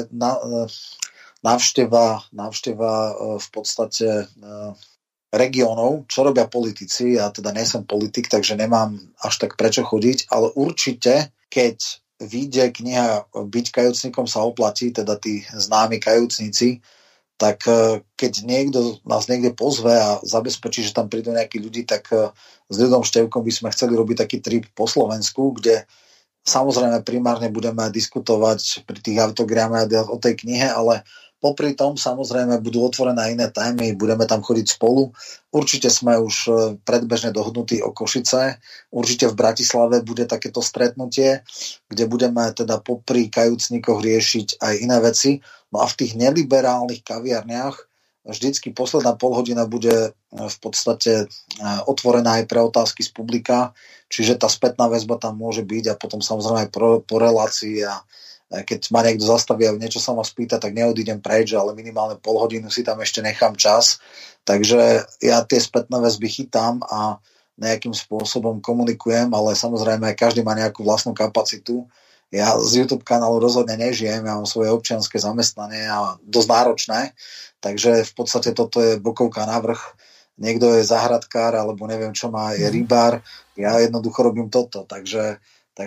návšteva v podstate regiónov, čo robia politici. Ja teda nie som politik, takže nemám až tak prečo chodiť, ale určite, keď vyjde kniha Byť kajúcnikom sa oplatí, teda tí známi kajúcnici, tak keď niekto nás niekde pozve a zabezpečí, že tam prídu nejakí ľudí, tak s Ľudom Števkom by sme chceli robiť taký trip po Slovensku, kde samozrejme primárne budeme diskutovať pri tých autogramách o tej knihe, ale popri tom samozrejme budú otvorené iné témy, budeme tam chodiť spolu. Určite sme už predbežne dohodnutí o Košice. Určite v Bratislave bude takéto stretnutie, kde budeme teda popri kajúcnikoch riešiť aj iné veci. No a v tých neliberálnych kaviarniach vždycky posledná polhodina bude v podstate otvorená aj pre otázky z publika, čiže tá spätná väzba tam môže byť a potom samozrejme aj po relácii a keď ma niekto zastaví a niečo sa ma spýta, tak neodídem preč, ale minimálne pol hodinu si tam ešte nechám čas. Takže ja tie spätné väzby chytám a nejakým spôsobom komunikujem, ale samozrejme každý má nejakú vlastnú kapacitu. Ja z YouTube kanálu rozhodne nežijem, ja mám svoje občianske zamestnanie a dosť náročné, takže v podstate toto je bokovka na vrch. Niekto je záhradkár, alebo neviem čo má, je rybár, ja jednoducho robím toto, takže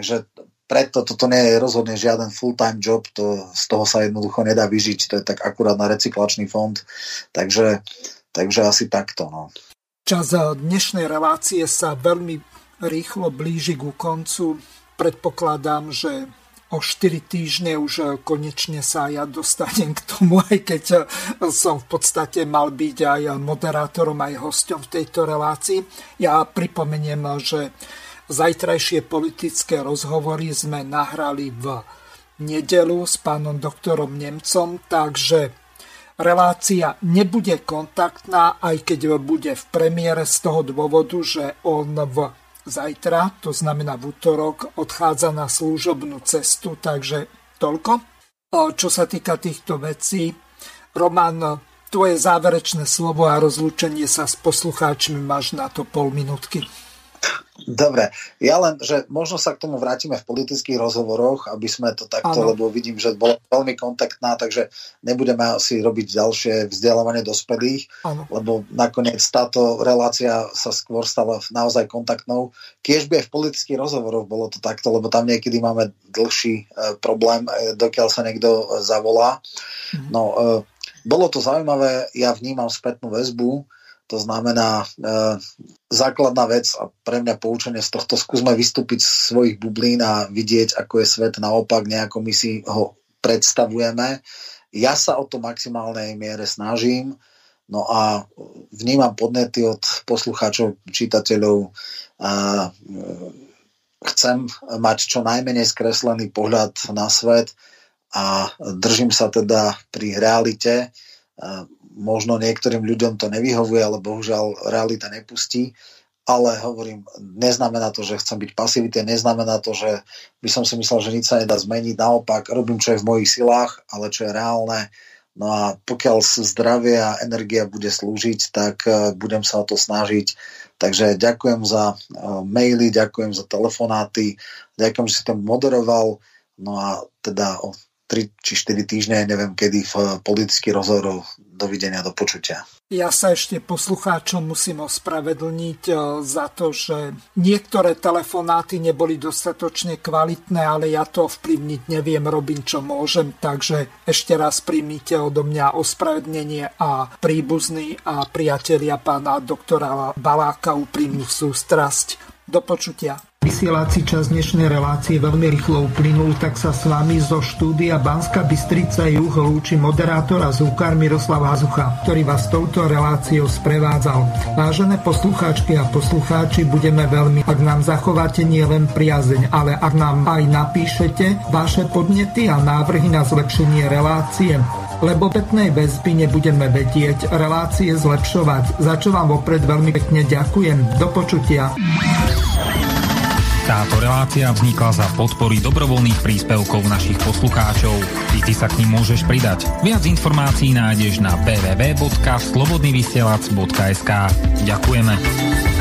preto toto nie je rozhodne žiaden full-time job, z toho sa jednoducho nedá vyžiť, to je tak akurát na recyklačný fond, takže asi takto. No. Čas dnešnej relácie sa veľmi rýchlo blíži ku koncu. Predpokladám, že o 4 týždne už konečne sa ja dostanem k tomu, aj keď som v podstate mal byť aj moderátorom, aj hosťom v tejto relácii. Ja pripomeniem, že zajtrajšie politické rozhovory sme nahrali v nedeľu s pánom doktorom Nemcom, takže relácia nebude kontaktná, aj keď bude v premiére z toho dôvodu, že on zajtra, to znamená v utorok, odchádza na služobnú cestu, takže toľko. Čo sa týka týchto vecí, Roman, tvoje záverečné slovo a rozlúčenie sa s poslucháčmi máš na to pol minútky. Dobre, ja len, že možno sa k tomu vrátime v politických rozhovoroch, aby sme to takto, lebo vidím, že bola veľmi kontaktná, takže nebudeme asi robiť ďalšie vzdelávanie dospelých, lebo nakoniec táto relácia sa skôr stala naozaj kontaktnou. Kiež by aj v politických rozhovoroch bolo to takto, lebo tam niekedy máme dlhší problém, dokiaľ sa niekto zavolá. No, bolo to zaujímavé, ja vnímam spätnú väzbu. To znamená, základná vec a pre mňa poučenie z tohto, skúsme vystúpiť z svojich bublín a vidieť, ako je svet naopak, nejako my si ho predstavujeme. Ja sa o to maximálnej miere snažím, no a vnímam podnety od poslucháčov, čitateľov. Chcem mať čo najmenej skreslený pohľad na svet a držím sa teda pri realite. Možno niektorým ľuďom to nevyhovuje, ale bohužiaľ realita nepustí, ale hovorím, neznamená to, že chcem byť pasivitý, neznamená to, že by som si myslel, že nič sa nedá zmeniť, naopak robím, čo je v mojich silách, ale čo je reálne. No a pokiaľ zdravie a energia bude slúžiť, tak budem sa o to snažiť. Takže ďakujem za maily, ďakujem za telefonáty, ďakujem, že si to moderoval, no a teda 3 či 4 týždne, neviem kedy, v politických rozhovoroch. Dovidenia, do počutia. Ja sa ešte poslucháčom musím ospravedlniť za to, že niektoré telefonáty neboli dostatočne kvalitné, ale ja to ovplyvniť neviem, robím čo môžem, takže ešte raz príjmite odo mňa ospravedlnenie a príbuzní a priatelia pána doktora Baláka úprimnú sústrasť. Do počutia. Vysielací čas dnešnej relácie veľmi rýchlo uplynul, tak sa s vami zo štúdia Banská Bystrica Juh lúči moderátor a zvukár Miroslav Hazucha, ktorý vás touto reláciou sprevádzal. Vážené poslucháčky a poslucháči, budeme veľmi, ak nám zachováte nielen priazeň, ale ak nám aj napíšete vaše podnety a návrhy na zlepšenie relácie, lebo spätnej väzby nebudeme vedieť relácie zlepšovať, za čo vám vopred veľmi pekne ďakujem. Do počutia. Táto relácia vznikla za podpory dobrovoľných príspevkov našich poslucháčov. I ty sa k nim môžeš pridať. Viac informácií nájdeš na www.slobodnyvysielac.sk. Ďakujeme.